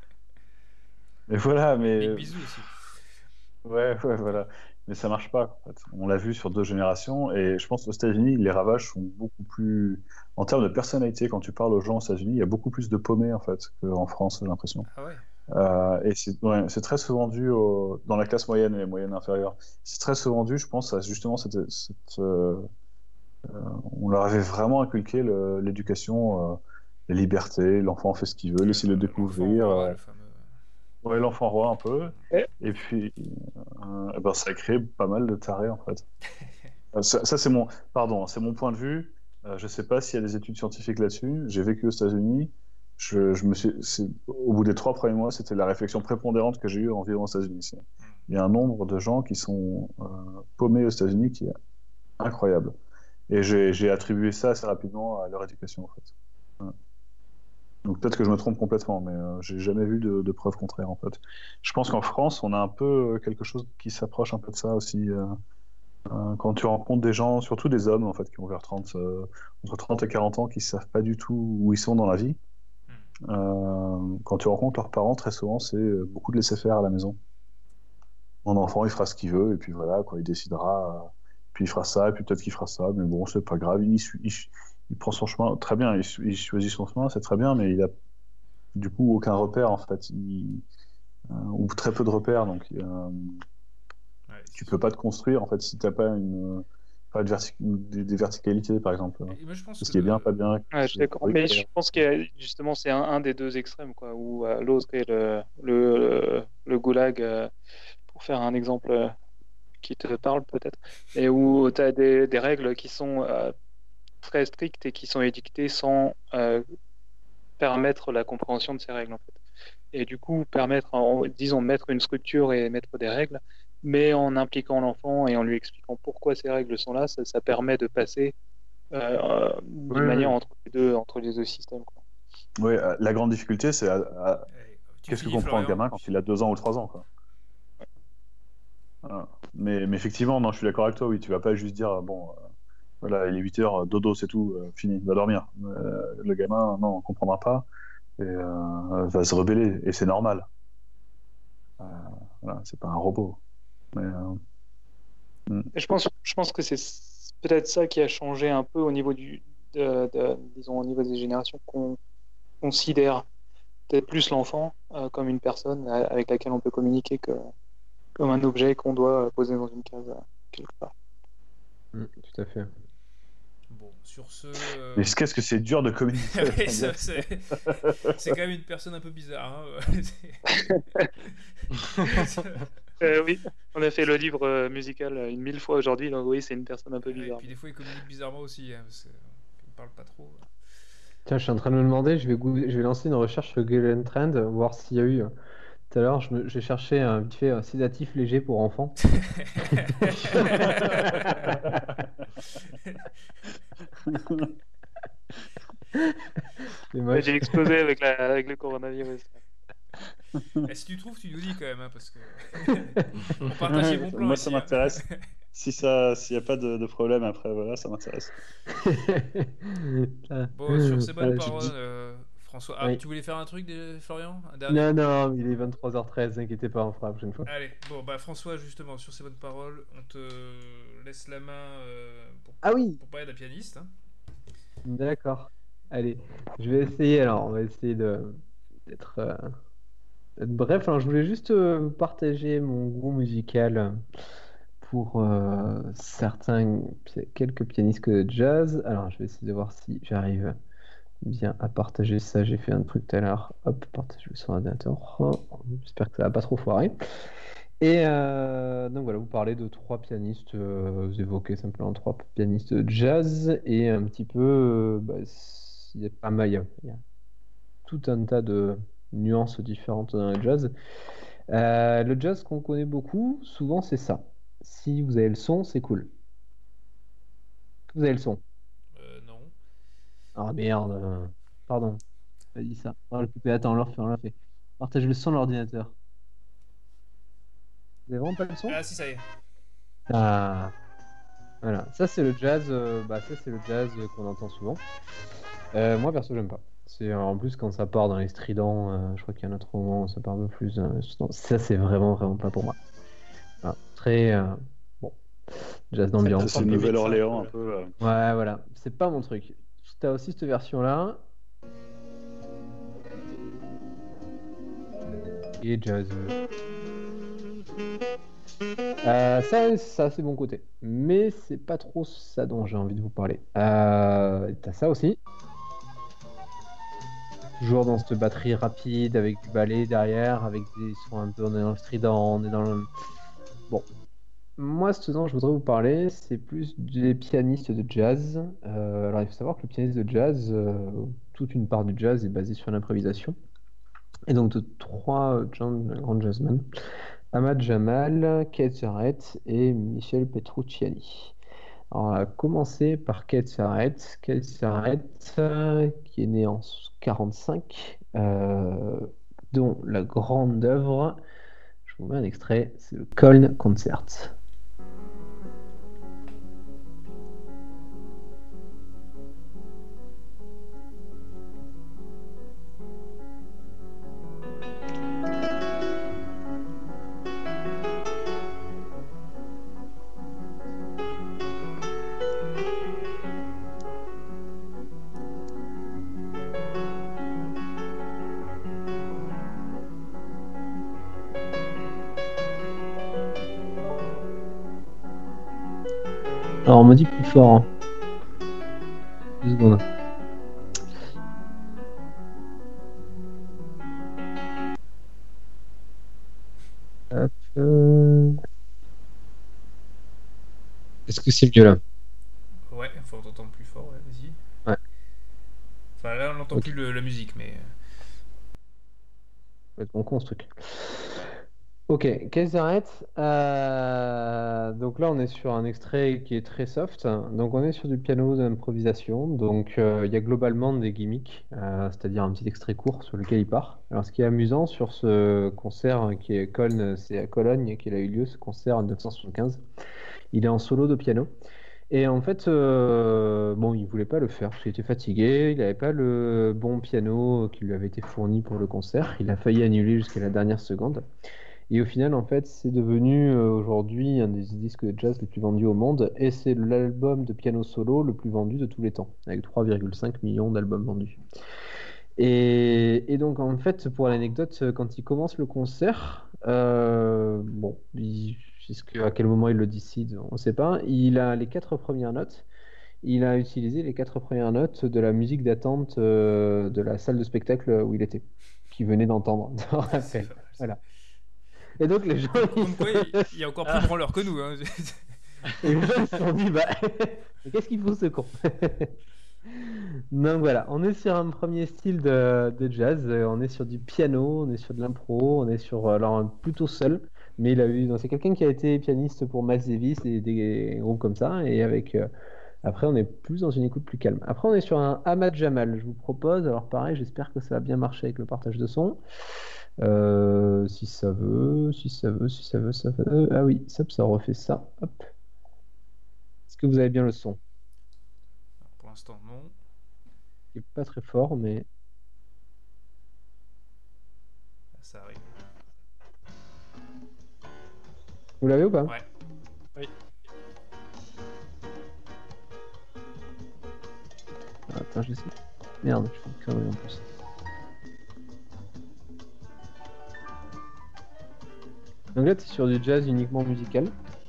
mais voilà, mais Big bisous aussi. ouais, ouais, voilà. Mais ça marche pas. En fait. On l'a vu sur deux générations, et je pense qu'aux États-Unis, les ravages sont beaucoup plus. En termes de personnalité, quand tu parles aux gens aux États-Unis, il y a beaucoup plus de paumés en fait qu'en France, j'ai l'impression. Ah ouais. Euh, et c'est ouais, c'est très souvent dû au... dans la classe moyenne et moyenne inférieure. C'est très souvent dû, je pense, à justement cette. cette euh... Euh, on leur avait vraiment inculqué le... l'éducation, euh... les libertés, l'enfant fait ce qu'il veut, laissez-le découvrir. Roi, euh... le fameux... Ouais, l'enfant roi un peu. Ouais. Et puis, euh, ben, ça a créé pas mal de tarés en fait. Euh, ça, ça c'est mon, pardon, c'est mon point de vue. Euh, je sais pas s'il y a des études scientifiques là-dessus. J'ai vécu aux États-Unis. Je, je me suis, c'est- au bout des trois premiers mois, c'était la réflexion prépondérante que j'ai eue en vivant aux États-Unis. C'est- Il y a un nombre de gens qui sont euh, paumés aux États-Unis qui est incroyable. Et j'ai j'ai attribué ça assez rapidement à leur éducation en fait. Ouais. Donc peut-être que je me trompe complètement, mais euh, j'ai jamais vu de, de preuves contraires en fait. Je pense qu'en France, on a un peu euh, quelque chose qui s'approche un peu de ça aussi. euh, euh, quand tu rencontres des gens, surtout des hommes en fait, qui ont vers trente, euh, entre trente et quarante ans, qui savent pas du tout où ils sont dans la vie. Euh, quand tu rencontres leurs parents, très souvent, c'est euh, beaucoup de laisser faire à la maison. Mon enfant, il fera ce qu'il veut, et puis voilà, quoi, il décidera. euh, Puis il fera ça, et puis peut-être qu'il fera ça, mais bon, c'est pas grave. Il, suit- il, il prend son chemin, très bien, il, il choisit son chemin, c'est très bien, mais il a du coup aucun repère en fait, il, euh, ou très peu de repères, donc euh, Ouais, tu c'est peux pas te construire en fait si t'as pas une pas de vertic- des, des verticalités par exemple. Et moi, je pense Ce que qui est bien, le- pas bien. Ouais, je suis d'accord. Mais je pense que justement, c'est un, un des deux extrêmes, quoi, où euh, l'autre est le, le, le, le goulag, euh, pour faire un exemple euh, qui te parle peut-être, et où tu as des, des règles qui sont euh, très strictes et qui sont édictées sans euh, permettre la compréhension de ces règles, en fait. Et du coup, permettre, en- disons, mettre une structure et mettre des règles, mais en impliquant l'enfant et en lui expliquant pourquoi ces règles sont là, ça, ça permet de passer euh, euh, d'une Ouais, manière ouais. entre les deux, entre les deux systèmes, quoi. Ouais, euh, la grande difficulté, c'est à- à- Eh, tu qu'est-ce que finis, comprend le Florian. gamin quand il a deux ans ou trois ans, quoi. Voilà. Mais, mais effectivement, non, je suis d'accord avec toi, oui, tu vas pas juste dire, bon, euh, voilà, il est huit heures, dodo, c'est tout, euh, fini, va dormir. Euh, le gamin, non, on comprendra pas, et euh, va se rebeller, et c'est normal. Euh, voilà, c'est pas un robot. Mais, euh, mm. Et je pense, je pense que c'est peut-être ça qui a changé un peu au niveau du, de, de- disons, au niveau des générations, qu'on considère peut-être plus l'enfant euh, comme une personne euh, avec laquelle on peut communiquer que comme un objet qu'on doit euh, poser dans une case euh, quelque part. Mm, tout à fait. Bon, sur ce. euh, Mais qu'est-ce que c'est dur de communiquer avec oui, un ça, gosse. c'est c'est quand même une personne un peu bizarre. Hein. C'est- Euh, oui, on a fait le livre euh, musical euh, une mille fois aujourd'hui, donc oui, c'est une personne un peu Et bizarre. puis des fois, il communique bizarrement aussi, hein, parce qu'il ne parle pas trop. Tiens, je suis en train de me demander, je vais, gou- je vais lancer une recherche sur Google Trend, voir s'il y a eu. euh, Tout à l'heure, je me- j'ai cherché un vite fait un sédatif léger pour enfants. C'est Ouais, moche. j'ai explosé avec, la, avec le coronavirus. Et si tu trouves, tu nous dis quand même, hein, parce que on partage les bons plans Moi, ici, ça hein. m'intéresse. Si ça, s'il n'y a pas de, de problème après, voilà, ça m'intéresse. Bon, sur ces bonnes Ah, je paroles, dis- euh, François. Ah, Oui. tu voulais faire un truc, déjà, Florian? Un dernier Non, mot non, il est vingt-trois heures treize, inquiétez pas, on fera la prochaine fois. Allez, bon, bah François, justement, sur ces bonnes paroles, on te laisse la main euh, pour, Ah oui, pour parler d'un pianiste. Hein. D'accord. Allez, je vais essayer alors. On va essayer de d'être euh, d'être bref. Alors, je voulais juste euh, partager mon goût musical pour euh, certains, pi- quelques pianistes de jazz. Alors, je vais essayer de voir si j'arrive bien à partager ça. J'ai fait un truc tout à l'heure. Hop, partager sur ordinateur. Oh, j'espère que ça va pas trop foirer. Et euh, donc voilà, vous parlez de trois pianistes, euh, vous évoquez simplement trois pianistes de jazz et un petit peu, euh, bah, s- il y a pas mal, il y a, il y a tout un tas de nuances différentes dans le jazz. Euh, le jazz qu'on connaît beaucoup, souvent c'est ça. Si vous avez le son, c'est cool. Vous avez le son. Euh, non. Ah merde, euh, pardon, j'ai pas dit ça. On va le couper, attends, on le refait, on le refait. Partage le son de l'ordinateur. Vous avez vraiment pas le son? Ah si, ça y est. Ah, voilà, ça c'est le jazz, euh, bah ça c'est le jazz euh, qu'on entend souvent. Euh, moi perso j'aime pas. C'est en plus quand ça part dans les stridents, euh, je crois qu'il y a un autre moment où ça part un peu plus dans les stridents. Ça c'est vraiment vraiment pas pour moi. Voilà. Très euh, bon jazz Ça te C'est d'ambiance c'est un sent peu. Nouvelle-Orléans un là. peu. euh. Ouais voilà, c'est pas mon truc. T'as aussi cette version là qui est jazz. Euh, ça, ça c'est bon côté, mais c'est pas trop ça dont j'ai envie de vous parler. Euh, t'as ça aussi. Toujours dans cette batterie rapide avec du ballet derrière, avec des sons un peu, on est dans le strident, on est dans le. Bon, moi, ce dont je voudrais vous parler, c'est plus des pianistes de jazz. Euh, alors, il faut savoir que le pianiste de jazz, euh, toute une part du jazz est basée sur l'improvisation. Et donc, de trois euh, gens- grands jazzmen, Ahmad Jamal, Keith Jarrett et Michel Petrucciani. Alors, on va commencer par Keith Jarrett. Keith Jarrett, euh, qui est né en quarante-cinq, euh, dont la grande œuvre, je vous mets un extrait, c'est le Köln Concert. Alors, on me dit plus fort. Hein. Deux secondes. Hop, euh, Est-ce que c'est mieux là? Ouais, faut t'entendre plus fort, ouais, vas-y. Ouais. Enfin là on n'entend Ok. plus le- la musique, mais... Ça va être bon con ce truc. Ok, Keith Jarrett. euh, Donc là, on est sur un extrait qui est très soft. Donc on est sur du piano d'improvisation. Donc euh, il y a globalement des gimmicks, euh, c'est-à-dire un petit extrait court sur lequel il part. Alors ce qui est amusant sur ce concert hein, qui est Köln, c'est à Cologne qu'il a eu lieu, ce concert en mille neuf cent soixante-quinze. Il est en solo de piano. Et en fait, euh, bon, il voulait pas le faire parce qu'il était fatigué, il n'avait pas le bon piano qui lui avait été fourni pour le concert. Il a failli annuler jusqu'à la dernière seconde. Et au final, en fait, c'est devenu euh, aujourd'hui un des disques de jazz les plus vendus au monde. Et c'est l'album de piano solo le plus vendu de tous les temps, avec trois virgule cinq millions d'albums vendus. Et, et donc, en fait, pour l'anecdote, quand il commence le concert, euh, bon, il- jusqu'à à quel moment il le décide, on ne sait pas. Il a les quatre premières notes. Il a utilisé les quatre premières notes de la musique d'attente euh, de la salle de spectacle où il était, qu'il venait d'entendre. Je me C'est rappelle. pas mal, ça. Voilà. Et donc les gens, Comme, ils comme quoi, sont... il il y a encore plus branleur que nous. Hein. et les gens ils se sont dit, bah, mais qu'est-ce qu'il faut ce con? Donc voilà, on est sur un premier style de, de jazz, euh, on est sur du piano, on est sur de l'impro, on est sur euh, alors plutôt seul, mais il a eu, non, c'est quelqu'un qui a été pianiste pour Miles Davis et des groupes comme ça, et avec euh, après on est plus dans une écoute plus calme. Après on est sur un Ahmad Jamal, je vous propose, alors pareil, j'espère que ça va bien marcher avec le partage de son. Euh, si ça veut, si ça veut, si ça veut, ça veut. Ah oui, ça, ça refait ça. Hop. Est-ce que vous avez bien le son? Pour l'instant, non. Il est pas très fort, mais Ça arrive. vous l'avez ou pas? Ouais. Oui. Enfin, je l'ai essayé. Merde, je fais une connerie en plus. Donc là, tu es sur du jazz uniquement musical.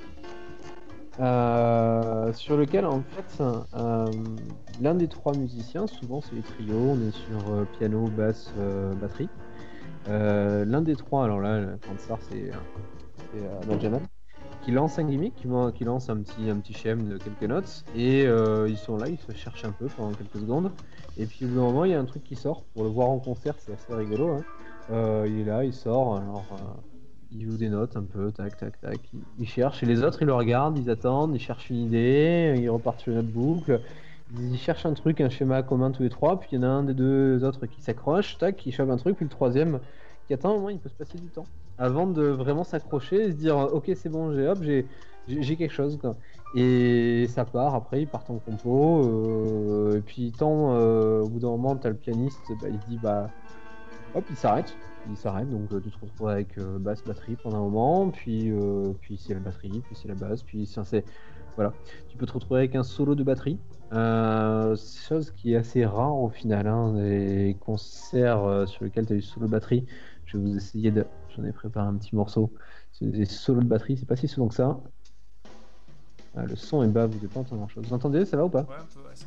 Euh, sur lequel, en fait, euh, l'un des trois musiciens, souvent c'est les trios, on est sur euh, piano, basse, euh, batterie. Euh, l'un des trois, alors là, le cancer, c'est euh, Benjamin, qui lance un gimmick, qui, qui lance un petit, un petit schème de quelques notes, et euh, ils sont là, ils se cherchent un peu pendant quelques secondes, et puis au bout d'un moment, il y a un truc qui sort. Pour le voir en concert, c'est assez rigolo. Hein. Euh, il est là, il sort, alors euh, il joue des notes un peu, tac, tac, tac, il, il cherche, et les autres, ils le regardent, ils attendent, ils cherchent une idée, ils repartent sur une autre boucle, ils cherchent un truc, un schéma commun tous les trois, puis il y en a un des deux autres qui s'accroche, tac, qui chope un truc, puis le troisième qui attend un moment, il peut se passer du temps avant de vraiment s'accrocher et se dire ok c'est bon j'ai hop j'ai j'ai quelque chose quoi. Et ça part après ils partent en compo euh, et puis tant euh, au bout d'un moment t'as le pianiste bah, il dit bah hop il s'arrête il s'arrête donc euh, tu te retrouves avec euh, basse batterie pendant un moment puis euh, puis c'est la batterie puis c'est la basse puis c'est, c'est voilà tu peux te retrouver avec un solo de batterie euh, chose qui est assez rare au final hein, des concerts euh, sur lesquels tu as eu solo de batterie. Je vais vous essayer de. J'en ai préparé un petit morceau. C'est des solos de batterie, c'est pas si souvent que ça. Ah, le son est bas, vous n'avez pas entendu grand chose. Vous entendez, ça va ou pas? Ouais, un peu, ouais, c'est bon.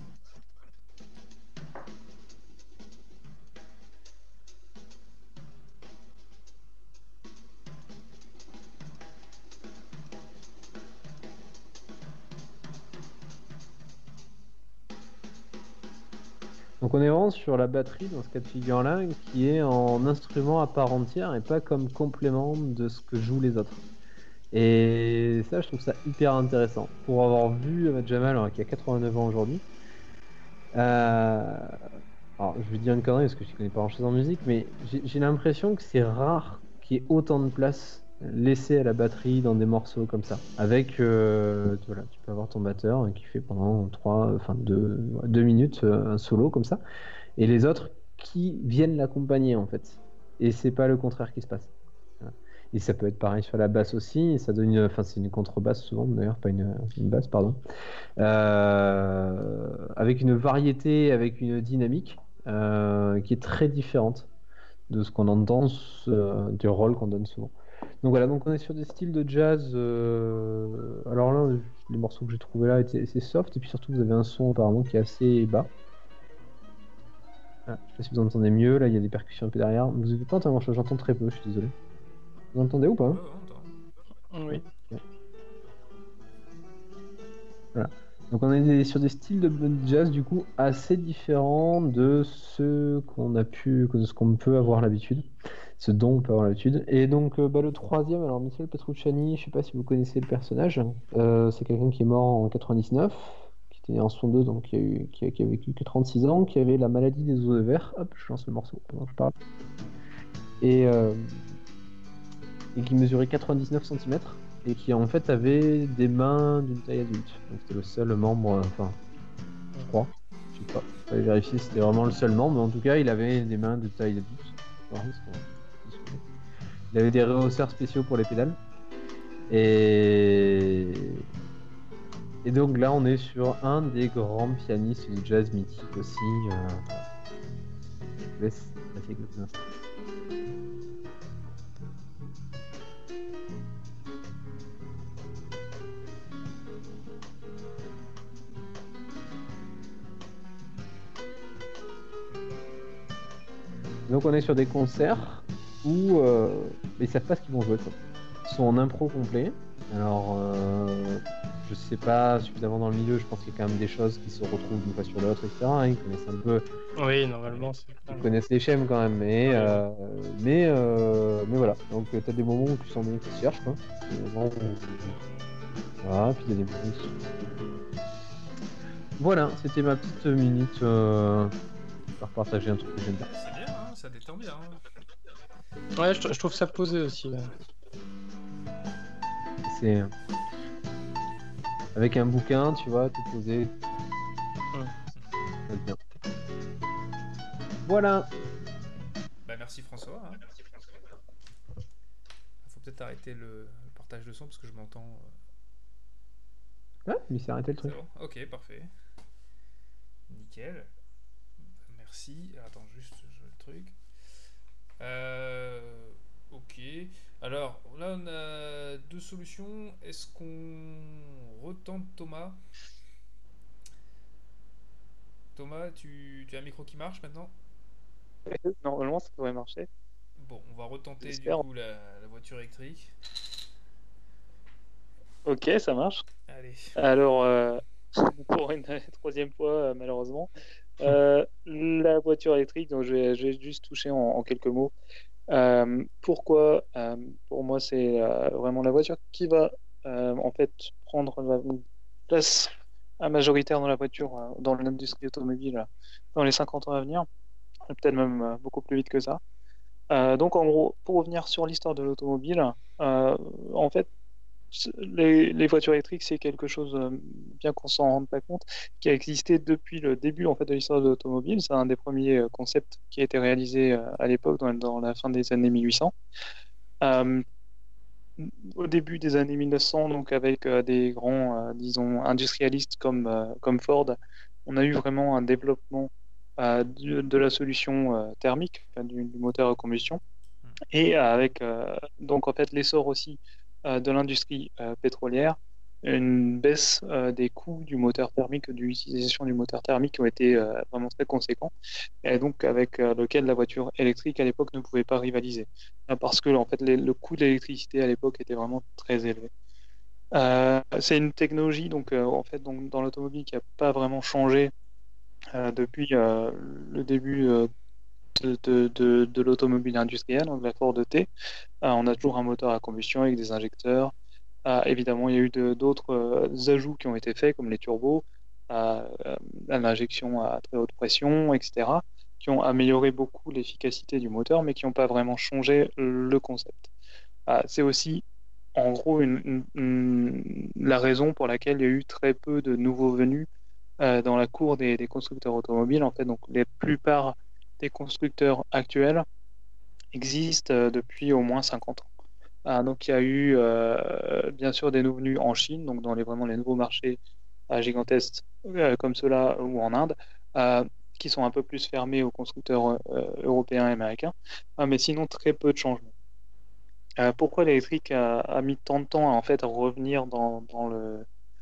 Donc on est vraiment sur la batterie dans ce cas de figure-là, qui est en instrument à part entière et pas comme complément de ce que jouent les autres. Et ça, je trouve ça hyper intéressant. Pour avoir vu Ahmad Jamal, alors, qui a quatre-vingt-neuf ans aujourd'hui, euh... alors je vais dire une connerie parce que je ne connais pas grand-chose en musique, mais j'ai, j'ai l'impression que c'est rare qu'il y ait autant de place laissée à la batterie dans des morceaux comme ça. Avec, euh, voilà, tu peux avoir ton batteur qui fait pendant trois, enfin deux, deux minutes euh, un solo comme ça, et les autres qui viennent l'accompagner en fait. Et c'est pas le contraire qui se passe. Voilà. Et ça peut être pareil sur la basse aussi. Et ça donne, une, enfin c'est une contrebasse souvent d'ailleurs, pas une, une basse pardon, euh, avec une variété, avec une dynamique euh, qui est très différente de ce qu'on entend, euh, du rôle qu'on donne souvent. Donc voilà, donc on est sur des styles de jazz. Euh... Alors là, les morceaux que j'ai trouvés là étaient assez soft, et puis surtout vous avez un son apparemment qui est assez bas. Ah, je sais pas si vous entendez mieux, là il y a des percussions un peu derrière. Vous n'avez pas entendu grand chose, j'entends très peu, je suis désolé. Vous entendez ou pas? Ouais, ouais, on entend. Oui. Okay. Voilà. Donc on est sur des styles de jazz du coup assez différents de ce qu'on a pu, de ce qu'on peut avoir l'habitude, ce dont on peut avoir l'habitude. Et donc euh, bah, le troisième, alors Michel Petrucciani, je sais pas si vous connaissez le personnage, euh, c'est quelqu'un qui est mort en quatre-vingt-dix-neuf, qui était né en soixante-deux, donc qui a, eu, qui a, qui a vécu que trente-six ans, qui avait la maladie des os de verre. Hop, je lance le morceau pendant que je parle. Et, euh, et qui mesurait quatre-vingt-dix-neuf centimètres. Et qui en fait avait des mains d'une taille adulte. Donc c'était le seul membre, enfin, je crois, je sais pas, il fallait vérifier si c'était vraiment le seul membre, mais en tout cas il avait des mains de taille adulte. Enfin, il avait des rehausseurs spéciaux pour les pédales. Et... Et donc là on est sur un des grands pianistes du jazz mythique aussi. Euh... Je vous laisse passer quelques instants. Donc on est sur des concerts où euh, ils savent pas ce qu'ils vont jouer quoi. Ils sont en impro complet. Alors euh, je sais pas suffisamment dans le milieu, je pense qu'il y a quand même des choses qui se retrouvent d'une fois sur l'autre, et cetera. Hein, ils connaissent un peu. Oui, normalement c'est. Ils connaissent les schèmes quand même, mais euh, mais euh, mais voilà. Donc t'as des moments où tu sens bien qu'ils se cherchent quoi. Des moments où... Voilà, puis il y a des moments où... Voilà, c'était ma petite minute euh, pour partager un truc que j'aime bien. C'est bien, hein, ça détend bien. Hein. Ouais, je, je trouve ça posé aussi. Ouais. C'est avec un bouquin, tu vois, tout posé. Ouais. Ça bien. Voilà. Bah merci François. Hein. Faut peut-être arrêter le, le partage de son parce que je m'entends. Ouais, mais c'est arrêté le truc. Bon. Ok, parfait. Nickel. merci. Attends, juste je le truc. Euh, ok. Alors, là, on a deux solutions. Est-ce qu'on retente Thomas? Thomas, tu, tu as un micro qui marche maintenant? Normalement, ça devrait marcher. Bon, on va retenter du J'espère. coup la, la voiture électrique. Ok, ça marche. Allez. Alors, euh, pour une troisième fois, euh, malheureusement, euh, la voiture électrique, donc je vais, je vais juste toucher en, en quelques mots. Euh, pourquoi euh, pour moi, c'est euh, vraiment la voiture qui va euh, en fait prendre la une place euh, majoritaire dans la voiture, euh, dans l'industrie automobile, euh, dans les cinquante ans à venir, peut-être même euh, beaucoup plus vite que ça. Euh, donc, en gros, pour revenir sur l'histoire de l'automobile, euh, en fait, les, les voitures électriques, c'est quelque chose, euh, bien qu'on s'en rende pas compte, qui a existé depuis le début en fait, de l'histoire de l'automobile. C'est un des premiers euh, concepts qui a été réalisé euh, à l'époque, dans, dans la fin des années mille huit cents. Euh, au début des années mille neuf cents, donc avec euh, des grands, euh, disons, industrialistes comme, euh, comme Ford, on a eu vraiment un développement euh, de, de la solution euh, thermique, enfin, du, du moteur à combustion. Et avec euh, donc en fait l'essor aussi euh, de l'industrie euh, pétrolière, une baisse euh, des coûts du moteur thermique, de l'utilisation du moteur thermique qui ont été euh, vraiment très conséquents, et donc avec euh, lequel la voiture électrique à l'époque ne pouvait pas rivaliser, Euh, parce que en fait les- le coût de l'électricité à l'époque était vraiment très élevé. Euh, c'est une technologie donc euh, en fait donc dans l'automobile qui n'a pas vraiment changé euh, depuis euh, le début euh, de, de, de, de l'automobile industrielle, donc la Ford T. Euh, on a toujours un moteur à combustion avec des injecteurs. Euh, évidemment, il y a eu de- d'autres euh, ajouts qui ont été faits, comme les turbos, euh, euh, l'injection à très haute pression, et cetera, qui ont amélioré beaucoup l'efficacité du moteur, mais qui n'ont pas vraiment changé le concept. Euh, c'est aussi, en gros, une- une- une- la raison pour laquelle il y a eu très peu de nouveaux venus euh, dans la cour des, des constructeurs automobiles. En fait, donc, la plupart des constructeurs actuels existent euh, depuis au moins cinquante ans. Ah, donc il y a eu euh, bien sûr des nouveaux venus en Chine, donc dans les, vraiment les nouveaux marchés euh, gigantesques euh, comme ceux-là ou en Inde, euh, qui sont un peu plus fermés aux constructeurs euh, européens et américains, Ah, mais sinon très peu de changements. Euh, pourquoi l'électrique a, a mis tant de temps à, en fait, à revenir dans, dans le,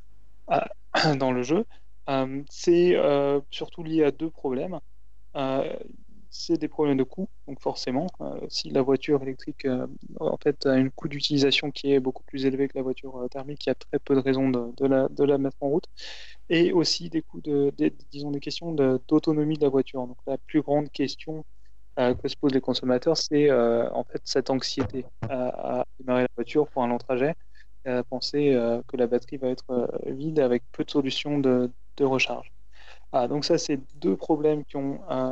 à- dans le jeu? Euh, c'est euh, surtout lié à deux problèmes. Euh, c'est des problèmes de coût, donc forcément, euh, si la voiture électrique euh, en fait a un coût d'utilisation qui est beaucoup plus élevé que la voiture euh, thermique, il y a très peu de raisons de, de la, de la mettre en route, et aussi des coûts de, des- disons des questions de- d'autonomie de la voiture. Donc la plus grande question euh, que se posent les consommateurs, c'est euh, en fait cette anxiété à, à démarrer la voiture pour un long trajet, et à penser euh, que la batterie va être euh, vide avec peu de solutions de, de recharge. Ah, donc ça, c'est deux problèmes qui ont euh,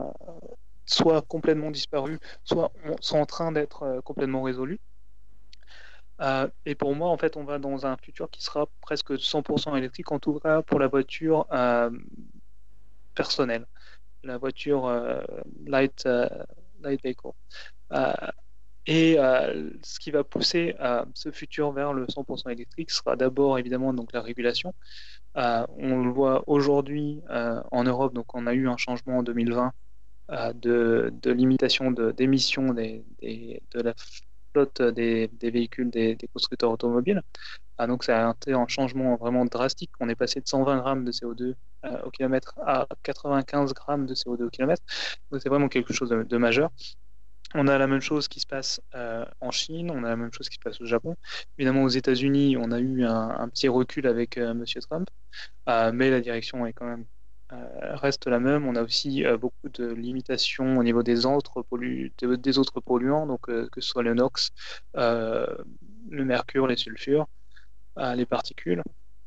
soit complètement disparu, soit on- sont en train d'être euh, complètement résolus. Euh, et pour moi, en fait, on va dans un futur qui sera presque cent pour cent électrique, en tout cas pour la voiture euh, personnelle, la voiture euh, light, euh, light vehicle. Euh, et euh, ce qui va pousser euh, ce futur vers le cent pour cent électrique sera d'abord évidemment donc la régulation. Euh, on le voit aujourd'hui euh, en Europe, donc on a eu un changement en deux mille vingt euh, de, de limitation de, d'émissions des, des- de la flotte des, des véhicules des, des constructeurs automobiles. Ah, donc ça a été un changement vraiment drastique. On est passé de cent vingt grammes de C O deux euh, au kilomètre à quatre-vingt-quinze grammes de C O deux au kilomètre. Donc c'est vraiment quelque chose de, de majeur. On a la même chose qui se passe euh, en Chine, on a la même chose qui se passe au Japon. Évidemment, aux États-Unis, on a eu un, un petit recul avec euh, M. Trump, euh, mais la direction est quand même euh, reste la même. On a aussi euh, beaucoup de limitations au niveau des autres, pollu- des, des autres polluants, donc euh, que ce soit le NOx, euh, le mercure, les sulfures, euh, les particules.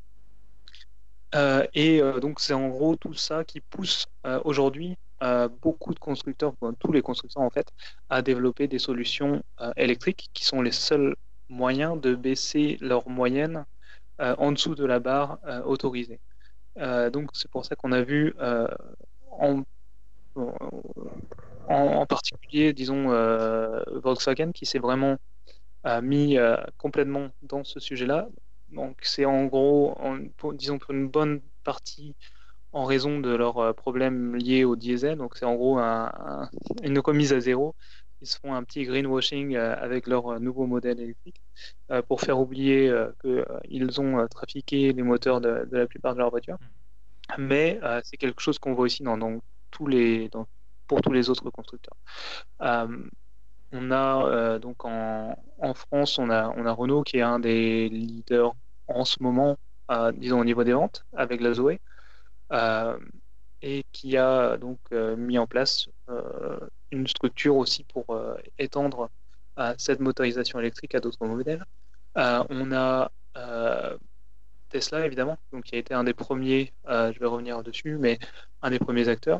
Euh, et euh, donc c'est en gros tout ça qui pousse euh, aujourd'hui euh, beaucoup de constructeurs, bon, tous les constructeurs en fait, à développer des solutions euh, électriques qui sont les seuls moyens de baisser leur moyenne euh, en dessous de la barre euh, autorisée. Euh, donc c'est pour ça qu'on a vu euh, en, en, en particulier, disons, euh, Volkswagen qui s'est vraiment euh, mis euh, complètement dans ce sujet-là. Donc c'est en gros, en- pour- disons pour une bonne partie en raison de leurs euh, problèmes liés au diesel. Donc c'est en gros un, un, une remise à zéro. Ils se font un petit greenwashing euh, avec leur euh, nouveau modèle électrique euh, pour faire oublier euh, qu'ils ont euh, trafiqué les moteurs de, de la plupart de leurs voitures. Mais euh, c'est quelque chose qu'on voit aussi dans, dans tous les, dans, pour tous les autres constructeurs. Euh, on a euh, donc en, en France, on a, on a Renault qui est un des leaders en ce moment, euh, disons au niveau des ventes, avec la Zoé, euh, et qui a donc euh, mis en place euh, une structure aussi pour euh, étendre euh, cette motorisation électrique à d'autres modèles. Euh, on a euh, Tesla, évidemment, donc qui a été un des premiers, euh, je vais revenir dessus, mais un des premiers acteurs.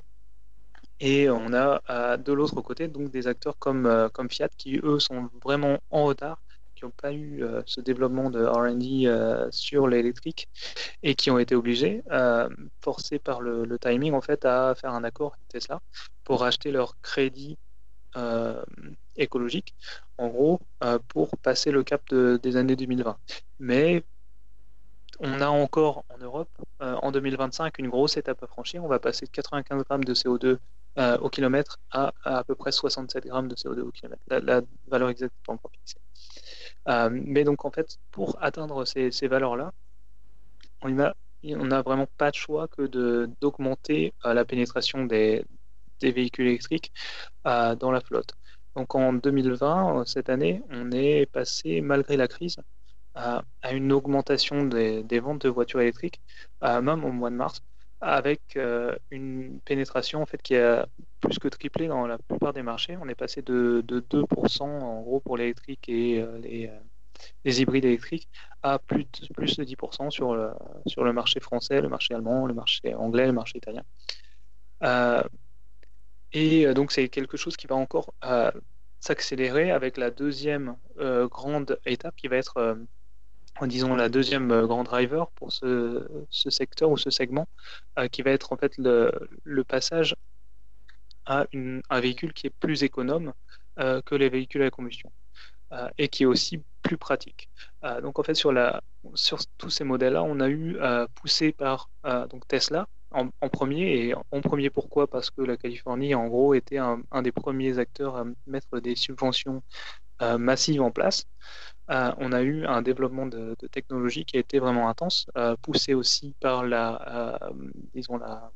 Et on a euh, de l'autre côté donc des acteurs comme, euh, comme Fiat qui, eux, sont vraiment en retard, qui n'ont pas eu euh, ce développement de R and D euh, sur l'électrique et qui ont été obligés, euh, forcés par le, le timing, en fait, à faire un accord avec Tesla pour acheter leur crédit euh, écologique, en gros, euh, pour passer le cap de, des années deux mille vingt. Mais on a encore en Europe, euh, en deux mille vingt-cinq, une grosse étape à franchir. On va passer de quatre-vingt-quinze grammes de C O deux euh, au kilomètre à, à à peu près soixante-sept grammes de C O deux au kilomètre. La, la valeur exacte n'est pas encore fixée. Euh, mais donc, en fait, pour atteindre ces, ces valeurs-là, on n'a on a vraiment pas de choix que de, d'augmenter euh, la pénétration des, des véhicules électriques euh, dans la flotte. Donc, en deux mille vingt, cette année, on est passé, malgré la crise, à, à une augmentation des, des ventes de voitures électriques, euh, même au mois de mars, avec euh, une pénétration en fait, qui a plus que triplé dans la plupart des marchés. On est passé de, de deux pour cent en gros pour l'électrique et euh, les, euh, les hybrides électriques à plus de, plus de dix pour cent sur le, sur le marché français, le marché allemand, le marché anglais, le marché italien. Euh, et donc c'est quelque chose qui va encore euh, s'accélérer avec la deuxième euh, grande étape qui va être euh, disons la deuxième euh, grand driver pour ce, ce secteur ou ce segment, euh, qui va être en fait le, le passage à une, un véhicule qui est plus économe euh, que les véhicules à combustion euh, et qui est aussi plus pratique. Euh, donc en fait sur, la, sur tous ces modèles-là, on a eu euh, poussé par euh, donc Tesla en, en premier, et en premier pourquoi? Parce que la Californie en gros était un, un des premiers acteurs à mettre des subventions euh, massives en place. Euh, on a eu un développement de, de technologie qui a été vraiment intense, euh, poussé aussi par la, euh, disons la,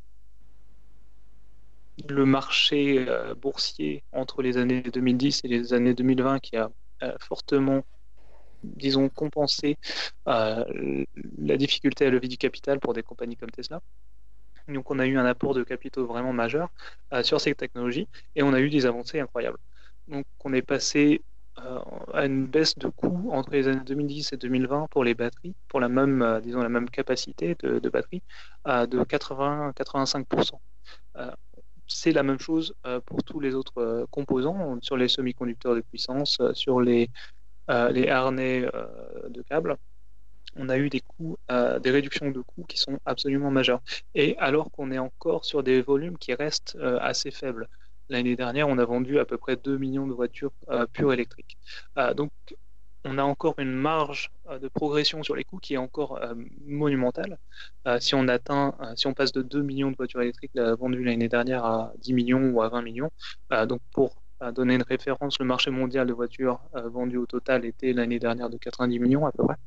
le marché euh, boursier entre les années deux mille dix et les années deux mille vingt qui a euh, fortement, disons, compensé euh, la difficulté à lever du capital pour des compagnies comme Tesla. Donc on a eu un apport de capitaux vraiment majeur euh, sur ces technologies et on a eu des avancées incroyables. Donc on est passé à une baisse de coût entre les années deux mille dix et deux mille vingt pour les batteries, pour la même, euh, disons, la même capacité de, de batterie, euh, de quatre-vingts à quatre-vingt-cinq pour cent. Euh, c'est la même chose euh, pour tous les autres euh, composants, sur les semi-conducteurs de puissance, euh, sur les, euh, les harnais euh, de câbles. On a eu des coûts, euh, des réductions de coûts qui sont absolument majeures. Et alors qu'on est encore sur des volumes qui restent euh, assez faibles. L'année dernière, on a vendu à peu près deux millions de voitures euh, pures électriques. Euh, donc, on a encore une marge euh, de progression sur les coûts qui est encore euh, monumentale. Euh, si on atteint, euh, si on passe de deux millions de voitures électriques là, vendues l'année dernière à dix millions ou à vingt millions, euh, donc pour euh, donner une référence, le marché mondial de voitures euh, vendues au total était l'année dernière de quatre-vingt-dix millions à peu près.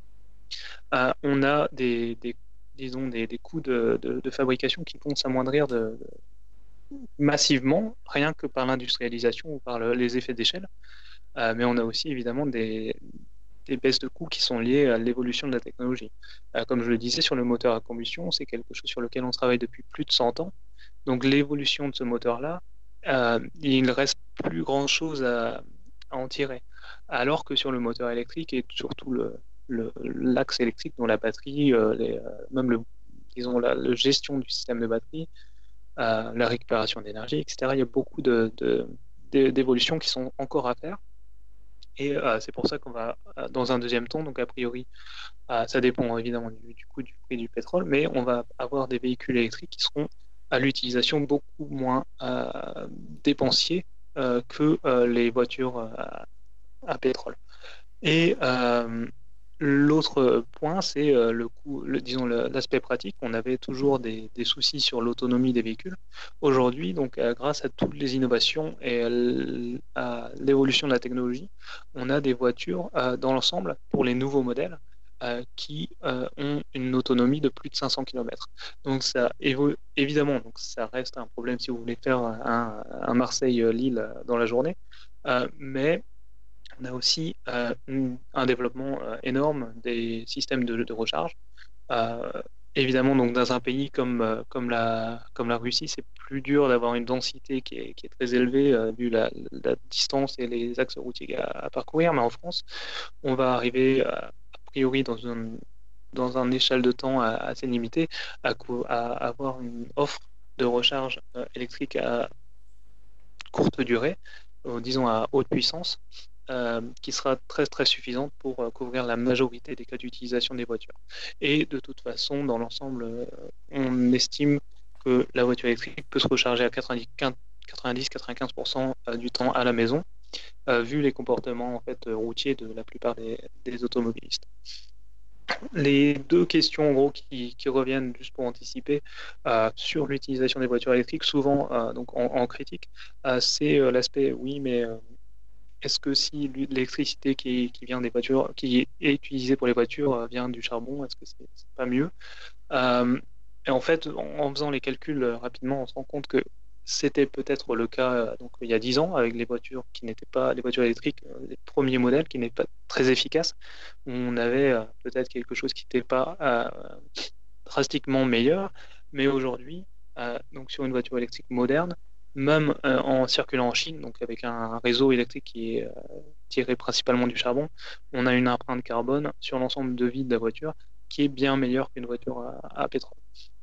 Euh, on a des, des disons des, des coûts de, de, de fabrication qui vont s'amoindrir de, de massivement, rien que par l'industrialisation ou par le, les effets d'échelle. Euh, mais on a aussi évidemment des, des baisses de coûts qui sont liées à l'évolution de la technologie. Euh, comme je le disais, sur le moteur à combustion, c'est quelque chose sur lequel on travaille depuis plus de cent ans. Donc l'évolution de ce moteur-là, euh, il ne reste plus grand-chose à, à en tirer. Alors que sur le moteur électrique et surtout le, le, l'axe électrique, dont la batterie, euh, les, euh, même le, disons, la, la gestion du système de batterie, Euh, la récupération d'énergie, et cetera. Il y a beaucoup de, de, de, d'évolutions qui sont encore à faire. Et euh, c'est pour ça qu'on va, euh, dans un deuxième temps, donc a priori, euh, ça dépend évidemment du, du coût du prix du pétrole, mais on va avoir des véhicules électriques qui seront à l'utilisation beaucoup moins euh, dépensiers euh, que euh, les voitures euh, à pétrole. Et euh, L'autre point, c'est euh, le coût, le, disons le- l'aspect pratique. On avait toujours des, des soucis sur l'autonomie des véhicules. Aujourd'hui, donc, euh, grâce à toutes les innovations et à l- à l'évolution de la technologie, on a des voitures euh, dans l'ensemble pour les nouveaux modèles euh, qui euh, ont une autonomie de plus de cinq cents kilomètres. Donc, ça évo- évidemment, donc ça reste un problème si vous voulez faire un, un Marseille-Lille dans la journée, Euh, mais on a aussi euh, une- un développement euh, énorme des systèmes de, de recharge. Euh, Évidemment, donc dans un pays comme, euh, comme la, comme la Russie, c'est plus dur d'avoir une densité qui est, qui est très élevée euh, vu la, la distance et les axes routiers à, à parcourir. Mais en France, on va arriver euh, a priori dans une dans un échelle de temps a- assez limité à, cou- à avoir une offre de recharge euh, électrique à courte durée, euh, disons à haute puissance, euh, qui sera très très suffisante pour euh, couvrir la majorité des cas d'utilisation des voitures. Et de toute façon, dans l'ensemble, euh, on estime que la voiture électrique peut se recharger à quatre-vingt-dix à quatre-vingt-quinze pour cent du temps à la maison, euh, vu les comportements en fait, routiers de la plupart des, des automobilistes. Les deux questions en gros qui, qui reviennent juste pour anticiper euh, sur l'utilisation des voitures électriques, souvent euh, donc en, en critique, euh, c'est euh, l'aspect oui, mais euh, est-ce que si l'électricité qui, qui vient des voitures, qui est utilisée pour les voitures, euh, vient du charbon, est-ce que c'est c'est pas mieux? Euh, et en fait, en, en faisant les calculs euh, rapidement, on se rend compte que c'était peut-être le cas euh, donc, il y a dix ans avec les voitures qui n'étaient pas les voitures électriques, euh, les premiers modèles qui n'étaient pas très efficaces. On avait euh, peut-être quelque chose qui n'était pas euh, drastiquement meilleur, mais aujourd'hui, euh, donc sur une voiture électrique moderne, même euh, en circulant en Chine, donc avec un réseau électrique qui est euh, tiré principalement du charbon, on a une empreinte carbone sur l'ensemble de vie de la voiture qui est bien meilleure qu'une voiture à, à pétrole.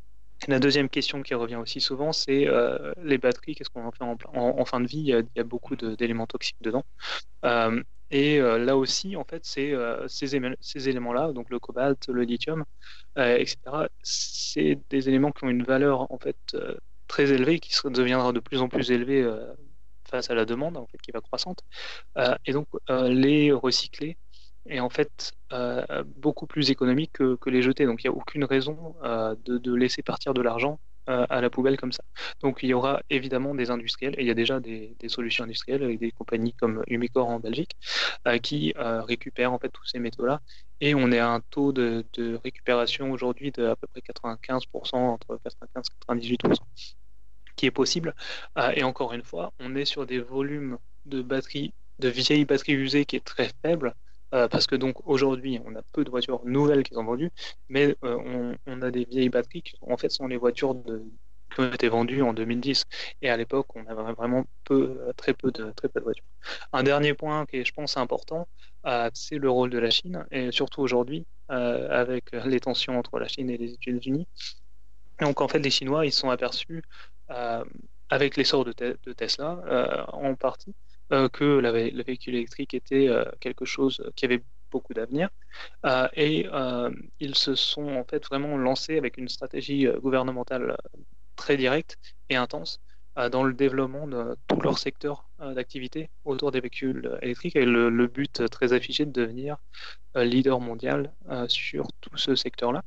La deuxième question qui revient aussi souvent, c'est euh, les batteries, qu'est-ce qu'on en fait en, en- en fin de vie? Il y a, il y a beaucoup de- d'éléments toxiques dedans. Euh, et euh, là aussi, en fait, c'est euh, ces, éme- ces éléments-là, donc le cobalt, le lithium, euh, et cetera, c'est des éléments qui ont une valeur en fait euh, très élevée, qui se- deviendra de plus en plus élevée euh, face à la demande, en fait, qui va croissante. Euh, et donc, euh, les recycler est en fait euh, beaucoup plus économique que, que les jeter. Donc, il n'y a aucune raison euh, de, de laisser partir de l'argent euh, à la poubelle comme ça. Donc, il y aura évidemment des industriels, et il y a déjà des, des solutions industrielles avec des compagnies comme Umicore en Belgique euh, qui euh, récupèrent en fait tous ces métaux-là. Et on est à un taux de, de récupération aujourd'hui de à peu près quatre-vingt-quinze pour cent, entre quatre-vingt-quinze et quatre-vingt-dix-huit pour cent, qui est possible. Euh, et encore une fois, on est sur des volumes de batteries, de vieilles batteries usées qui est très faible. Euh, parce que donc aujourd'hui, on a peu de voitures nouvelles qui sont vendues, mais euh, on, on a des vieilles batteries qui en fait sont les voitures de, qui ont été vendues en deux mille dix. Et à l'époque, on avait vraiment peu, très peu de très peu de voitures. Un dernier point qui est, je pense, important, euh, c'est le rôle de la Chine, et surtout aujourd'hui, euh, avec les tensions entre la Chine et les États-Unis. Donc en fait, les Chinois, ils se sont aperçus, euh, avec l'essor de, Te- de Tesla, euh, en partie, euh, que la vé- le véhicule électrique était euh, quelque chose qui avait beaucoup d'avenir. Euh, et euh, ils se sont en fait vraiment lancés avec une stratégie euh, gouvernementale euh, très directe et intense euh, dans le développement de tout leur secteur euh, d'activité autour des véhicules euh, électriques, et le, le but très affiché de devenir euh, leader mondial euh, sur tout ce secteur-là.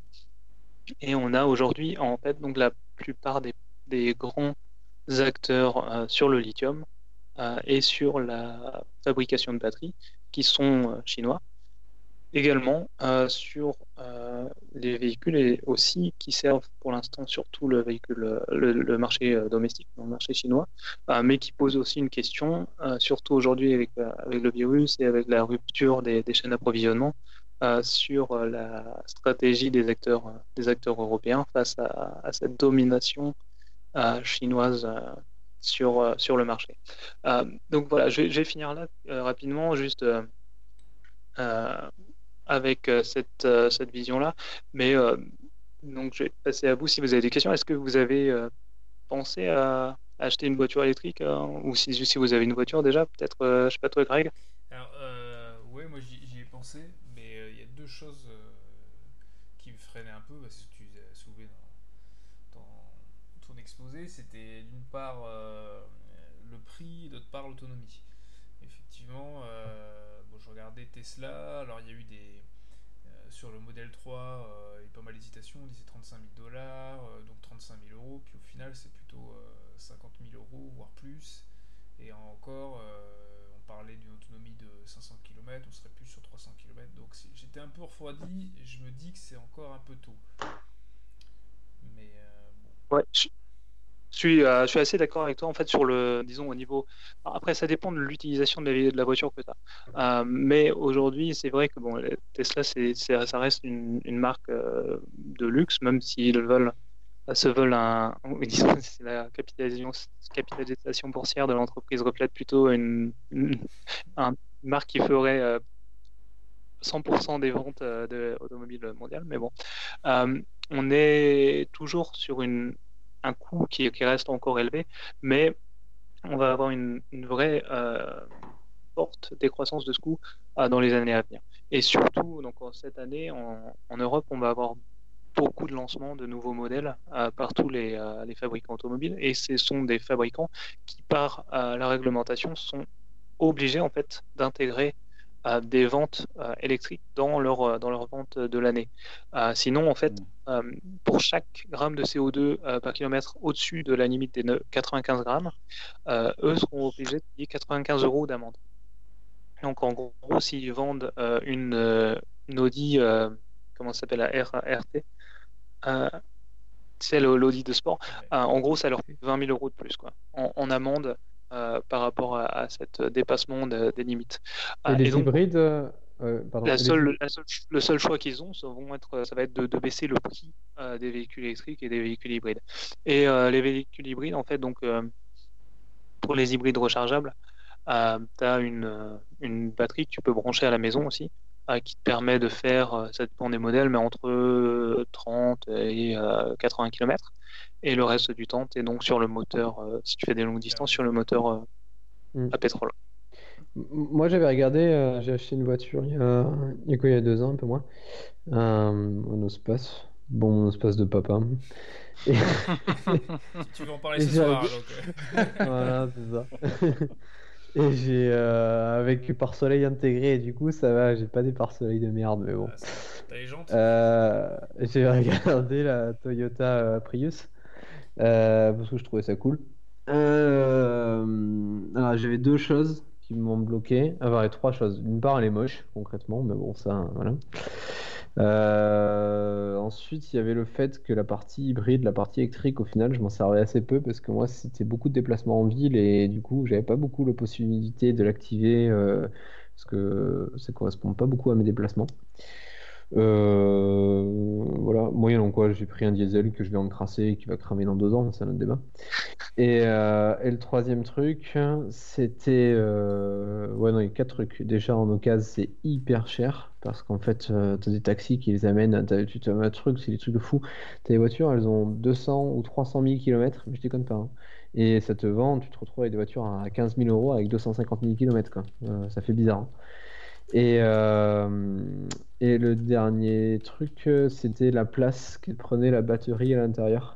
Et on a aujourd'hui, en fait, donc la plupart des, des grands acteurs euh, sur le lithium euh, et sur la fabrication de batteries qui sont euh, chinois. Également euh, sur euh, les véhicules et aussi qui servent pour l'instant surtout le véhicule, euh, le, le marché euh, domestique, le marché chinois, euh, mais qui pose aussi une question, euh, surtout aujourd'hui avec, euh, avec le virus et avec la rupture des, des chaînes d'approvisionnement, euh, sur euh, la stratégie des acteurs, euh, des acteurs européens face à, à cette domination euh, chinoise euh, sur, euh, sur le marché. Euh, donc voilà, je vais, je vais finir là euh, rapidement, juste euh, euh, avec euh, cette, euh, cette vision-là. Mais euh, donc, je vais passer à vous si vous avez des questions. Est-ce que vous avez euh, pensé à acheter une voiture électrique euh, ou si, si vous avez une voiture déjà, peut-être, euh, je sais pas toi, Greg. Alors, euh, ouais, moi j'y, j'y ai pensé, mais euh, il y a deux choses euh, qui me freinaient un peu, parce que tu as soulevé dans, dans ton exposé. C'était d'une part euh, le prix, d'autre part l'autonomie. Effectivement, euh, bon, je regardais Tesla, alors il y a eu des, euh, sur le modèle trois, euh, il y a eu pas mal d'hésitations, on disait trente-cinq mille dollars, euh, donc trente-cinq mille euros, puis au final c'est plutôt euh, cinquante mille euros, voire plus. Et encore, euh, on parlait d'une autonomie de cinq cents kilomètres, on serait plus sur trois cents kilomètres. Donc j'étais un peu refroidi, et je me dis que c'est encore un peu tôt. Mais euh, bon. Ouais, je, je suis, euh, je suis assez d'accord avec toi en fait sur le, disons au niveau. Après, ça dépend de l'utilisation de la, de la voiture que tu as. Euh, mais aujourd'hui, c'est vrai que bon, Tesla, c'est, c'est, ça reste une, une marque euh, de luxe, même s'ils veulent, se veulent un, disons, c'est la capitalisation, capitalisation boursière de l'entreprise reflète plutôt une, une, une marque qui ferait euh, cent pour cent des ventes euh, de automobiles mondiales. Mais bon, euh, on est toujours sur une un coût qui, qui reste encore élevé, mais on va avoir une, une vraie euh, forte décroissance de ce coût euh, dans les années à venir. Et surtout, donc cette année, en, en Europe, on va avoir beaucoup de lancements de nouveaux modèles euh, par tous les, euh, les fabricants automobiles, et ce sont des fabricants qui, par euh, la réglementation, sont obligés en fait d'intégrer euh, des ventes euh, électriques dans leur, euh, dans leur vente de l'année. Euh, sinon, en fait, euh, pour chaque gramme de C O deux euh, par kilomètre au-dessus de la limite des quatre-vingt-quinze grammes, euh, eux seront obligés de payer quatre-vingt-quinze euros d'amende. Donc, en gros, s'ils vendent euh, une, euh, une Audi, euh, comment ça s'appelle, la R T, euh, c'est l'Audi de sport, euh, en gros, ça leur fait vingt mille euros de plus quoi, en, en amende. Euh, par rapport à, à cet dépassement de, des limites. Et Euh, les et donc, hybrides, euh, pardon, la et les seule, hy- la seule, le seul choix qu'ils ont, ça, vont être, ça va être de, de baisser le prix euh, des véhicules électriques et des véhicules hybrides. Et euh, les véhicules hybrides, en fait, donc euh, pour les hybrides rechargeables, euh, tu as une, une batterie que tu peux brancher à la maison aussi, euh, qui te permet de faire, euh, ça dépend des modèles, mais entre trente et euh, quatre-vingts kilomètres. Et le reste du temps, tu es donc sur le moteur, euh, si tu fais des longues distances, sur le moteur euh, Mm. à pétrole. M- Moi, j'avais regardé, euh, j'ai acheté une voiture il y a, il y a quoi, il y a deux ans, un peu moins, un monospace, bon monospace de papa. Et, Tu veux en parler et ce j'ai soir, reg- donc. euh. Voilà, c'est ça. Et j'ai, euh, avec pare-soleil intégré, et du coup, ça va, j'ai pas des pare-soleil de merde, mais bon. Ah, ça va. T'as les jantes Euh, j'ai regardé la Toyota euh, Prius, euh, parce que je trouvais ça cool. Euh, alors, j'avais deux choses qui m'ont bloqué. Enfin, trois choses. D'une part, elle est moche, concrètement, mais bon, ça, voilà. Euh, ensuite, il y avait le fait que la partie hybride, la partie électrique, au final, je m'en servais assez peu parce que moi, c'était beaucoup de déplacements en ville et du coup, j'avais pas beaucoup la possibilité de l'activer euh, parce que ça correspond pas beaucoup à mes déplacements. Euh, voilà, moyennant quoi, j'ai pris un diesel que je vais encrasser et qui va cramer dans deux ans, c'est un autre débat. Et, euh, et le troisième truc, c'était. Euh... Ouais, non, il y a quatre trucs. Déjà, en occasion, c'est hyper cher parce qu'en fait, euh, t'as des taxis qui les amènent. T'as, tu as un truc, c'est des trucs de fou. T'as des voitures, elles ont deux cents ou trois cent mille kilomètres, mais je déconne pas. Hein. Et ça te vend, tu te retrouves avec des voitures à quinze mille euros avec deux cent cinquante mille kilomètres, quoi. Euh, ça fait bizarre. Hein. Et, euh, et le dernier truc, euh, c'était la place que prenait la batterie à l'intérieur.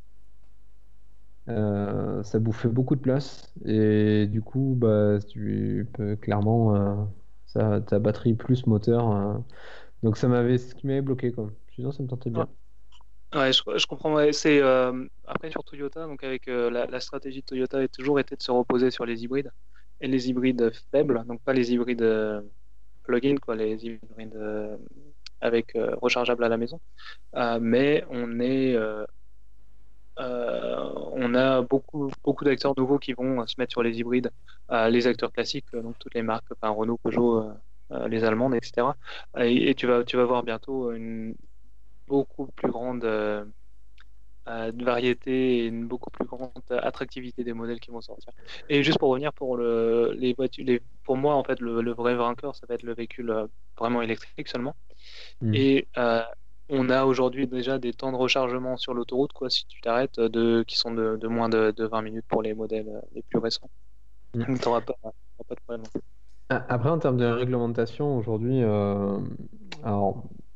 Euh, ça bouffait beaucoup de place et du coup, bah, tu peux clairement euh, ça, ta batterie plus moteur. euh, donc ça m'avait, ce qui m'avait bloqué quoi. Sinon, ça me tentait bien. Ouais, je, je comprends. Ouais. C'est euh, après sur Toyota, donc avec euh, la, la stratégie de Toyota a toujours été de se reposer sur les hybrides et les hybrides faibles, donc pas les hybrides euh, plug-in, quoi, les hybrides euh, avec euh, rechargeable à la maison. Euh, mais on est, euh, euh, on a beaucoup, beaucoup d'acteurs nouveaux qui vont euh, se mettre sur les hybrides, euh, les acteurs classiques, euh, donc toutes les marques, enfin, Renault, Peugeot, euh, euh, les Allemandes, et cetera. Et, et tu vas, tu vas voir bientôt une beaucoup plus grande euh, euh, variété et une beaucoup plus grande attractivité des modèles qui vont sortir. Et juste pour revenir pour le, les voitures, les, pour moi en fait le, le vrai vainqueur, ça va être le véhicule euh, vraiment électrique seulement. Mm. Et euh, on a aujourd'hui déjà des temps de rechargement sur l'autoroute, quoi, si tu t'arrêtes, de, qui sont de, de moins de, de vingt minutes pour les modèles euh, les plus récents. Mm. Donc tu n'auras pas, t'auras pas de problème. A- Après, en termes de réglementation, aujourd'hui, euh, alors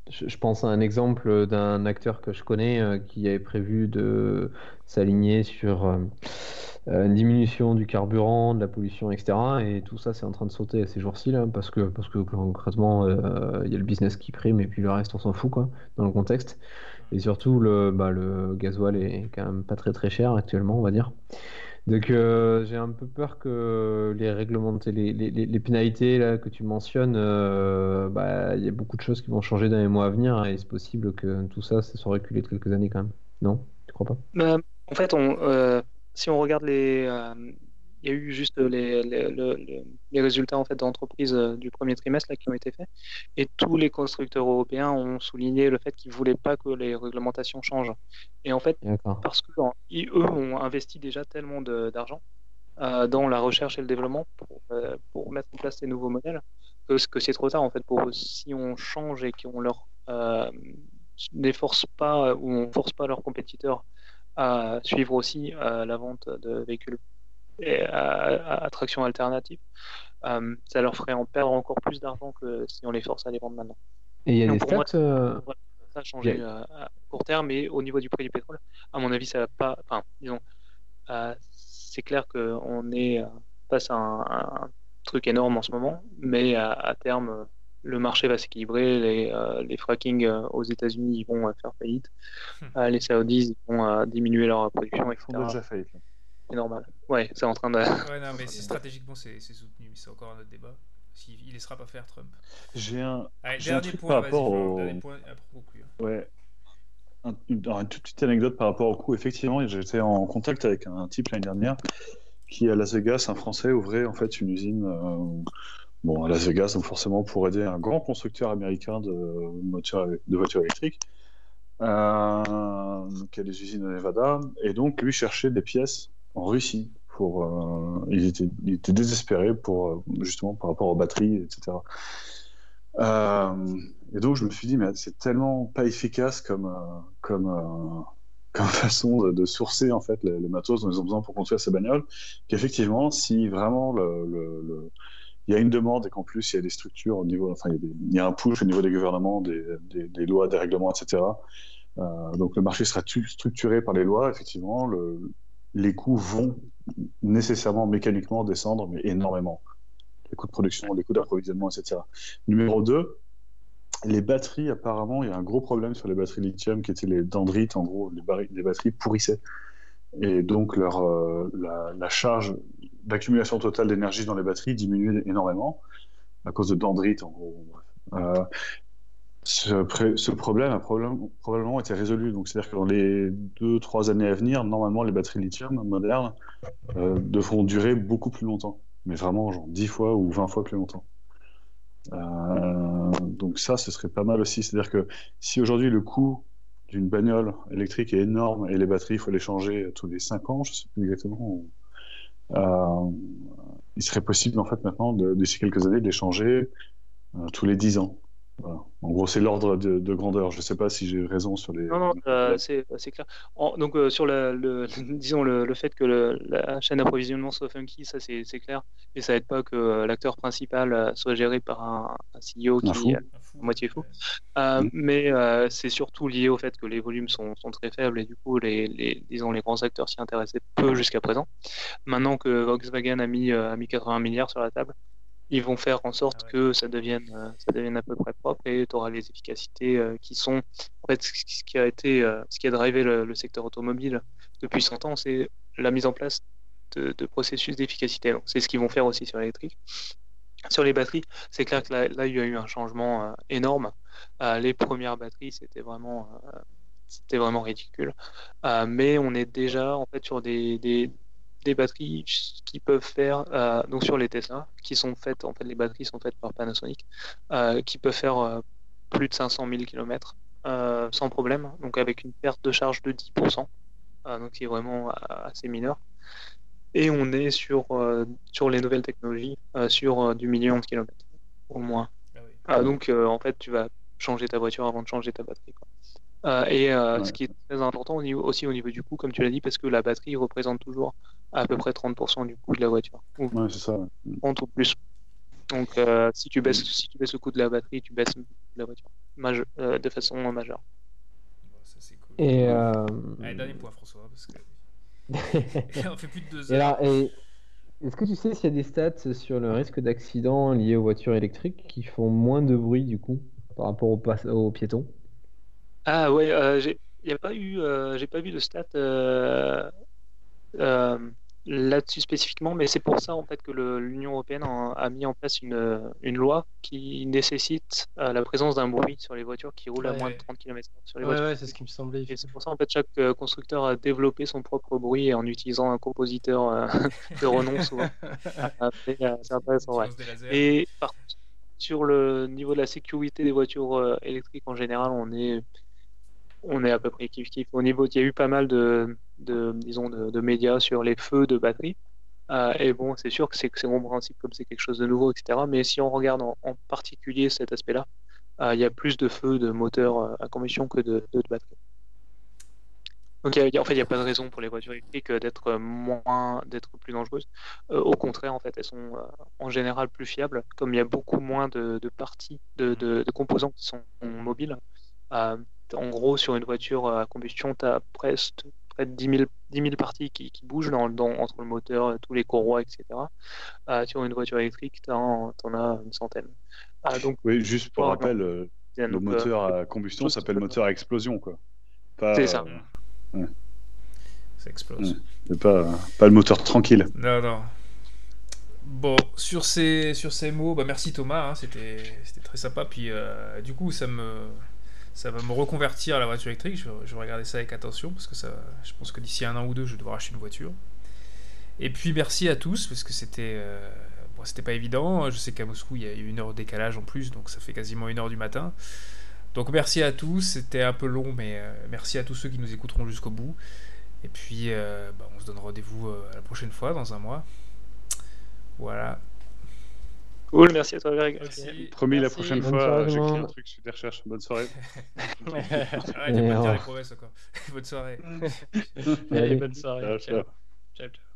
Je, je pense à un exemple d'un acteur que je connais euh, qui avait prévu de s'aligner sur euh, euh, une diminution du carburant, de la pollution, et cetera. Et tout ça, c'est en train de sauter ces jours-ci là, parce que parce que concrètement, euh, il y a le business qui prime et puis le reste, on s'en fout quoi, dans le contexte. Et surtout, le, bah, le gasoil est quand même pas très très cher actuellement, on va dire. Donc euh, j'ai un peu peur que les réglementer, les, les, les- les pénalités là, que tu mentionnes, euh, bah, il y a beaucoup de choses qui vont changer dans les mois à venir et c'est possible que tout ça, ça soit reculé de quelques années quand même. Non? Tu crois pas? Euh, en fait, on, euh, si on regarde les, euh, il y a eu juste les, les, le- le- les résultats en fait d'entreprise euh, du premier trimestre là, qui ont été faits, et tous les constructeurs européens ont souligné le fait qu'ils voulaient pas que les réglementations changent. Et en fait, D'accord. parce que en- ils- eux ont investi déjà tellement de- d'argent euh, dans la recherche et le développement pour, euh, pour mettre en place ces nouveaux modèles que, que c'est trop tard en fait pour eux. Si on change et qu'on leur euh, ne force pas ou on force pas leurs compétiteurs à suivre aussi euh, la vente de véhicules et à, à, à traction alternative, euh, ça leur ferait en perdre encore plus d'argent que si on les force à les vendre maintenant. Et il y a Donc des pour moi, stats. euh, ça a il y changé a- euh, à court terme, mais au niveau du prix du pétrole, à mon avis, ça va pas. Enfin, disons, euh, c'est clair qu'on est euh, face à un, un truc énorme en ce moment, mais à, à terme, le marché va s'équilibrer. Les, euh, les fracking euh, aux États-Unis ils vont euh, faire faillite. Euh, les Saoudis ils vont euh, diminuer leur production, Ils font et cetera. déjà faillite. Là. C'est normal. Ouais, c'est en train de. Ouais, non, mais c'est stratégiquement, c'est c'est soutenu, mais c'est encore un autre débat. S'il il laissera pas faire Trump. J'ai un, Allez, j'ai un dernier truc point, par vas-y, rapport Florent, au. dernier point euh, pour conclure. Ouais, un- une, une toute petite anecdote par rapport au coût. Effectivement, j'étais en contact avec un type l'année dernière qui, à Las Vegas, un Français, ouvrait en fait une usine. euh, Bon, à Las Vegas, donc forcément pour aider un grand constructeur américain de, moteurs, de voitures électriques, euh, qui a des usines au Nevada, et donc lui cherchait des pièces en Russie. Pour, euh, il, était, il était désespéré pour, euh, justement par rapport aux batteries, et cetera. Euh, et donc je me suis dit, mais c'est tellement pas efficace comme, euh, comme, euh, comme façon de, de sourcer en fait les, les matos dont ils ont besoin pour construire ces bagnoles, qu'effectivement, si vraiment le, le, le il y a une demande et qu'en plus il y a des structures au niveau, enfin il y a, des, il y a un push au niveau des gouvernements, des, des, des lois, des règlements, et cetera. Euh, donc le marché sera structuré par les lois, effectivement, le, les coûts vont nécessairement mécaniquement descendre, mais énormément. Les coûts de production, les coûts d'approvisionnement, et cetera. Numéro deux, les batteries, apparemment, il y a un gros problème sur les batteries lithium qui étaient les dendrites, en gros, les, barri- les batteries pourrissaient. Et donc leur, euh, la, la charge d'accumulation totale d'énergie dans les batteries diminuait énormément à cause de dendrites, en gros. Euh, ce, pré- ce problème a problème- probablement été résolu. Donc, c'est-à-dire que dans les deux, trois années à venir, normalement, les batteries lithium modernes euh, devront durer beaucoup plus longtemps. Mais vraiment, genre dix fois ou vingt fois plus longtemps. Euh, donc ça, ce serait pas mal aussi. C'est-à-dire que si aujourd'hui le coût d'une bagnole électrique est énorme et les batteries, il faut les changer tous les cinq ans, je sais plus exactement. Euh, il serait possible en fait maintenant, de- d'ici quelques années, de les changer euh, tous les dix ans. Voilà. En gros, c'est l'ordre de, de grandeur. Je ne sais pas si j'ai raison sur les. Non, non, euh, c'est c'est clair. En- donc euh, sur le, le- disons le, le fait que le- la chaîne d'approvisionnement soit funky, ça c'est c'est clair, mais ça aide pas que euh, l'acteur principal euh, soit géré par un, un C E O Un qui fou. est Un fou, à moitié fou. ouais. Euh, Mm. mais euh, c'est surtout lié au fait que les volumes sont, sont très faibles et du coup les, les disons les grands acteurs s'y intéressaient peu jusqu'à présent. Maintenant que Volkswagen a mis euh, a mis quatre-vingts milliards sur la table, ils vont faire en sorte Ah ouais. que ça devienne, euh, ça devienne à peu près propre et tu auras les efficacités euh, qui sont. En fait, ce ce qui a été, euh, ce qui a drivé le, le secteur automobile depuis cent ans, c'est la mise en place de, de processus d'efficacité. Donc, c'est ce qu'ils vont faire aussi sur l'électrique. Sur les batteries, c'est clair que là, là, il y a eu un changement euh, énorme. Euh, les premières batteries, c'était vraiment, euh, c'était vraiment ridicule. Euh, mais on est déjà en fait sur des, des, des batteries qui peuvent faire, euh, donc sur les Tesla, qui sont faites, en fait, les batteries sont faites par Panasonic, euh, qui peuvent faire euh, plus de cinq cent mille kilomètres euh, sans problème, donc avec une perte de charge de dix pour cent, euh, donc qui est vraiment euh, assez mineur. Et on est sur, euh, sur les nouvelles technologies, euh, sur euh, du million de kilomètres, au moins. Ah oui. Ah, donc, euh, en fait, tu vas changer ta voiture avant de changer ta batterie, quoi. Euh, et euh, Ouais. ce qui est très important au niveau, aussi au niveau du coût, comme tu l'as dit, parce que la batterie représente toujours à peu près trente pour cent du coût de la voiture, ou Ouais, c'est ça. Ouais. trente ou plus. Donc, euh, si tu baisses, si tu baisses le coût de la batterie, tu baisses le coût de la voiture. maje- euh, de façon majeure. Bon, ça, c'est cool. Et, euh, Allez, dernier point, François, parce que on fait plus de deux et heures. alors, et est-ce que tu sais s'il y a des stats sur le risque d'accident lié aux voitures électriques qui font moins de bruit du coup par rapport aux, pas- aux piétons? Ah ouais, euh, j'ai y a pas eu, euh, j'ai pas vu de stats euh, euh, là-dessus spécifiquement, mais c'est pour ça en fait que le- l'Union européenne a, a mis en place une, une loi qui nécessite euh, la présence d'un bruit sur les voitures qui roulent à Ouais. moins de trente kilomètres heure sur les Ouais, voitures. ouais, c'est ce qui me semblait. Et c'est pour ça en fait chaque euh, constructeur a développé son propre bruit en utilisant un compositeur euh, de renom souvent. Ah, mais, euh, c'est intéressant, Tu ouais. lances des lasers. Et par contre, sur le niveau de la sécurité des voitures euh, électriques en général, on est, on est à peu près kiff-kiff. Au niveau, il y a eu pas mal de, de, disons, de, de médias sur les feux de batterie. Euh, et bon, c'est sûr que c'est que c'est bon principe comme c'est quelque chose de nouveau, et cetera. Mais si on regarde en, en particulier cet aspect-là, euh, il y a plus de feux de moteurs euh, à combustion que de, de, de batterie. Donc, il y a- il y a- en fait, il n'y a pas de raison pour les voitures électriques euh, d'être euh, moins, d'être plus dangereuses. Euh, au contraire, en fait, elles sont euh, en général plus fiables, comme il y a beaucoup moins de, de parties, de, de- de composants qui sont mobiles. Euh, en gros, sur une voiture à combustion, tu as presque près de dix mille, dix mille parties qui, qui bougent dans, dans- entre le moteur, euh, tous les courroies, et cetera. Euh, sur une voiture électrique, tu en, en as une centaine. Ah, donc, Oui, juste pour Ouais, rappel, euh, le donc, euh, moteur à combustion chose- s'appelle moteur à explosion, quoi. Pas, C'est ça. euh, Ça explose. Mm. c'est pas, pas le moteur tranquille. Non, non. Bon, sur ces, sur ces mots, bah merci Thomas, hein, c'était, c'était très sympa. Puis euh, du coup, ça me, ça va me reconvertir à la voiture électrique. Je, vais- je vais regarder ça avec attention parce que ça, je pense que d'ici un an ou deux, je vais devoir acheter une voiture. Et puis merci à tous parce que c'était, euh, bon, c'était pas évident. Je sais qu'à Moscou, il y a eu une heure de décalage en plus, donc ça fait quasiment une heure du matin. Donc merci à tous. C'était un peu long, mais euh, merci à tous ceux qui nous écouteront jusqu'au bout. Et puis, euh, bah, on se donne rendez-vous euh, la prochaine fois, dans un mois. Voilà. Cool, merci à toi, Greg. Merci. Promis, la Merci. prochaine Bonne fois, soirée, euh, j'écris tout le un monde. truc sur des recherches. Bonne soirée. Arrête de pas te dire les promesses encore. Bonne soirée. Allez, bonne soirée. Ciao, Ciao. ciao. Ciao, ciao.